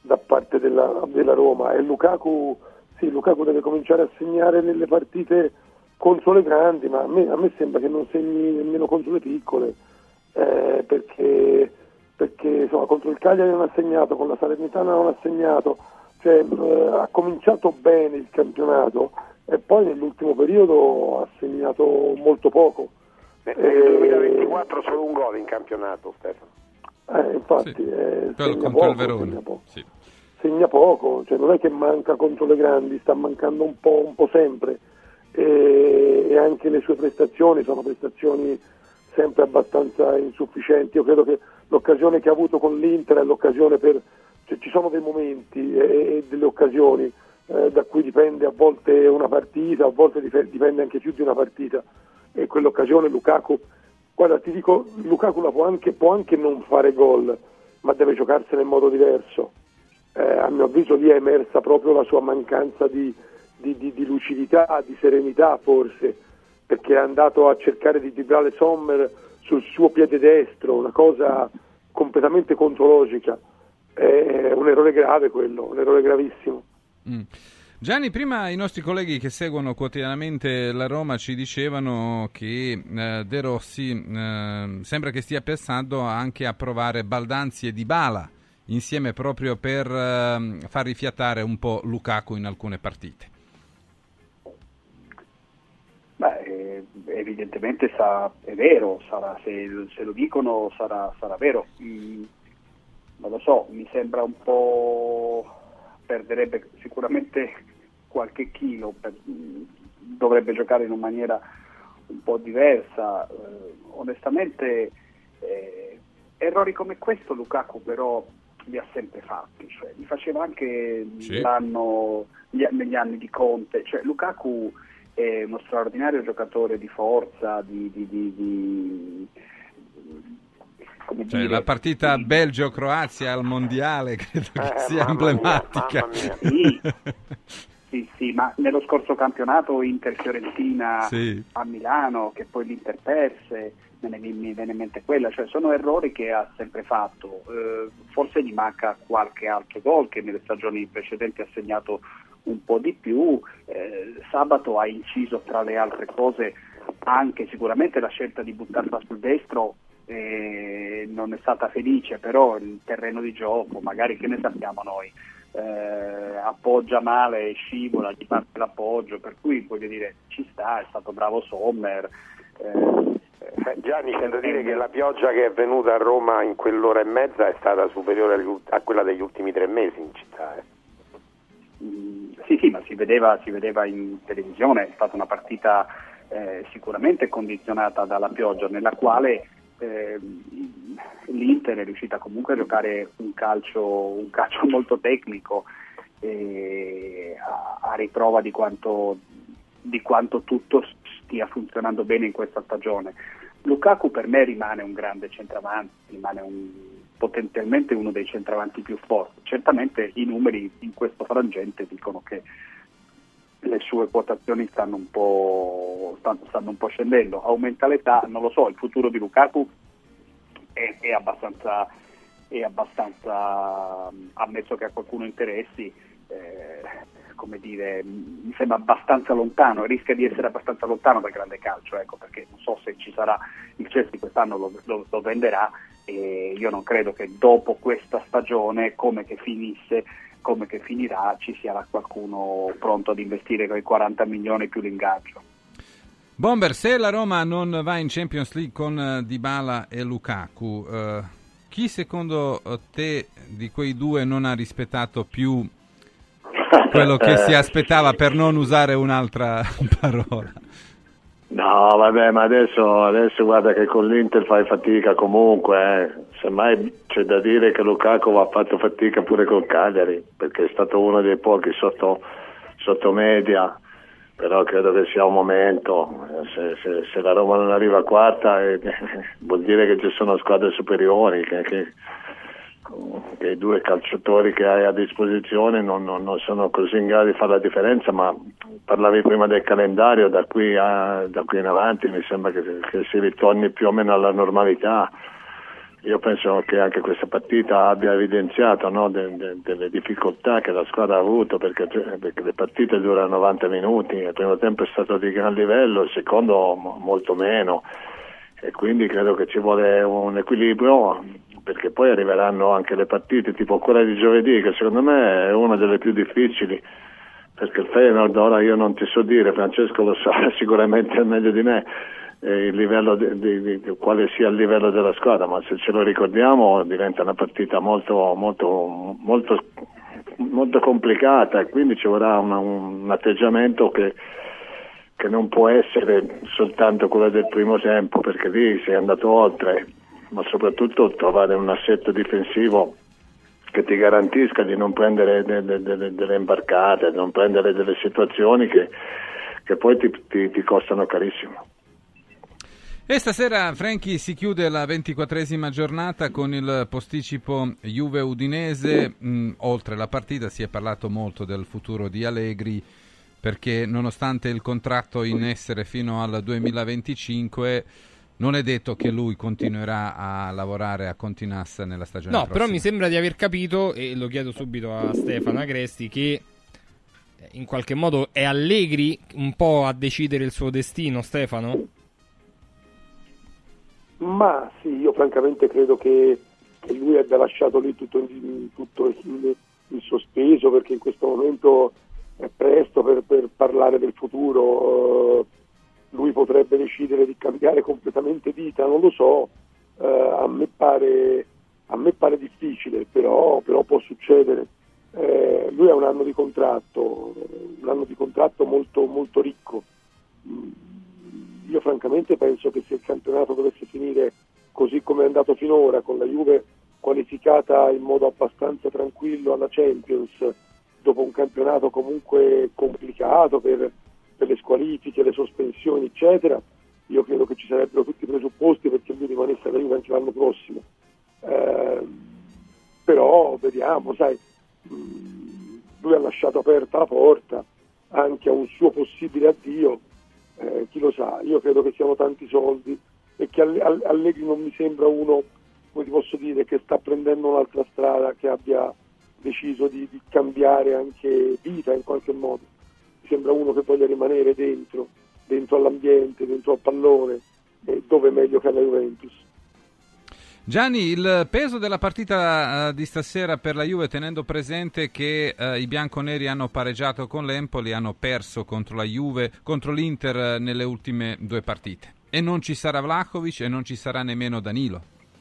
Roma. E Lukaku deve cominciare a segnare nelle partite contro le grandi, ma a me sembra che non segni nemmeno contro le piccole, perché insomma contro il Cagliari non ha segnato, con la Salernitana non ha segnato, cioè ha cominciato bene il campionato e poi nell'ultimo periodo ha segnato molto poco. Nel 2024 solo un gol in campionato, Stefano. Infatti, quello contro il Verona. Segna poco, cioè non è che manca contro le grandi, sta mancando un po' sempre, e anche le sue prestazioni sono prestazioni sempre abbastanza insufficienti. Io credo che l'occasione che ha avuto con l'Inter è l'occasione cioè ci sono dei momenti e delle occasioni da cui dipende a volte una partita, a volte dipende anche più di una partita, e quell'occasione Lukaku, guarda ti dico, Lukaku può anche non fare gol, ma deve giocarsene in modo diverso. A mio avviso lì è emersa proprio la sua mancanza di lucidità, di serenità forse, perché è andato a cercare di driblare Sommer sul suo piede destro, una cosa completamente contrologica. È un errore grave quello, un errore gravissimo. Gianni, prima i nostri colleghi che seguono quotidianamente la Roma ci dicevano che De Rossi sembra che stia pensando anche a provare Baldanzi e Dybala insieme, proprio per far rifiatare un po' Lukaku in alcune partite. Evidentemente è vero, se lo dicono sarà vero. Non lo so, mi sembra un po', perderebbe sicuramente qualche chilo, dovrebbe giocare in una maniera un po' diversa. Onestamente errori come questo Lukaku però li ha sempre fatti, cioè li faceva anche negli anni di Conte, cioè Lukaku è uno straordinario giocatore di forza, come cioè, dire, la partita Belgio-Croazia al mondiale credo che sia emblematica. Sì, ma nello scorso campionato Inter-Fiorentina a Milano, che poi l'Inter perse, mi viene in mente quella, cioè sono errori che ha sempre fatto. Forse gli manca qualche altro gol, che nelle stagioni precedenti ha segnato un po' di più. Sabato ha inciso, tra le altre cose, anche sicuramente la scelta di buttarla sul destro, non è stata felice, però il terreno di gioco, magari, che ne sappiamo noi, appoggia male, scivola, gli parte l'appoggio, per cui voglio dire, ci sta, è stato bravo Sommer. Gianni, c'è da dire che la pioggia che è venuta a Roma in quell'ora e mezza è stata superiore a quella degli ultimi 3 mesi in città. Sì, ma si vedeva in televisione, è stata una partita sicuramente condizionata dalla pioggia, nella quale l'Inter è riuscita comunque a giocare un calcio molto tecnico, a riprova di quanto tutto stia funzionando bene in questa stagione. Lukaku per me rimane un grande centravanti, rimane potenzialmente uno dei centravanti più forti. Certamente i numeri in questo frangente dicono che le sue quotazioni stanno un po' scendendo. Aumenta l'età, non lo so, il futuro di Lukaku è abbastanza, ammesso che a qualcuno interessi, come dire, mi sembra abbastanza lontano, rischia di essere abbastanza lontano dal grande calcio, ecco, perché non so se ci sarà, il Chelsea quest'anno lo venderà, e io non credo che dopo questa stagione, come che finirà, ci sia qualcuno pronto ad investire quei 40 milioni più l'ingaggio. Bomber, se la Roma non va in Champions League con Dybala e Lukaku, chi secondo te di quei due non ha rispettato più quello che si aspettava, per non usare un'altra parola? No, vabbè, ma adesso guarda che con l'Inter fai fatica comunque, semmai c'è da dire che Lukaku ha fatto fatica pure col Cagliari, perché è stato uno dei pochi sotto media, però credo che sia un momento, se la Roma non arriva a quarta vuol dire che ci sono squadre superiori, che i due calciatori che hai a disposizione non sono così in grado di fare la differenza. Ma parlavi prima del calendario, da qui in avanti mi sembra che si ritorni più o meno alla normalità. Io penso che anche questa partita abbia evidenziato, no, delle difficoltà che la squadra ha avuto, perché le partite durano 90 minuti, il primo tempo è stato di gran livello, il secondo molto meno, e quindi credo che ci vuole un equilibrio, perché poi arriveranno anche le partite tipo quella di giovedì, che secondo me è una delle più difficili, perché il Feyenoord, ora io non ti so dire, Francesco lo sa sicuramente meglio di me, il livello di quale sia il livello della squadra, ma se ce lo ricordiamo diventa una partita molto complicata, e quindi ci vorrà un atteggiamento che non può essere soltanto quello del primo tempo, perché lì sei andato oltre, ma soprattutto trovare un assetto difensivo che ti garantisca di non prendere delle imbarcate, di non prendere delle situazioni che poi ti costano carissimo. E stasera, Franchi, si chiude la 24esima giornata con il posticipo Juve-Udinese. Oltre la partita si è parlato molto del futuro di Allegri, perché nonostante il contratto in essere fino al 2025 non è detto che lui continuerà a lavorare a Continas nella stagione prossima. Però mi sembra di aver capito, e lo chiedo subito a Stefano Agresti, che in qualche modo è Allegri un po' a decidere il suo destino, Stefano? Ma sì, io francamente credo che lui abbia lasciato lì tutto in sospeso, perché in questo momento è presto per parlare del futuro. Lui potrebbe decidere di cambiare completamente vita, non lo so, a me pare difficile, però può succedere. Lui ha un anno di contratto molto, molto ricco. Io francamente penso che se il campionato dovesse finire così come è andato finora, con la Juve qualificata in modo abbastanza tranquillo alla Champions, dopo un campionato comunque complicato per per le squalifiche, le sospensioni eccetera, io credo che ci sarebbero tutti i presupposti perché lui rimanesse alla Juve anche l'anno prossimo. Però vediamo, sai, lui ha lasciato aperta la porta anche a un suo possibile addio, chi lo sa. Io credo che siano tanti soldi e che Allegri non mi sembra uno, come ti posso dire, che sta prendendo un'altra strada, che abbia deciso di cambiare anche vita in qualche modo. Mi sembra uno che voglia rimanere dentro all'ambiente, dentro al pallone, dove è meglio che alla Juventus. Gianni, il peso della partita di stasera per la Juve, tenendo presente che i bianconeri hanno pareggiato con l'Empoli, hanno perso contro la Juve, contro l'Inter nelle ultime 2 partite, e non ci sarà Vlahovic e non ci sarà nemmeno Danilo.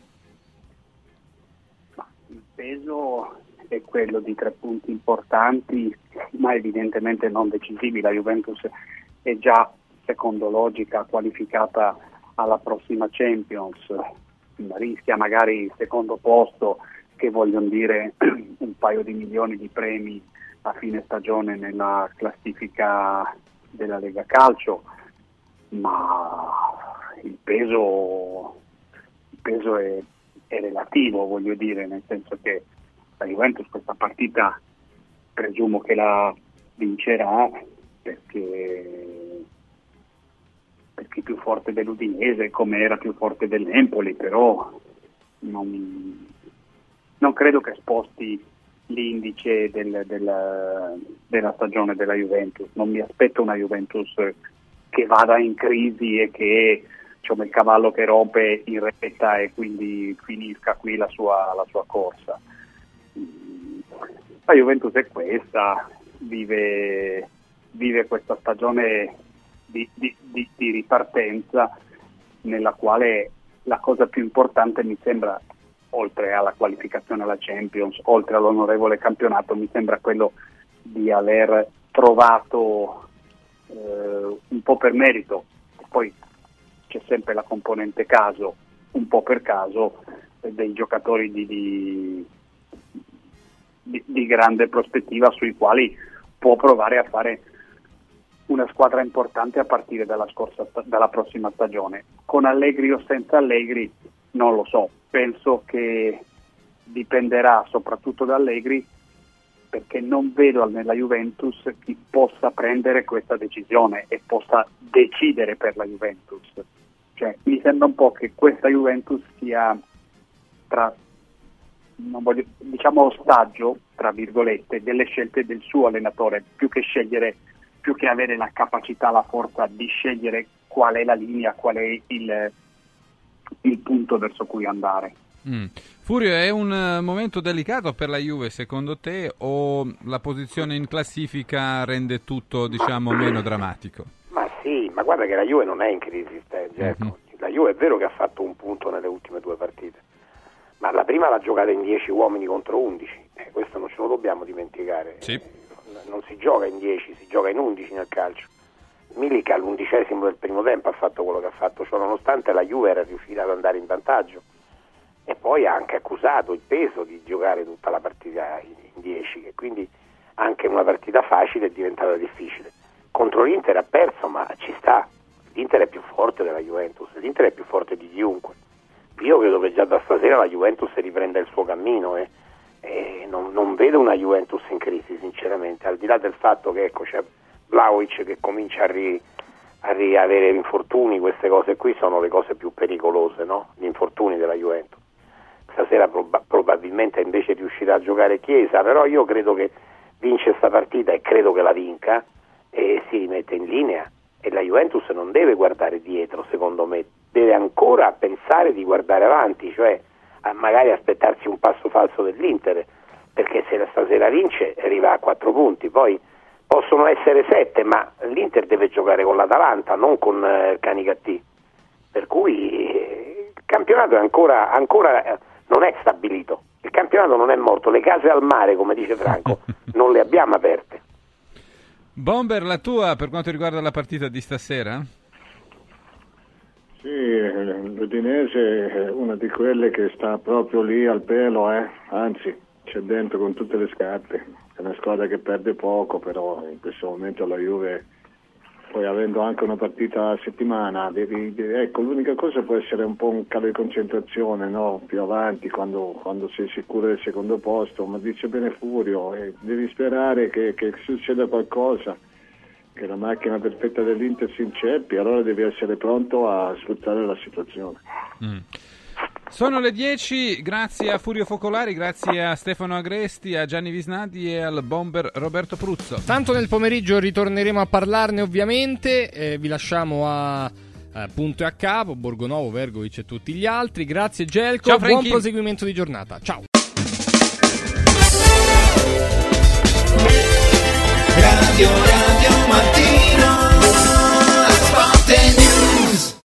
Il peso è quello di 3 punti importanti, ma evidentemente non decisivi. La Juventus è già, secondo logica, qualificata alla prossima Champions, rischia magari il secondo posto, che vogliono dire un paio di milioni di premi a fine stagione nella classifica della Lega Calcio, ma il peso è relativo, voglio dire, nel senso che la Juventus questa partita presumo che la vincerà perché è più forte dell'Udinese, come era più forte dell'Empoli, però non credo che sposti l'indice della stagione della Juventus. Non mi aspetto una Juventus che vada in crisi e che il cavallo che rompe in retta e quindi finisca qui la sua corsa. La Juventus è questa, vive questa stagione di ripartenza, nella quale la cosa più importante mi sembra, oltre alla qualificazione alla Champions, oltre all'onorevole campionato, mi sembra quello di aver trovato un po' per merito, poi c'è sempre la componente caso, un po' per caso, dei giocatori di grande prospettiva sui quali può provare a fare una squadra importante a partire dalla prossima stagione. Con Allegri o senza Allegri non lo so, penso che dipenderà soprattutto da Allegri, perché non vedo nella Juventus chi possa prendere questa decisione e possa decidere per la Juventus. Cioè, mi sembra un po' che questa Juventus sia ostaggio, tra virgolette, delle scelte del suo allenatore, più che avere la capacità, la forza di scegliere qual è la linea, qual è il punto verso cui andare. Furio, è un momento delicato per la Juve secondo te, o la posizione in classifica rende tutto meno drammatico? Ma sì, ma guarda che la Juve non è in crisi, Gerco. La Juve è vero che ha fatto un punto nelle ultime 2 partite, ma la prima l'ha giocata in 10 uomini contro 11, questo non ce lo dobbiamo dimenticare. Sì. Non si gioca in 10, si gioca in 11 nel calcio. Milik all'11° del primo tempo ha fatto quello che ha fatto, cioè nonostante la Juve era riuscita ad andare in vantaggio, e poi ha anche accusato il peso di giocare tutta la partita in 10, e quindi anche una partita facile è diventata difficile. Contro l'Inter ha perso, ma ci sta, l'Inter è più forte della Juventus, l'Inter è più forte di chiunque. Io credo che già da stasera la Juventus riprenda il suo cammino e non vedo una Juventus in crisi, sinceramente, al di là del fatto che c'è Vlahovic che comincia a avere infortuni. Queste cose qui sono le cose più pericolose, no? Gli infortuni della Juventus. Stasera probabilmente invece riuscirà a giocare Chiesa, però io credo che vince questa partita e credo che la vinca e si rimette in linea, e la Juventus non deve guardare dietro, secondo me, deve ancora pensare di guardare avanti, cioè magari aspettarsi un passo falso dell'Inter, perché se la stasera vince arriva a 4 punti, poi possono essere 7, ma l'Inter deve giocare con l'Atalanta, non con Canicattì, per cui il campionato è ancora non è stabilito, il campionato non è morto, le case al mare, come dice Franco, non le abbiamo aperte. Bomber, la tua per quanto riguarda la partita di stasera? Sì, l'Udinese è una di quelle che sta proprio lì al pelo, anzi c'è dentro con tutte le scarpe. È una squadra che perde poco, però in questo momento la Juve poi avendo anche una partita a settimana, ecco, l'unica cosa può essere un po' un calo di concentrazione, no? Più avanti quando sei sicuro del secondo posto, ma dice bene Furio, devi sperare che succeda qualcosa, che la macchina perfetta dell'Inter si inceppi, allora devi essere pronto a sfruttare la situazione. Sono le 10, grazie a Furio Focolari, grazie a Stefano Agresti, a Gianni Visnati e al bomber Roberto Pruzzo. Tanto nel pomeriggio ritorneremo a parlarne ovviamente, vi lasciamo a Punto e a Capo, Borgonovo, Vergovic e tutti gli altri. Grazie Gelco, ciao, buon proseguimento di giornata, ciao. Radio Mattino.